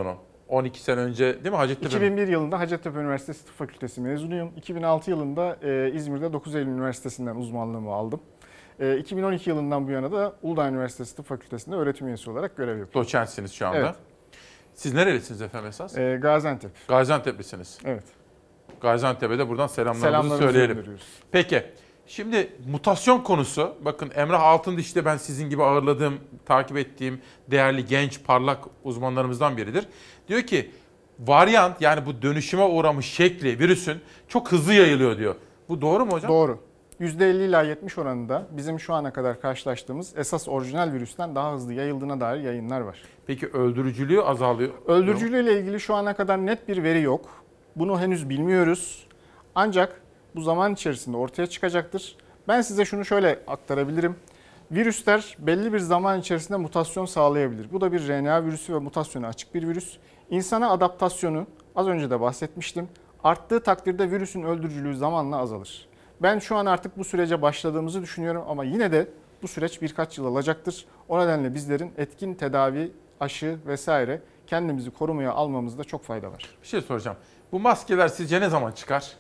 12 sene önce değil mi Hacettepe? 2001 yılında Hacettepe Üniversitesi Tıp Fakültesi mezunuyum. 2006 yılında İzmir'de 9 Eylül Üniversitesi'nden uzmanlığımı aldım. 2012 yılından bu yana da Uludağ Üniversitesi Tıp Fakültesi'nde öğretim üyesi olarak görev yapıyorum. Doçentsiniz şu anda. Evet. Siz nerelisiniz efendim esas? Gaziantep. Gaziantep'lisiniz. Evet. Gaziantep'e de buradan selamlarımızı söyleyelim. Peki, şimdi mutasyon konusu, bakın Emrah Altındiş de ben sizin gibi ağırladığım, takip ettiğim değerli genç, parlak uzmanlarımızdan biridir. Diyor ki varyant, yani bu dönüşüme uğramış şekli virüsün çok hızlı yayılıyor diyor. Bu doğru mu hocam? Doğru. %50 ila 70 oranında bizim şu ana kadar karşılaştığımız esas orijinal virüsten daha hızlı yayıldığına dair yayınlar var. Peki öldürücülüğü azalıyor? Öldürücülüğüyle ilgili şu ana kadar net bir veri yok. Bunu henüz bilmiyoruz. Ancak bu zaman içerisinde ortaya çıkacaktır. Ben size şunu şöyle aktarabilirim. Virüsler belli bir zaman içerisinde mutasyon sağlayabilir. Bu da bir RNA virüsü ve mutasyona açık bir virüs. İnsana adaptasyonu, az önce de bahsetmiştim, arttığı takdirde virüsün öldürücülüğü zamanla azalır. Ben şu an artık bu sürece başladığımızı düşünüyorum ama yine de bu süreç birkaç yıl alacaktır. O nedenle bizlerin etkin tedavi, aşı vesaire kendimizi korumaya almamızda çok fayda var. Bir şey soracağım. Bu maskeler sizce ne zaman çıkar?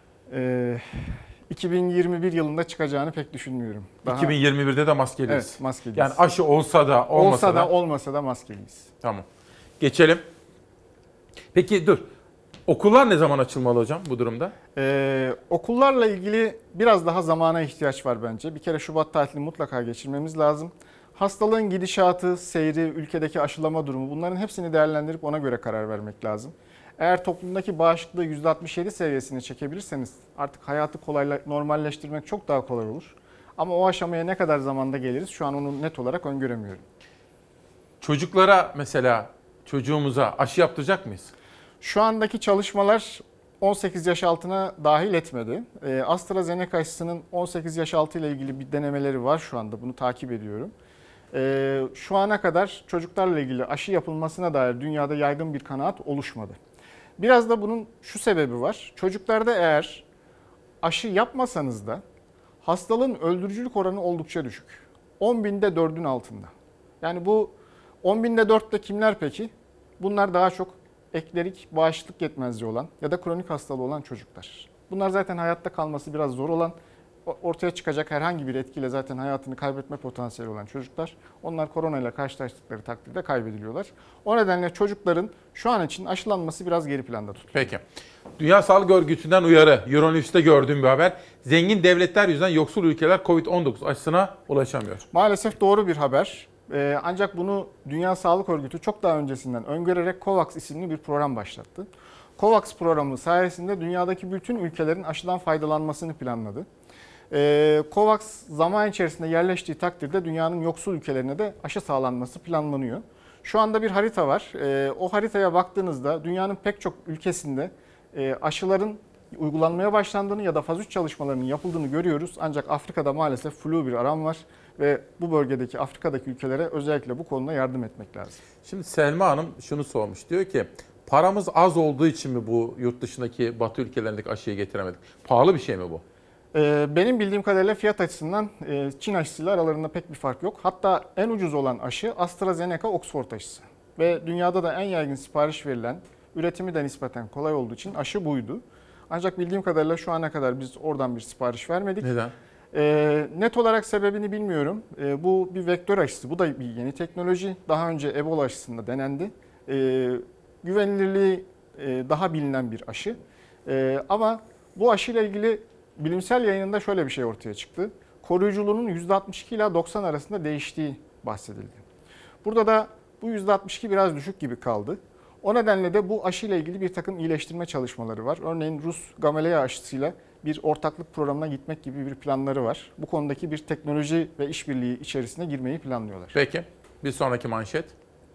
2021 yılında çıkacağını pek düşünmüyorum. 2021'de de maskeliyiz. Evet, maskeliyiz. Yani aşı olsa da olmasa da maskeliyiz. Tamam. Geçelim. Peki dur. Okullar ne zaman açılmalı hocam bu durumda? Okullarla ilgili biraz daha zamana ihtiyaç var bence. Bir kere Şubat tatilini mutlaka geçirmemiz lazım. Hastalığın gidişatı, seyri, ülkedeki aşılama durumu, bunların hepsini değerlendirip ona göre karar vermek lazım. Eğer toplumdaki bağışıklığı %67 seviyesine çekebilirseniz artık hayatı normalleştirmek çok daha kolay olur. Ama o aşamaya ne kadar zamanda geliriz şu an onu net olarak öngöremiyorum. Çocuklara mesela, çocuğumuza aşı yaptıracak mıyız? Şu andaki çalışmalar 18 yaş altına dahil etmedi. AstraZeneca aşısının 18 yaş altı ile ilgili bir denemeleri var şu anda. Bunu takip ediyorum. Şu ana kadar çocuklarla ilgili aşı yapılmasına dair dünyada yaygın bir kanaat oluşmadı. Biraz da bunun şu sebebi var. Çocuklarda eğer aşı yapmasanız da hastalığın öldürücülük oranı oldukça düşük. 10.000'de 4'ün altında. Yani bu 10.000'de 4'te kimler peki? Bunlar daha çok eklerik bağışıklık yetmezliği olan ya da kronik hastalığı olan çocuklar. Bunlar zaten hayatta kalması biraz zor olan, ortaya çıkacak herhangi bir etkiyle zaten hayatını kaybetme potansiyeli olan çocuklar. Onlar koronayla karşılaştıkları takdirde kaybediliyorlar. O nedenle çocukların şu an için aşılanması biraz geri planda tutuluyor. Peki. Dünya Sağlık Örgütü'nden uyarı. Euronews'te gördüğüm bir haber. Zengin devletler yüzünden yoksul ülkeler COVID-19 aşısına ulaşamıyor. Maalesef doğru bir haber. Ancak bunu Dünya Sağlık Örgütü çok daha öncesinden öngörerek COVAX isimli bir program başlattı. COVAX programı sayesinde dünyadaki bütün ülkelerin aşıdan faydalanmasını planladı. COVAX zaman içerisinde yerleştiği takdirde dünyanın yoksul ülkelerine de aşı sağlanması planlanıyor. Şu anda bir harita var. O haritaya baktığınızda dünyanın pek çok ülkesinde aşıların uygulanmaya başlandığını ya da faz 3 çalışmalarının yapıldığını görüyoruz. Ancak Afrika'da maalesef flu bir aram var ve bu bölgedeki Afrika'daki ülkelere özellikle bu konuda yardım etmek lazım. Şimdi Selma Hanım şunu sormuş. Diyor ki paramız az olduğu için mi bu yurt dışındaki Batı ülkelerindeki aşıyı getiremedik? Pahalı bir şey mi bu? Benim bildiğim kadarıyla fiyat açısından Çin aşısıyla aralarında pek bir fark yok. Hatta en ucuz olan aşı AstraZeneca Oxford aşısı. Ve dünyada da en yaygın sipariş verilen, üretimi de nispeten kolay olduğu için aşı buydu. Ancak bildiğim kadarıyla şu ana kadar biz oradan bir sipariş vermedik. Neden? Net olarak sebebini bilmiyorum. Bu bir vektör aşısı. Bu da bir yeni teknoloji. Daha önce Ebola aşısında denendi. Güvenilirliği daha bilinen bir aşı. Ama bu aşıyla ilgili bilimsel yayınında şöyle bir şey ortaya çıktı. Koruyuculuğunun %62 ila 90 arasında değiştiği bahsedildi. Burada da bu %62 biraz düşük gibi kaldı. O nedenle de bu aşıyla ilgili bir takım iyileştirme çalışmaları var. Örneğin Rus Gamaleya aşısıyla bir ortaklık programına gitmek gibi bir planları var. Bu konudaki bir teknoloji ve işbirliği içerisine girmeyi planlıyorlar. Peki, bir sonraki manşet.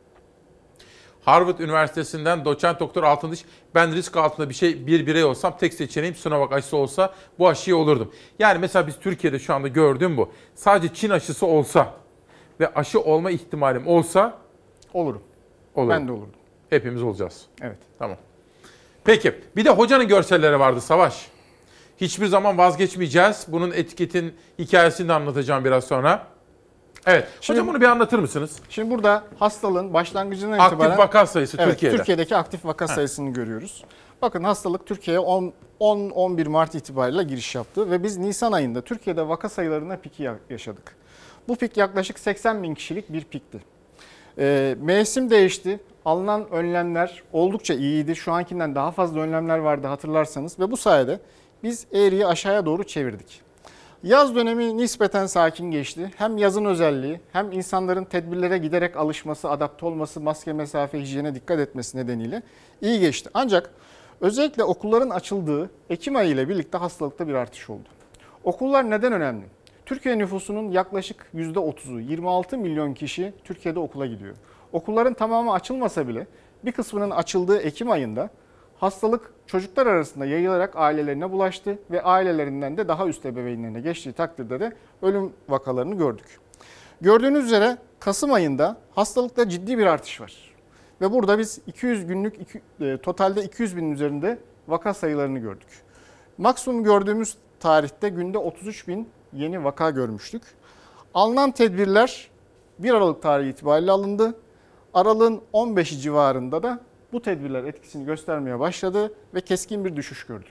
Harvard Üniversitesi'nden doçent doktor Altındiş, ben risk altında bir birey olsam tek seçeneğim Sinovac aşısı olsa bu aşıyı olurdum. Yani mesela biz Türkiye'de şu anda gördüğüm bu. Sadece Çin aşısı olsa ve aşı olma ihtimalim olsa olurum. Ben de olurdum. Hepimiz olacağız. Evet. Tamam. Peki, bir de hocanın görselleri vardı Savaş. Hiçbir zaman vazgeçmeyeceğiz. Bunun etiketin hikayesini de anlatacağım biraz sonra. Evet. Hocam bunu bir anlatır mısınız? Şimdi burada hastalığın başlangıcından Aktif itibaren vaka sayısı Türkiye'de. Türkiye'deki aktif vaka sayısını görüyoruz. Bakın hastalık Türkiye'ye 10-11 Mart itibariyle giriş yaptı ve biz Nisan ayında Türkiye'de vaka sayılarına piki yaşadık. Bu pik yaklaşık 80 bin kişilik bir pikti. Mevsim değişti. Alınan önlemler oldukça iyiydi. Şu ankinden daha fazla önlemler vardı hatırlarsanız ve bu sayede biz eğriyi aşağıya doğru çevirdik. Yaz dönemi nispeten sakin geçti. Hem yazın özelliği hem insanların tedbirlere giderek alışması, adapte olması, maske, mesafe, hijyene dikkat etmesi nedeniyle iyi geçti. Ancak özellikle okulların açıldığı Ekim ayı ile birlikte hastalıkta bir artış oldu. Okullar neden önemli? Türkiye nüfusunun yaklaşık %30'u, 26 milyon kişi Türkiye'de okula gidiyor. Okulların tamamı açılmasa bile bir kısmının açıldığı Ekim ayında hastalık çocuklar arasında yayılarak ailelerine bulaştı ve ailelerinden de daha üst ebeveynlerine geçtiği takdirde de ölüm vakalarını gördük. Gördüğünüz üzere Kasım ayında hastalıkta ciddi bir artış var. Ve burada biz 200 günlük totalde 200 binin üzerinde vaka sayılarını gördük. Maksimum gördüğümüz tarihte günde 33 bin yeni vaka görmüştük. Alınan tedbirler 1 Aralık tarihi itibariyle alındı. Aralığın 15'i civarında da bu tedbirler etkisini göstermeye başladı ve keskin bir düşüş gördük.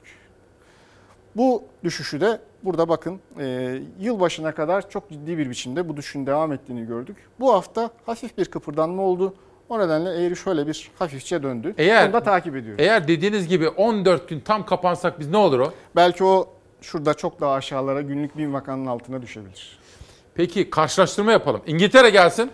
Bu düşüşü de burada bakın yılbaşına kadar çok ciddi bir biçimde bu düşüşün devam ettiğini gördük. Bu hafta hafif bir kıpırdanma oldu. O nedenle eğri şöyle bir hafifçe döndü. Bunu da takip ediyoruz. Eğer dediğiniz gibi 14 gün tam kapansak biz ne olur o? Belki o şurada çok daha aşağılara günlük 1000 vakanın altına düşebilir. Peki karşılaştırma yapalım. İngiltere gelsin.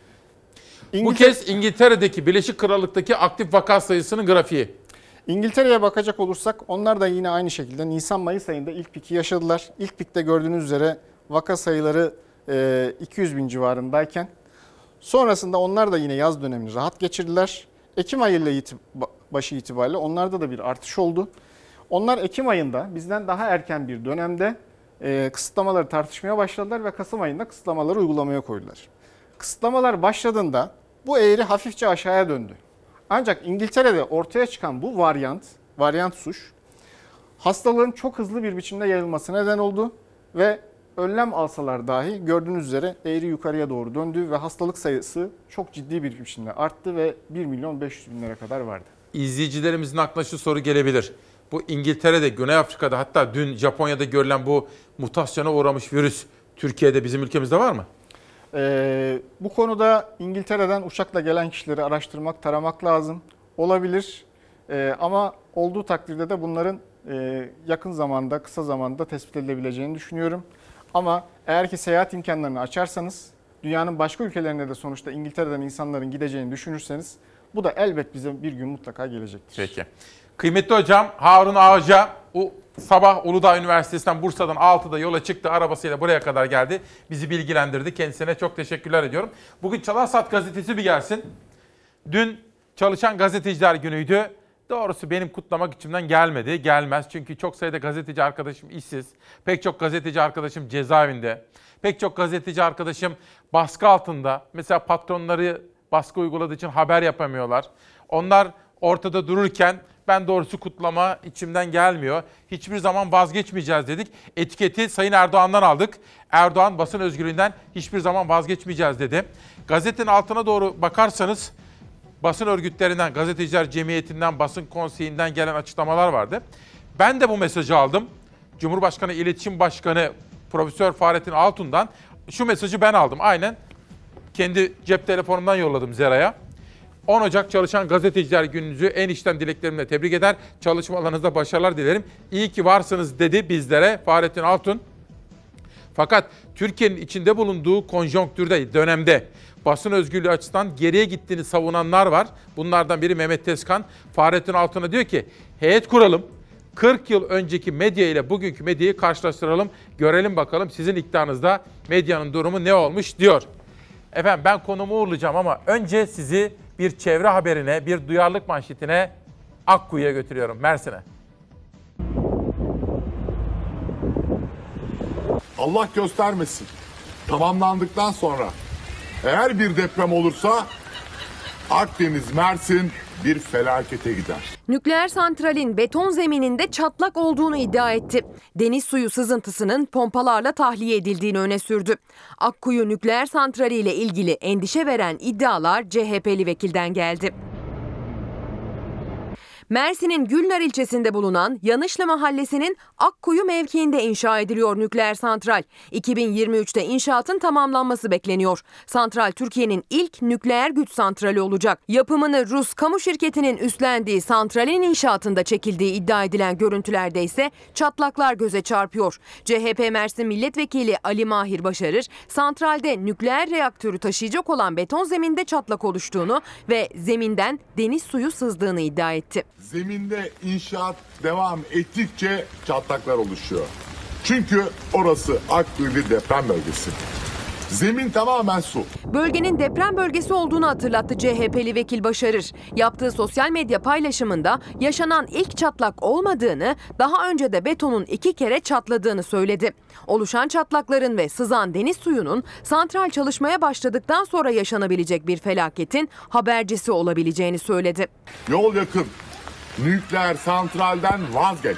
Bu kez İngiltere'deki Birleşik Krallık'taki aktif vaka sayısının grafiği. İngiltere'ye bakacak olursak onlar da yine aynı şekilde Nisan-Mayıs ayında ilk piki yaşadılar. İlk pikte gördüğünüz üzere vaka sayıları 200 bin civarındayken sonrasında onlar da yine yaz dönemini rahat geçirdiler. Ekim ayı başı itibariyle onlarda da bir artış oldu. Onlar Ekim ayında bizden daha erken bir dönemde kısıtlamaları tartışmaya başladılar ve Kasım ayında kısıtlamaları uygulamaya koydular. Kısıtlamalar başladığında bu eğri hafifçe aşağıya döndü. Ancak İngiltere'de ortaya çıkan bu varyant suş hastalığın çok hızlı bir biçimde yayılmasına neden oldu ve önlem alsalar dahi gördüğünüz üzere eğri yukarıya doğru döndü ve hastalık sayısı çok ciddi bir biçimde arttı ve 1.500.000'lere kadar vardı. İzleyicilerimizin aklına şu soru gelebilir. Bu İngiltere'de, Güney Afrika'da hatta dün Japonya'da görülen bu mutasyona uğramış virüs Türkiye'de bizim ülkemizde var mı? Bu konuda İngiltere'den uçakla gelen kişileri araştırmak, taramak lazım. Olabilir ama olduğu takdirde de bunların yakın zamanda, kısa zamanda tespit edilebileceğini düşünüyorum. Ama eğer ki seyahat imkanlarını açarsanız, dünyanın başka ülkelerine de sonuçta İngiltere'den insanların gideceğini düşünürseniz bu da elbet bize bir gün mutlaka gelecektir. Peki. Kıymetli hocam Harun Ağaca sabah Uludağ Üniversitesi'nden Bursa'dan 6'da yola çıktı. Arabasıyla buraya kadar geldi. Bizi bilgilendirdi. Kendisine çok teşekkürler ediyorum. Bugün Çalar Saat gazetesi bir gelsin. Dün Çalışan Gazeteciler Günü'ydü. Doğrusu benim kutlamak içimden gelmedi. Gelmez. Çünkü çok sayıda gazeteci arkadaşım işsiz. Pek çok gazeteci arkadaşım cezaevinde. Pek çok gazeteci arkadaşım baskı altında. Mesela patronları baskı uyguladığı için haber yapamıyorlar. Onlar ortada dururken ben doğrusu kutlama içimden gelmiyor. Hiçbir zaman vazgeçmeyeceğiz dedik. Etiketi Sayın Erdoğan'dan aldık. Erdoğan basın özgürlüğünden hiçbir zaman vazgeçmeyeceğiz dedi. Gazetenin altına doğru bakarsanız basın örgütlerinden, gazeteciler cemiyetinden, basın konseyinden gelen açıklamalar vardı. Ben de bu mesajı aldım. Cumhurbaşkanı İletişim Başkanı Profesör Fahrettin Altun'dan şu mesajı ben aldım. Aynen kendi cep telefonumdan yolladım Zera'ya. 10 Ocak Çalışan Gazeteciler Gününüzü en içten dileklerimle tebrik eder. Çalışmalarınızda başarılar dilerim. İyi ki varsınız dedi bizlere Fahrettin Altun. Fakat Türkiye'nin içinde bulunduğu konjonktürde, dönemde basın özgürlüğü açısından geriye gittiğini savunanlar var. Bunlardan biri Mehmet Tezkan. Fahrettin Altun'a diyor ki heyet kuralım. 40 yıl önceki medya ile bugünkü medyayı karşılaştıralım. Görelim bakalım sizin iktidarınızda medyanın durumu ne olmuş diyor. Efendim ben konumu uğurlayacağım ama önce sizi bir çevre haberine, bir duyarlılık manşetine Akkuyu'ya götürüyorum, Mersin'e. Allah göstermesin. Tamamlandıktan sonra eğer bir deprem olursa Akdeniz, Mersin bir felakete gider. Nükleer santralin beton zemininde çatlak olduğunu iddia etti. Deniz suyu sızıntısının pompalarla tahliye edildiğini öne sürdü. Akkuyu nükleer santrali ile ilgili endişe veren iddialar CHP'li vekilden geldi. Mersin'in Gülnar ilçesinde bulunan Yanışlı Mahallesi'nin Akkuyu mevkiinde inşa ediliyor nükleer santral. 2023'te inşaatın tamamlanması bekleniyor. Santral Türkiye'nin ilk nükleer güç santrali olacak. Yapımını Rus kamu şirketinin üstlendiği santralin inşaatında çekildiği iddia edilen görüntülerde ise çatlaklar göze çarpıyor. CHP Mersin Milletvekili Ali Mahir Başarır, santralde nükleer reaktörü taşıyacak olan beton zeminde çatlak oluştuğunu ve zeminden deniz suyu sızdığını iddia etti. Zeminde inşaat devam ettikçe çatlaklar oluşuyor. Çünkü orası Akkuyu deprem bölgesi. Zemin tamamen su. Bölgenin deprem bölgesi olduğunu hatırlattı CHP'li vekil Başarır. Yaptığı sosyal medya paylaşımında yaşanan ilk çatlak olmadığını, daha önce de betonun 2 kere çatladığını söyledi. Oluşan çatlakların ve sızan deniz suyunun santral çalışmaya başladıktan sonra yaşanabilecek bir felaketin habercisi olabileceğini söyledi. Yol yakın. Nükleer santralden vazgeç.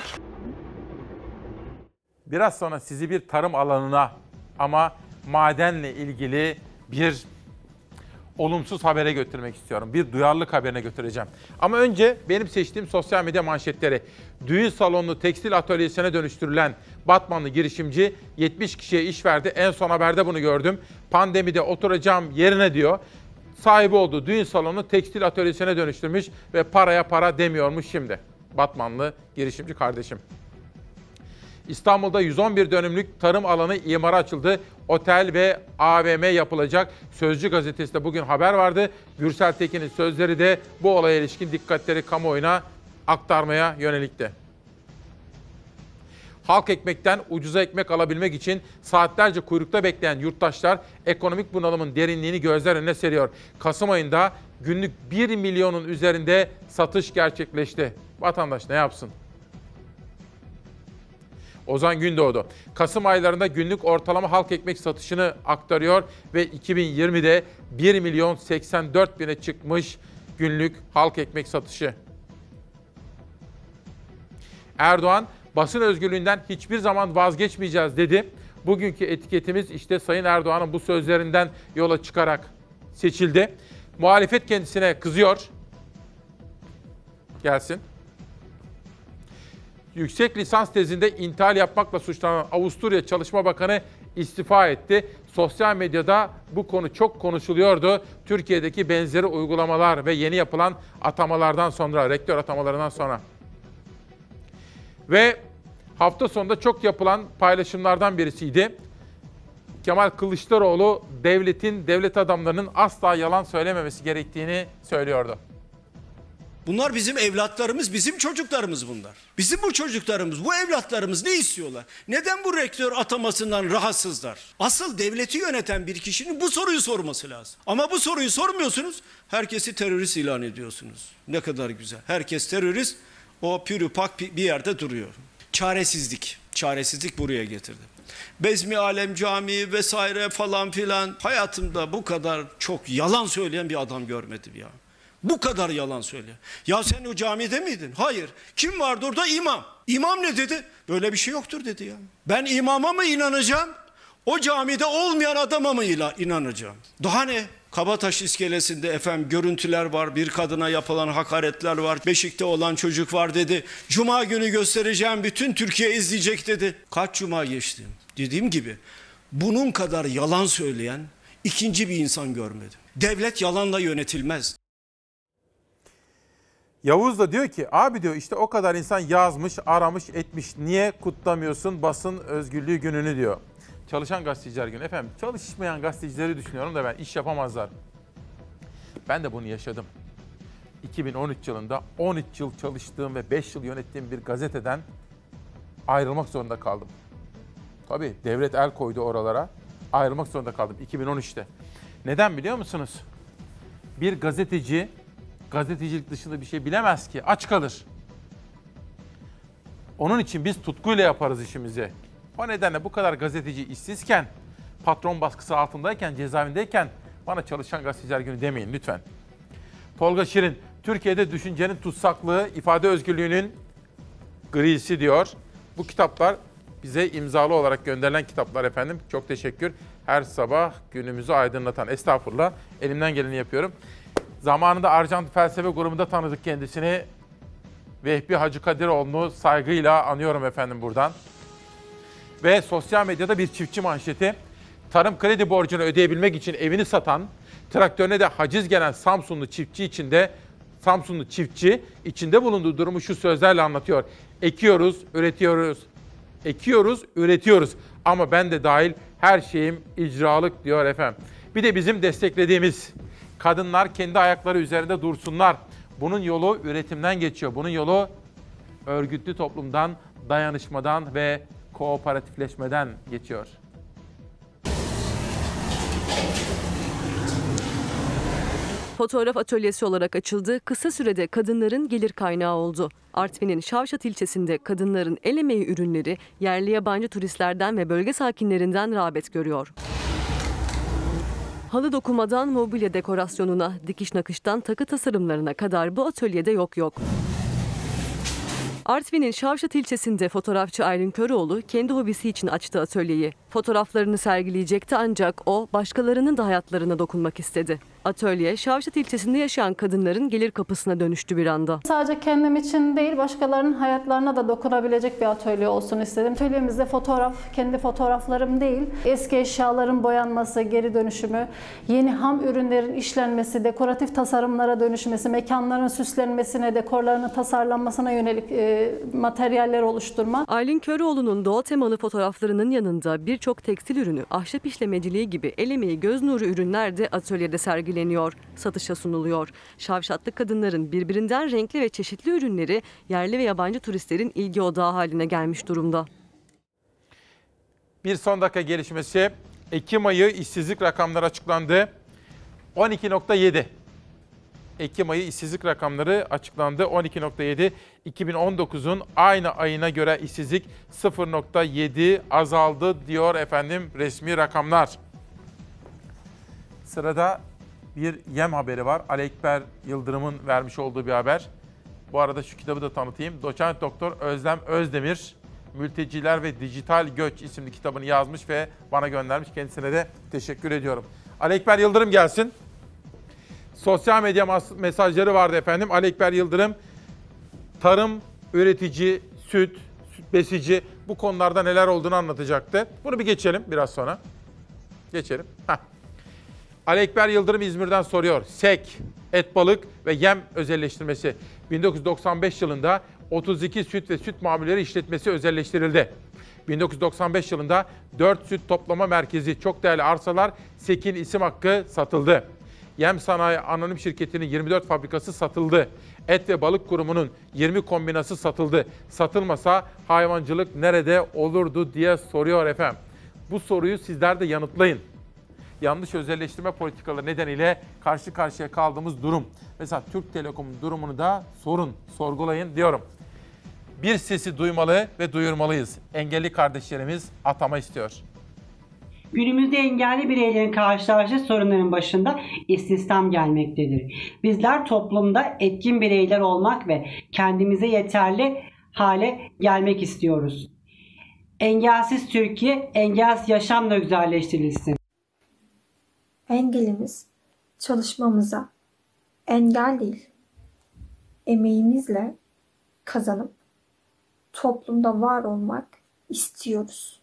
Biraz sonra sizi bir tarım alanına ama madenle ilgili bir olumsuz habere götürmek istiyorum. Bir duyarlılık haberine götüreceğim. Ama önce benim seçtiğim sosyal medya manşetleri. Düğün salonunu tekstil atölyesine dönüştürülen Batmanlı girişimci 70 kişiye iş verdi. En son haberde bunu gördüm. Pandemide oturacağım yerine diyor. Sahibi olduğu düğün salonunu tekstil atölyesine dönüştürmüş ve paraya para demiyormuş şimdi. Batmanlı girişimci kardeşim. İstanbul'da 111 dönümlük tarım alanı imara açıldı. Otel ve AVM yapılacak. Sözcü gazetesinde bugün haber vardı. Gürsel Tekin'in sözleri de bu olaya ilişkin dikkatleri kamuoyuna aktarmaya yönelikti. Halk ekmekten ucuza ekmek alabilmek için saatlerce kuyrukta bekleyen yurttaşlar ekonomik bunalımın derinliğini gözler önüne seriyor. Kasım ayında günlük 1 milyonun üzerinde satış gerçekleşti. Vatandaş ne yapsın? Ozan Gündoğdu, Kasım aylarında günlük ortalama halk ekmek satışını aktarıyor ve 2020'de 1 milyon 84 bine çıkmış günlük halk ekmek satışı. Erdoğan, basın özgürlüğünden hiçbir zaman vazgeçmeyeceğiz dedi. Bugünkü etiketimiz işte Sayın Erdoğan'ın bu sözlerinden yola çıkarak seçildi. Muhalefet kendisine kızıyor. Gelsin. Yüksek lisans tezinde intihal yapmakla suçlanan Avusturya Çalışma Bakanı istifa etti. Sosyal medyada bu konu çok konuşuluyordu. Türkiye'deki benzeri uygulamalar ve yeni yapılan atamalardan sonra, rektör atamalarından sonra. Ve hafta sonunda çok yapılan paylaşımlardan birisiydi. Kemal Kılıçdaroğlu devlet adamlarının asla yalan söylememesi gerektiğini söylüyordu. Bunlar bizim evlatlarımız, bizim çocuklarımız bunlar. Bizim bu çocuklarımız, bu evlatlarımız ne istiyorlar? Neden bu rektör atamasından rahatsızlar? Asıl devleti yöneten bir kişinin bu soruyu sorması lazım. Ama bu soruyu sormuyorsunuz, herkesi terörist ilan ediyorsunuz. Ne kadar güzel. Herkes terörist, o pürüpak bir yerde duruyor. Çaresizlik buraya getirdi. Bezmi Alem Camii vesaire falan filan. Hayatımda bu kadar çok yalan söyleyen bir adam görmedim ya. Bu kadar yalan söylüyor. Ya sen o camide miydin? Hayır. Kim vardı orada? İmam. İmam ne dedi? Böyle bir şey yoktur dedi ya. Ben imama mı inanacağım? O camide olmayan adama mı inanacağım? Daha ne? Kabataş iskelesinde efendim görüntüler var. Bir kadına yapılan hakaretler var. Beşik'te olan çocuk var dedi. Cuma günü göstereceğim, bütün Türkiye izleyecek dedi. Kaç cuma geçti? Dediğim gibi bunun kadar yalan söyleyen ikinci bir insan görmedim. Devlet yalanla yönetilmez. Yavuz da diyor ki abi diyor işte o kadar insan yazmış, aramış, etmiş. Niye kutlamıyorsun basın özgürlüğü gününü diyor. Çalışan gazeteciler günü. Efendim çalışmayan gazetecileri düşünüyorum da ben iş yapamazlar. Ben de bunu yaşadım. 2013 yılında 13 yıl çalıştığım ve 5 yıl yönettiğim bir gazeteden ayrılmak zorunda kaldım. Tabii devlet el koydu oralara. Ayrılmak zorunda kaldım 2013'te. Neden biliyor musunuz? Bir gazeteci gazetecilik dışında bir şey bilemez ki. Aç kalır. Onun için biz tutkuyla yaparız işimizi. O nedenle bu kadar gazeteci işsizken, patron baskısı altındayken, cezaevindeyken bana çalışan gazeteciler günü demeyin lütfen. Tolga Şirin, Türkiye'de düşüncenin tutsaklığı, ifade özgürlüğünün grisi diyor. Bu kitaplar bize imzalı olarak gönderilen kitaplar efendim. Çok teşekkür. Her sabah günümüzü aydınlatan, estağfurullah, elimden geleni yapıyorum. Zamanında Arjant Felsefe grubunda tanıdık kendisini. Vehbi Hacı Kadiroğlu'nu saygıyla anıyorum efendim buradan. Ve sosyal medyada bir çiftçi manşeti. Tarım kredi borcunu ödeyebilmek için evini satan, traktörüne de haciz gelen Samsunlu çiftçi içinde bulunduğu durumu şu sözlerle anlatıyor. Ekiyoruz, üretiyoruz ama ben de dahil her şeyim icralık diyor efendim. Bir de bizim desteklediğimiz kadınlar kendi ayakları üzerinde dursunlar. Bunun yolu üretimden geçiyor. Bunun yolu örgütlü toplumdan, dayanışmadan ve kooperatifleşmeden geçiyor. Fotoğraf atölyesi olarak açıldı, kısa sürede kadınların gelir kaynağı oldu. Artvin'in Şavşat ilçesinde kadınların el emeği ürünleri yerli yabancı turistlerden ve bölge sakinlerinden rağbet görüyor. Halı dokumadan mobilya dekorasyonuna, dikiş nakıştan takı tasarımlarına kadar bu atölyede yok. Artvin'in Şavşat ilçesinde fotoğrafçı Aylin Köroğlu kendi hobisi için açtı atölyeyi. Fotoğraflarını sergileyecekti ancak o başkalarının da hayatlarına dokunmak istedi. Atölye Şavşat ilçesinde yaşayan kadınların gelir kapısına dönüştü bir anda. Sadece kendim için değil, başkalarının hayatlarına da dokunabilecek bir atölye olsun istedim. Atölyemizde kendi fotoğraflarım değil, eski eşyaların boyanması, geri dönüşümü, yeni ham ürünlerin işlenmesi, dekoratif tasarımlara dönüşmesi, mekanların süslenmesine, dekorlarının tasarlanmasına yönelik materyaller oluşturma. Aylin Köroğlu'nun doğa temalı fotoğraflarının yanında birçok tekstil ürünü, ahşap işlemeciliği gibi el emeği göz nuru ürünler de atölyede sergileniyor, satışa sunuluyor. Şavşatlı kadınların birbirinden renkli ve çeşitli ürünleri yerli ve yabancı turistlerin ilgi odağı haline gelmiş durumda. Bir son dakika gelişmesi. Ekim ayı işsizlik rakamları açıklandı. 12.7. Ekim ayı işsizlik rakamları açıklandı. 12.7. 2019'un aynı ayına göre işsizlik 0.7 azaldı diyor efendim resmi rakamlar. Sırada bir yem haberi var. Ali Ekber Yıldırım'ın vermiş olduğu bir haber. Bu arada şu kitabı da tanıtayım. Doçent Doktor Özlem Özdemir, Mülteciler ve Dijital Göç isimli kitabını yazmış ve bana göndermiş. Kendisine de teşekkür ediyorum. Ali Ekber Yıldırım gelsin. Sosyal medya mesajları vardı efendim. Ali Ekber Yıldırım, tarım, üretici, süt besici bu konularda neler olduğunu anlatacaktı. Bunu bir geçelim biraz sonra. Geçelim. Ali Ekber Yıldırım İzmir'den soruyor. SEK, et, balık ve yem özelleştirmesi. 1995 yılında 32 süt ve süt mamulleri işletmesi özelleştirildi. 1995 yılında 4 süt toplama merkezi, çok değerli arsalar, SEK'in isim hakkı satıldı. Yem Sanayi Anonim Şirketi'nin 24 fabrikası satıldı. Et ve Balık Kurumu'nun 20 kombinası satıldı. Satılmasa hayvancılık nerede olurdu diye soruyor efendim. Bu soruyu sizler de yanıtlayın. Yanlış özelleştirme politikaları nedeniyle karşı karşıya kaldığımız durum. Mesela Türk Telekom'un durumunu da sorgulayın diyorum. Bir sesi duymalı ve duyurmalıyız. Engelli kardeşlerimiz atama istiyor. Günümüzde engelli bireylerin karşılaştığı sorunların başında istihdam gelmektedir. Bizler toplumda etkin bireyler olmak ve kendimize yeterli hale gelmek istiyoruz. Engelsiz Türkiye, engelsiz yaşamla güzelleştirilsin. Engelimiz çalışmamıza engel değil, emeğimizle kazanıp toplumda var olmak istiyoruz.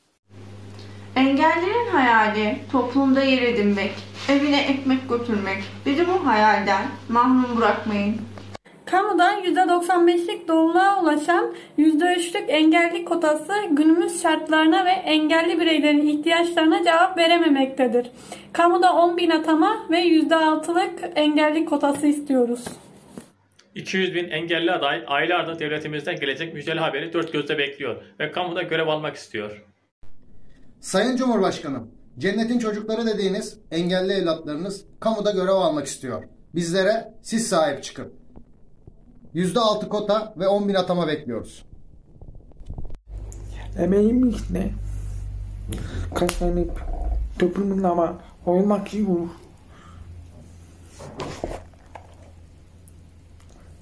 Engellilerin hayali toplumda yer edinmek, evine ekmek götürmek. Bizi bu hayalden mahrum bırakmayın. Kamudan %95'lik doluluğa ulaşan %3'lük engelli kotası günümüz şartlarına ve engelli bireylerin ihtiyaçlarına cevap verememektedir. Kamuda 10.000 atama ve %6'lık engelli kotası istiyoruz. 200.000 engelli aday aylardır devletimizden gelecek müjdeli haberi dört gözle bekliyor ve kamuda görev almak istiyor. Sayın Cumhurbaşkanım, cennetin çocukları dediğiniz engelli evlatlarınız kamuda görev almak istiyor. Bizlere siz sahip çıkın. %6 kota ve 10.000 atama bekliyoruz. Emeğimle kazanıp toplumla olmak istiyorum.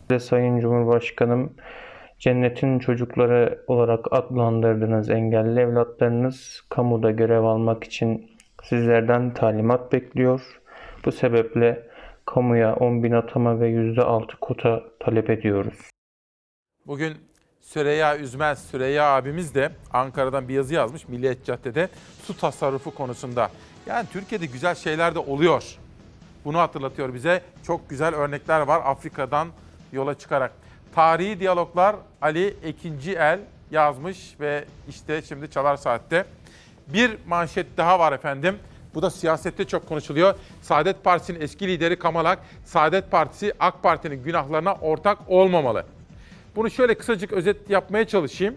Sayın Cumhurbaşkanım, cennetin çocukları olarak adlandırdığınız engelli evlatlarınız kamuda görev almak için sizlerden talimat bekliyor. Bu sebeple kamuya 10.000 atama ve %6 kota talep ediyoruz. Bugün Süreyya Üzmez, Süreyya abimiz de Ankara'dan bir yazı yazmış Milliyet Cadde'de su tasarrufu konusunda. Yani Türkiye'de güzel şeyler de oluyor. Bunu hatırlatıyor bize. Çok güzel örnekler var Afrika'dan yola çıkarak. Tarihi diyaloglar Ali Ekinciel yazmış ve işte şimdi Çalar Saat'te. Bir manşet daha var efendim. Bu da siyasette çok konuşuluyor. Saadet Partisi'nin eski lideri Kamalak, Saadet Partisi AK Parti'nin günahlarına ortak olmamalı. Bunu şöyle kısacık özet yapmaya çalışayım.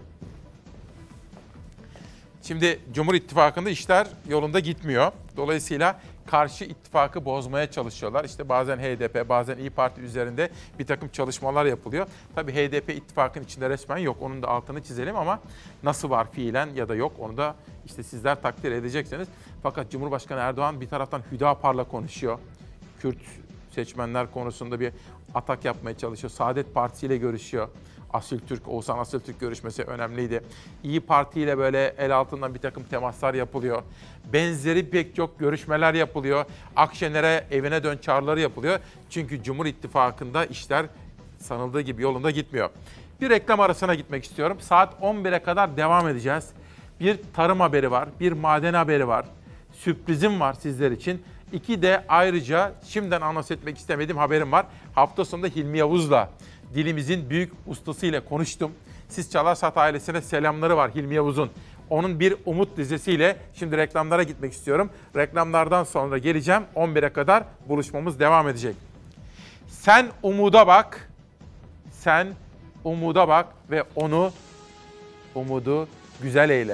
Şimdi Cumhur İttifakı'nda işler yolunda gitmiyor. Dolayısıyla karşı ittifakı bozmaya çalışıyorlar. İşte bazen HDP, bazen İYİ Parti üzerinde bir takım çalışmalar yapılıyor. Tabii HDP ittifakın içinde resmen yok. Onun da altını çizelim ama nasıl var fiilen ya da yok onu da işte sizler takdir edeceksiniz. Fakat Cumhurbaşkanı Erdoğan bir taraftan Hüdapar'la konuşuyor. Kürt seçmenler konusunda bir atak yapmaya çalışıyor. Saadet Partisi ile görüşüyor. Oğuzhan Asiltürk görüşmesi önemliydi. İYİ Parti ile böyle el altından bir takım temaslar yapılıyor. Benzeri pek çok görüşmeler yapılıyor. Akşener'e evine dön çağrıları yapılıyor. Çünkü Cumhur İttifakı'nda işler sanıldığı gibi yolunda gitmiyor. Bir reklam arasına gitmek istiyorum. Saat 11'e kadar devam edeceğiz. Bir tarım haberi var, bir maden haberi var. Sürprizim var sizler için. İki de ayrıca şimdiden anons etmek istemediğim haberim var. Hafta sonunda Hilmi Yavuz'la dilimizin büyük ustasıyla konuştum. Siz Çalar Saat ailesine selamları var Hilmi Yavuz'un. Onun bir umut dizisiyle şimdi reklamlara gitmek istiyorum. Reklamlardan sonra geleceğim. 11'e kadar buluşmamız devam edecek. Sen umuda bak. Sen umuda bak ve umudu güzel eyle.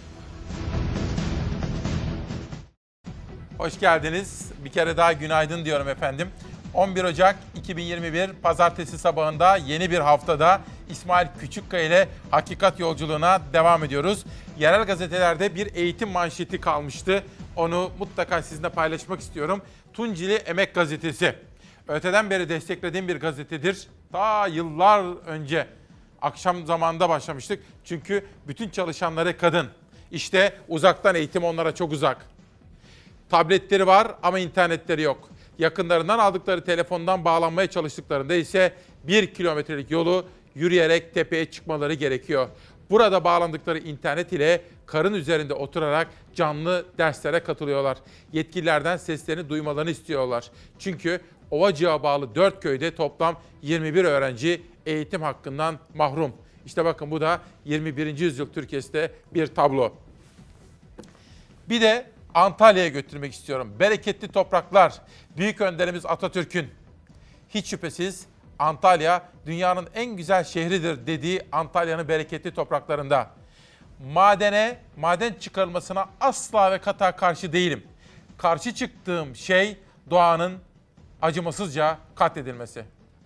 Hoş geldiniz. Bir kere daha günaydın diyorum efendim. 11 Ocak 2021 Pazartesi sabahında yeni bir haftada İsmail Küçükkaya ile Hakikat Yolculuğuna devam ediyoruz. Yerel gazetelerde bir eğitim manşeti kalmıştı. Onu mutlaka sizinle paylaşmak istiyorum. Tunceli Emek Gazetesi. Öteden beri desteklediğim bir gazetedir. Daha yıllar önce akşam zamanında başlamıştık. Çünkü bütün çalışanları kadın. İşte uzaktan eğitim onlara çok uzak. Tabletleri var ama internetleri yok. Yakınlarından aldıkları telefondan bağlanmaya çalıştıklarında ise 1 kilometrelik yolu yürüyerek tepeye çıkmaları gerekiyor. Burada bağlandıkları internet ile karın üzerinde oturarak canlı derslere katılıyorlar. Yetkililerden seslerini duymalarını istiyorlar. Çünkü Ovacık'a bağlı 4 köyde toplam 21 öğrenci eğitim hakkından mahrum. İşte bakın bu da 21. yüzyıl Türkiye'de bir tablo. Bir de Antalya'ya götürmek istiyorum. Bereketli topraklar, büyük önderimiz Atatürk'ün hiç şüphesiz Antalya dünyanın en güzel şehridir dediği Antalya'nın bereketli topraklarında. Maden çıkarılmasına asla ve kata karşı değilim. Karşı çıktığım şey doğanın acımasızca katledilmesi.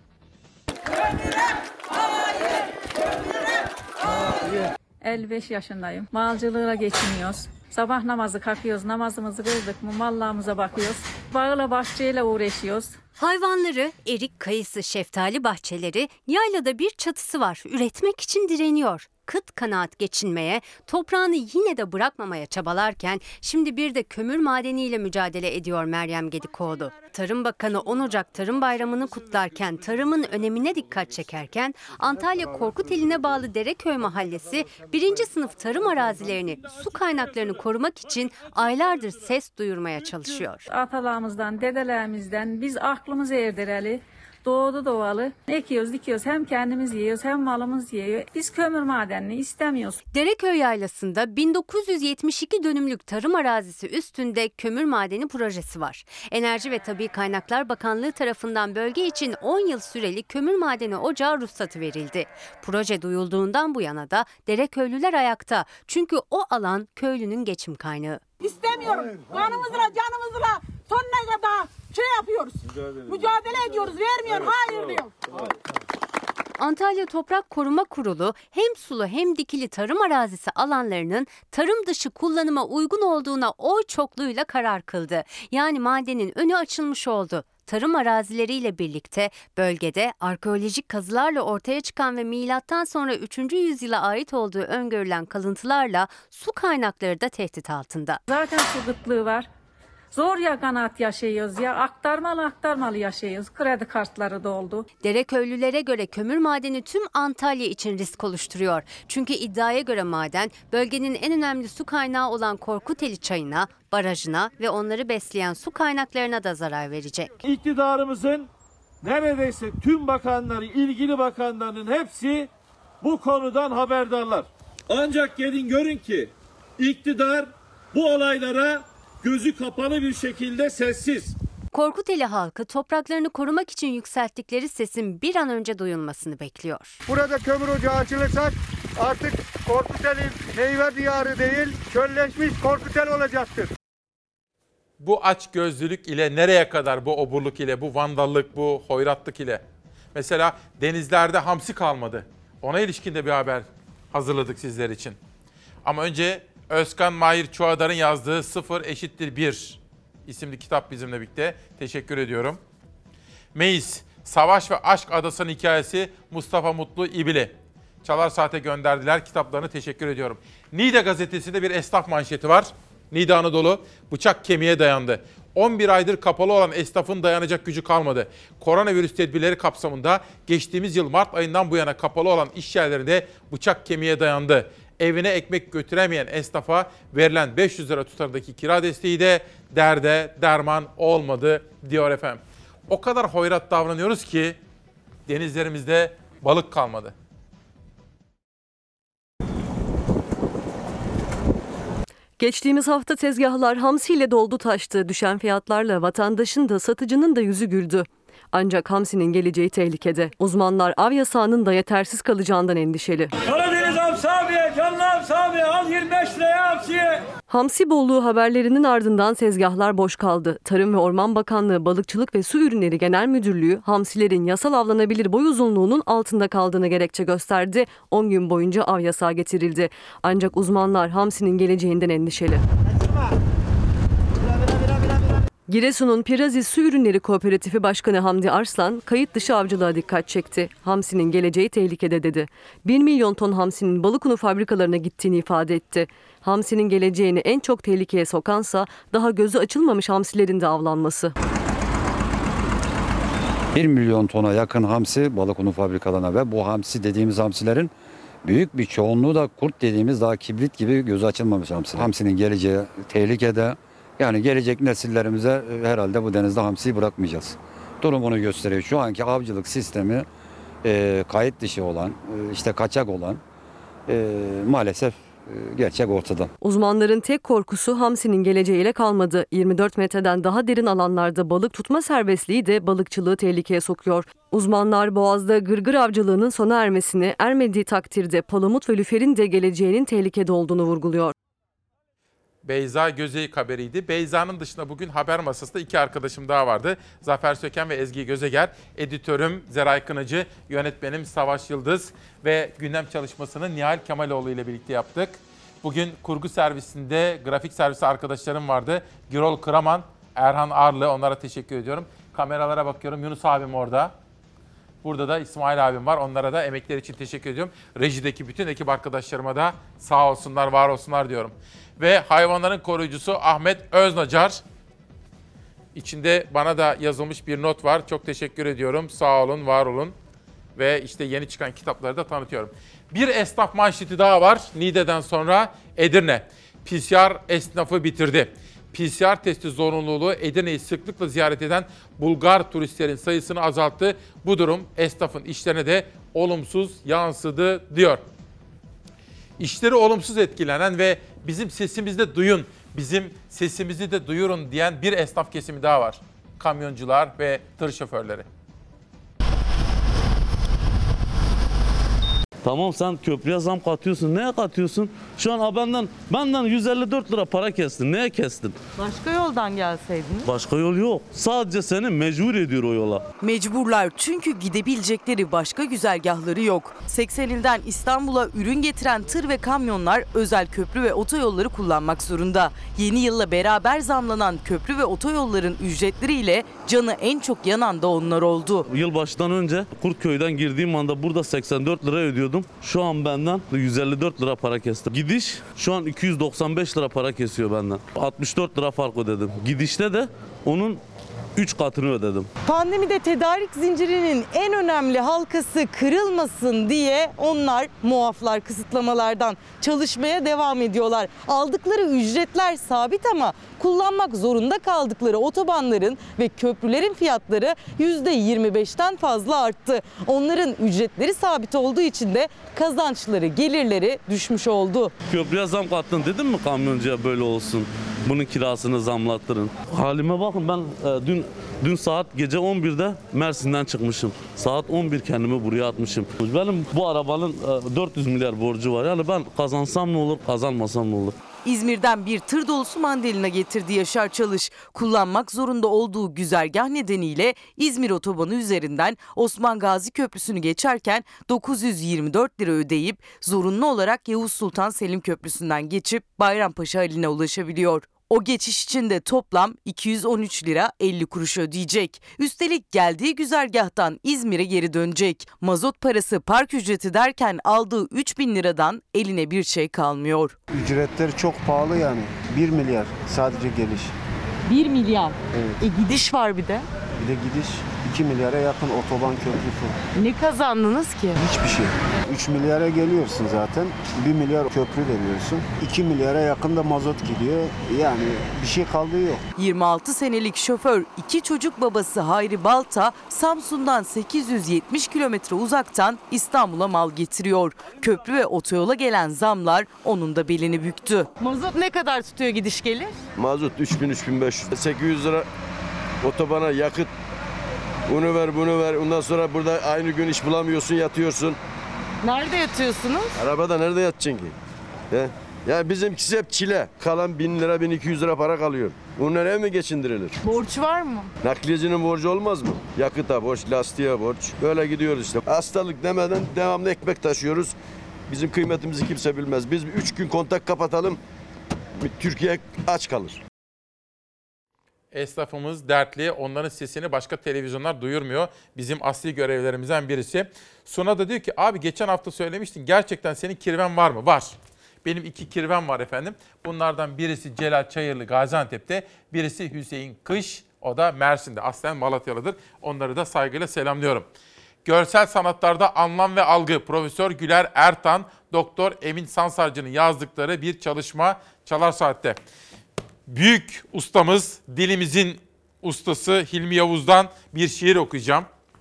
55 yaşındayım. Malcılığa geçiniyoruz. Sabah namazı kalkıyoruz, namazımızı kıldık mı mallarımıza bakıyoruz. Bağla bahçeyle uğraşıyoruz. Hayvanları, erik, kayısı, şeftali bahçeleri, yaylada bir çatısı var. Üretmek için direniyor. Kıt kanaat geçinmeye, toprağını yine de bırakmamaya çabalarken şimdi bir de kömür madeniyle mücadele ediyor Meryem Gedikoğlu. Tarım Bakanı 10 Ocak Tarım Bayramı'nı kutlarken, tarımın önemine dikkat çekerken Antalya Korkuteli'ne bağlı Dereköy Mahallesi 1. sınıf tarım arazilerini, su kaynaklarını korumak için aylardır ses duyurmaya çalışıyor. Atalarımızdan, dedelerimizden biz aklımızı erdireli. Doğdu doğalı ekiyoruz, dikiyoruz. Hem kendimiz yiyoruz hem malımız yiyor. Biz kömür madenini istemiyoruz. Dereköy Yaylası'nda 1972 dönümlük tarım arazisi üstünde kömür madeni projesi var. Enerji ve Tabii Kaynaklar Bakanlığı tarafından bölge için 10 yıl süreli kömür madeni ocağı ruhsatı verildi. Proje duyulduğundan bu yana da Dereköylüler ayakta. Çünkü o alan köylünün geçim kaynağı. İstemiyorum. Kanımızla, canımızla sonuna kadar yapıyoruz. Mücadele ediyoruz. Vermiyor. Hayır diyor. Antalya Toprak Koruma Kurulu hem sulu hem dikili tarım arazisi alanlarının tarım dışı kullanıma uygun olduğuna oy çokluğuyla karar kıldı. Yani madenin önü açılmış oldu. tarım arazileriyle birlikte bölgede arkeolojik kazılarla ortaya çıkan ve milattan sonra 3. yüzyıla ait olduğu öngörülen kalıntılarla su kaynakları da tehdit altında. Zaten su kıtlığı var. Zor ya kanaat yaşıyoruz ya. Aktarmalı yaşıyoruz. Kredi kartları doldu. Dereköylülere göre kömür madeni tüm Antalya için risk oluşturuyor. Çünkü iddiaya göre maden bölgenin en önemli su kaynağı olan Korkuteli Çayı'na, barajına ve onları besleyen su kaynaklarına da zarar verecek. İktidarımızın neredeyse tüm bakanları, ilgili bakanların hepsi bu konudan haberdarlar. Ancak gelin görün ki iktidar bu olaylara gözü kapalı bir şekilde sessiz. Korkuteli halkı topraklarını korumak için yükselttikleri sesin bir an önce duyulmasını bekliyor. Burada kömür ocağı açılırsak artık Korkuteli meyve diyarı değil, çölleşmiş Korkuteli olacaktır. Bu açgözlülük ile nereye kadar, bu oburluk ile, bu vandallık, bu hoyratlık ile? Mesela denizlerde hamsi kalmadı. Ona ilişkin de bir haber hazırladık sizler için. Ama önce Özkan Mahir Çuadar'ın yazdığı 0 = 1 isimli kitap bizimle birlikte. Teşekkür ediyorum. Meis, Savaş ve Aşk Adası'nın hikayesi Mustafa Mutlu İbili. Çalar Saat'e gönderdiler kitaplarını, teşekkür ediyorum. Niğde gazetesinde bir esnaf manşeti var. Niğde Anadolu, bıçak kemiğe dayandı. 11 aydır kapalı olan esnafın dayanacak gücü kalmadı. Koronavirüs tedbirleri kapsamında geçtiğimiz yıl Mart ayından bu yana kapalı olan iş yerlerinde bıçak kemiğe dayandı. Evine ekmek götüremeyen esnafa verilen 500 lira tutarındaki kira desteği de derde derman olmadı diyor efendim. O kadar hoyrat davranıyoruz ki denizlerimizde balık kalmadı. Geçtiğimiz hafta tezgahlar hamsiyle doldu taştı. Düşen fiyatlarla vatandaşın da satıcının da yüzü güldü. Ancak hamsinin geleceği tehlikede. Uzmanlar av yasağının da yetersiz kalacağından endişeli. Karadeniz hamsi abi, canlı hamsi abi, al 25 liraya hamsiye. Hamsi bolluğu haberlerinin ardından tezgahlar boş kaldı. Tarım ve Orman Bakanlığı Balıkçılık ve Su Ürünleri Genel Müdürlüğü hamsilerin yasal avlanabilir boy uzunluğunun altında kaldığını gerekçe gösterdi. 10 gün boyunca av yasağı getirildi. Ancak uzmanlar hamsinin geleceğinden endişeli. Giresun'un Pirazi Su Ürünleri Kooperatifi Başkanı Hamdi Arslan, kayıt dışı avcılığa dikkat çekti. Hamsinin geleceği tehlikede dedi. 1 milyon ton hamsinin balık unu fabrikalarına gittiğini ifade etti. Hamsinin geleceğini en çok tehlikeye sokansa daha gözü açılmamış hamsilerin de avlanması. 1 milyon tona yakın hamsi balık unu fabrikalarına ve bu hamsi dediğimiz hamsilerin büyük bir çoğunluğu da kurt dediğimiz daha kibrit gibi gözü açılmamış hamsi. Hamsinin geleceği tehlikede. Yani gelecek nesillerimize herhalde bu denizde hamsiyi bırakmayacağız. Durum bunu gösteriyor. Şu anki avcılık sistemi kayıt dışı olan, işte kaçak olan maalesef gerçek ortada. Uzmanların tek korkusu hamsinin geleceğiyle kalmadı. 24 metreden daha derin alanlarda balık tutma serbestliği de balıkçılığı tehlikeye sokuyor. Uzmanlar Boğaz'da gırgır avcılığının sona ermediği takdirde palamut ve lüferin de geleceğinin tehlikede olduğunu vurguluyor. Beyza Gözeyik haberiydi. Beyza'nın dışında bugün haber masasında 2 arkadaşım daha vardı. Zafer Söken ve Ezgi Gözeger. Editörüm Zeray Kınacı, yönetmenim Savaş Yıldız ve gündem çalışmasını Nihal Kemaloğlu ile birlikte yaptık. Bugün kurgu servisinde grafik servisi arkadaşlarım vardı. Gürol Kıraman, Erhan Arlı, onlara teşekkür ediyorum. Kameralara bakıyorum, Yunus abim orada. Burada da İsmail abim var. Onlara da emekleri için teşekkür ediyorum. Rejideki bütün ekip arkadaşlarıma da sağ olsunlar, var olsunlar diyorum. Ve hayvanların koruyucusu Ahmet Öznacar. İçinde bana da yazılmış bir not var. Çok teşekkür ediyorum. Sağ olun, var olun. Ve işte yeni çıkan kitapları da tanıtıyorum. Bir esnaf manşeti daha var. Niğde'den sonra Edirne. PCR esnafı bitirdi. PCR testi zorunluluğu Edirne'yi sıklıkla ziyaret eden Bulgar turistlerin sayısını azalttı. Bu durum esnafın işlerine de olumsuz yansıdı diyor. İşleri olumsuz etkilenen ve bizim sesimizi de duyun, bizim sesimizi de duyurun diyen bir esnaf kesimi daha var. Kamyoncular ve tır şoförleri. Tamam sen köprüye zam katıyorsun. Neye katıyorsun? Şu an benden 154 lira para kestin. Neye kestin? Başka yoldan gelseydiniz. Başka yol yok. Sadece seni mecbur ediyor o yola. Mecburlar çünkü gidebilecekleri başka güzergahları yok. 80 ilden İstanbul'a ürün getiren tır ve kamyonlar özel köprü ve otoyolları kullanmak zorunda. Yeni yılla beraber zamlanan köprü ve otoyolların ücretleriyle canı en çok yanan da onlar oldu. Yılbaşından önce Kurtköy'den girdiğim anda burada 84 lira ödüyordum. Şu an benden 154 lira para kesti. Gidiş şu an 295 lira para kesiyor benden. 64 lira fark ödedim. Gidişte de onun 3 katını ödedim. Pandemide tedarik zincirinin en önemli halkası kırılmasın diye onlar muaflar kısıtlamalardan çalışmaya devam ediyorlar. Aldıkları ücretler sabit ama kullanmak zorunda kaldıkları otobanların ve köprülerin fiyatları %25'ten fazla arttı. Onların ücretleri sabit olduğu için de kazançları, gelirleri düşmüş oldu. Köprüye zam kattın dedim mi kamyoncuya böyle olsun? Bunun kirasını zamlattırın. Halime bakın ben dün saat gece 11'de Mersin'den çıkmışım. Saat 11 kendimi buraya atmışım. Benim bu arabanın 400 milyar borcu var. Yani ben kazansam ne olur, kazanmasam ne olur? İzmir'den bir tır dolusu mandalina getirdi Yaşar Çalış. Kullanmak zorunda olduğu güzergah nedeniyle İzmir otobanı üzerinden Osman Gazi Köprüsü'nü geçerken 924 lira ödeyip zorunlu olarak Yavuz Sultan Selim Köprüsü'nden geçip Bayrampaşa haline ulaşabiliyor. O geçiş için de toplam 213 lira 50 kuruş ödeyecek. Üstelik geldiği güzergahtan İzmir'e geri dönecek. Mazot parası, park ücreti derken aldığı 3.000 liradan eline bir şey kalmıyor. Ücretler çok pahalı yani. 1 milyar sadece geliş. 1 milyar. Evet. Gidiş var bir de. Bir de gidiş 2 milyara yakın otoban köprüsü. Ne kazandınız ki? Hiçbir şey. 3 milyara geliyorsun zaten. 1 milyar köprü veriyorsun. 2 milyara yakın da mazot gidiyor. Yani bir şey kaldığı yok. 26 senelik şoför, 2 çocuk babası Hayri Balta, Samsun'dan 870 kilometre uzaktan İstanbul'a mal getiriyor. Köprü ve otoyola gelen zamlar onun da belini büktü. Mazot ne kadar tutuyor gidiş gelir? Mazot 3.000-3.500. 800 lira otobana yakıt. Bunu ver, bunu ver. Ondan sonra burada aynı gün iş bulamıyorsun, yatıyorsun. Nerede yatıyorsunuz? Arabada nerede yatacaksın ki? He? Yani bizimkisi hep çile. Kalan 1000 lira, 1200 lira para kalıyor. Bunlar ev mi geçindirilir? Borç var mı? Nakliyecinin borcu olmaz mı? Yakıta borç, lastiğe borç. Böyle gidiyoruz işte. Hastalık demeden devamlı ekmek taşıyoruz. Bizim kıymetimizi kimse bilmez. Biz 3 gün kontak kapatalım. Türkiye aç kalır. Esnafımız dertli. Onların sesini başka televizyonlar duyurmuyor. Bizim asli görevlerimizden birisi. Suna da diyor ki abi geçen hafta söylemiştin. Gerçekten senin kirven var mı? Var. Benim 2 kirven var efendim. Bunlardan birisi Celal Çayırlı Gaziantep'te. Birisi Hüseyin Kış. O da Mersin'de. Aslen Malatyalıdır. Onları da saygıyla selamlıyorum. Görsel sanatlarda anlam ve algı. Profesör Güler Ertan, Doktor Emin Sansarcı'nın yazdıkları bir çalışma Çalar Saat'te. Büyük ustamız, dilimizin ustası Hilmi Yavuz'dan bir şiir okuyacağım.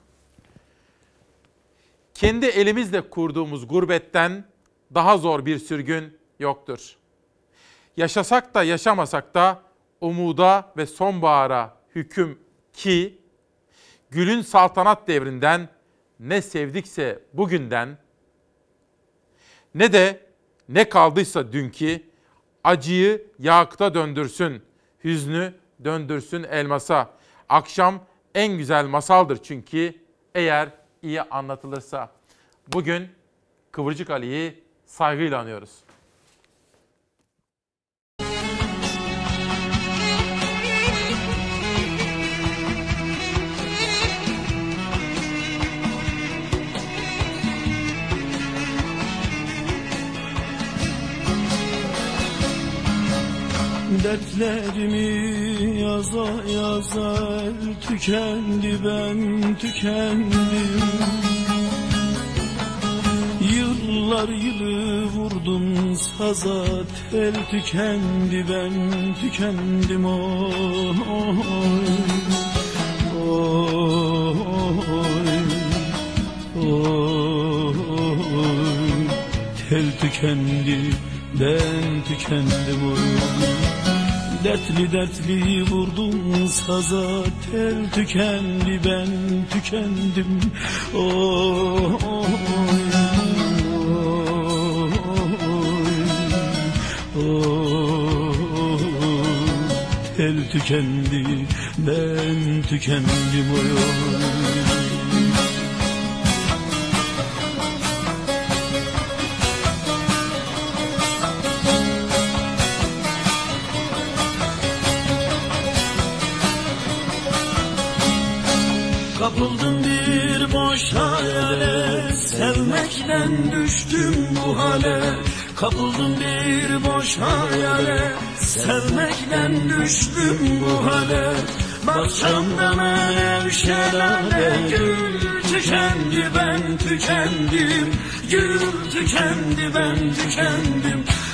Kendi elimizle kurduğumuz gurbetten daha zor bir sürgün yoktur. Yaşasak da yaşamasak da umuda ve sonbahara hüküm ki, gülün saltanat devrinden ne sevdikse bugünden, ne de ne kaldıysa dünkü, acıyı yakuta döndürsün, hüznü döndürsün elmasa. Akşam en güzel masaldır çünkü eğer iyi anlatılırsa. Bugün Kıvırcık Ali'yi saygıyla anıyoruz. Dertlerimi yaza yaza tükendi, ben tükendim. Yıllar yılı vurdum saza, tel tükendi, ben tükendim. Oy, oy, oy, tel tükendi, ben tükendim. Oy. Dertli dertli vurdum saza, tel tükendi, ben tükendim. Oy, oy, tükendi, ben tükendim oy. Kapıldım bir boş hayale, sevmekten düştüm bu hale. Kapıldım bir boş hayale, sevmekten düştüm bu hale. Bahçemde menev şelale, gül tükendi ben tükendim. Gül tükendi ben tükendim.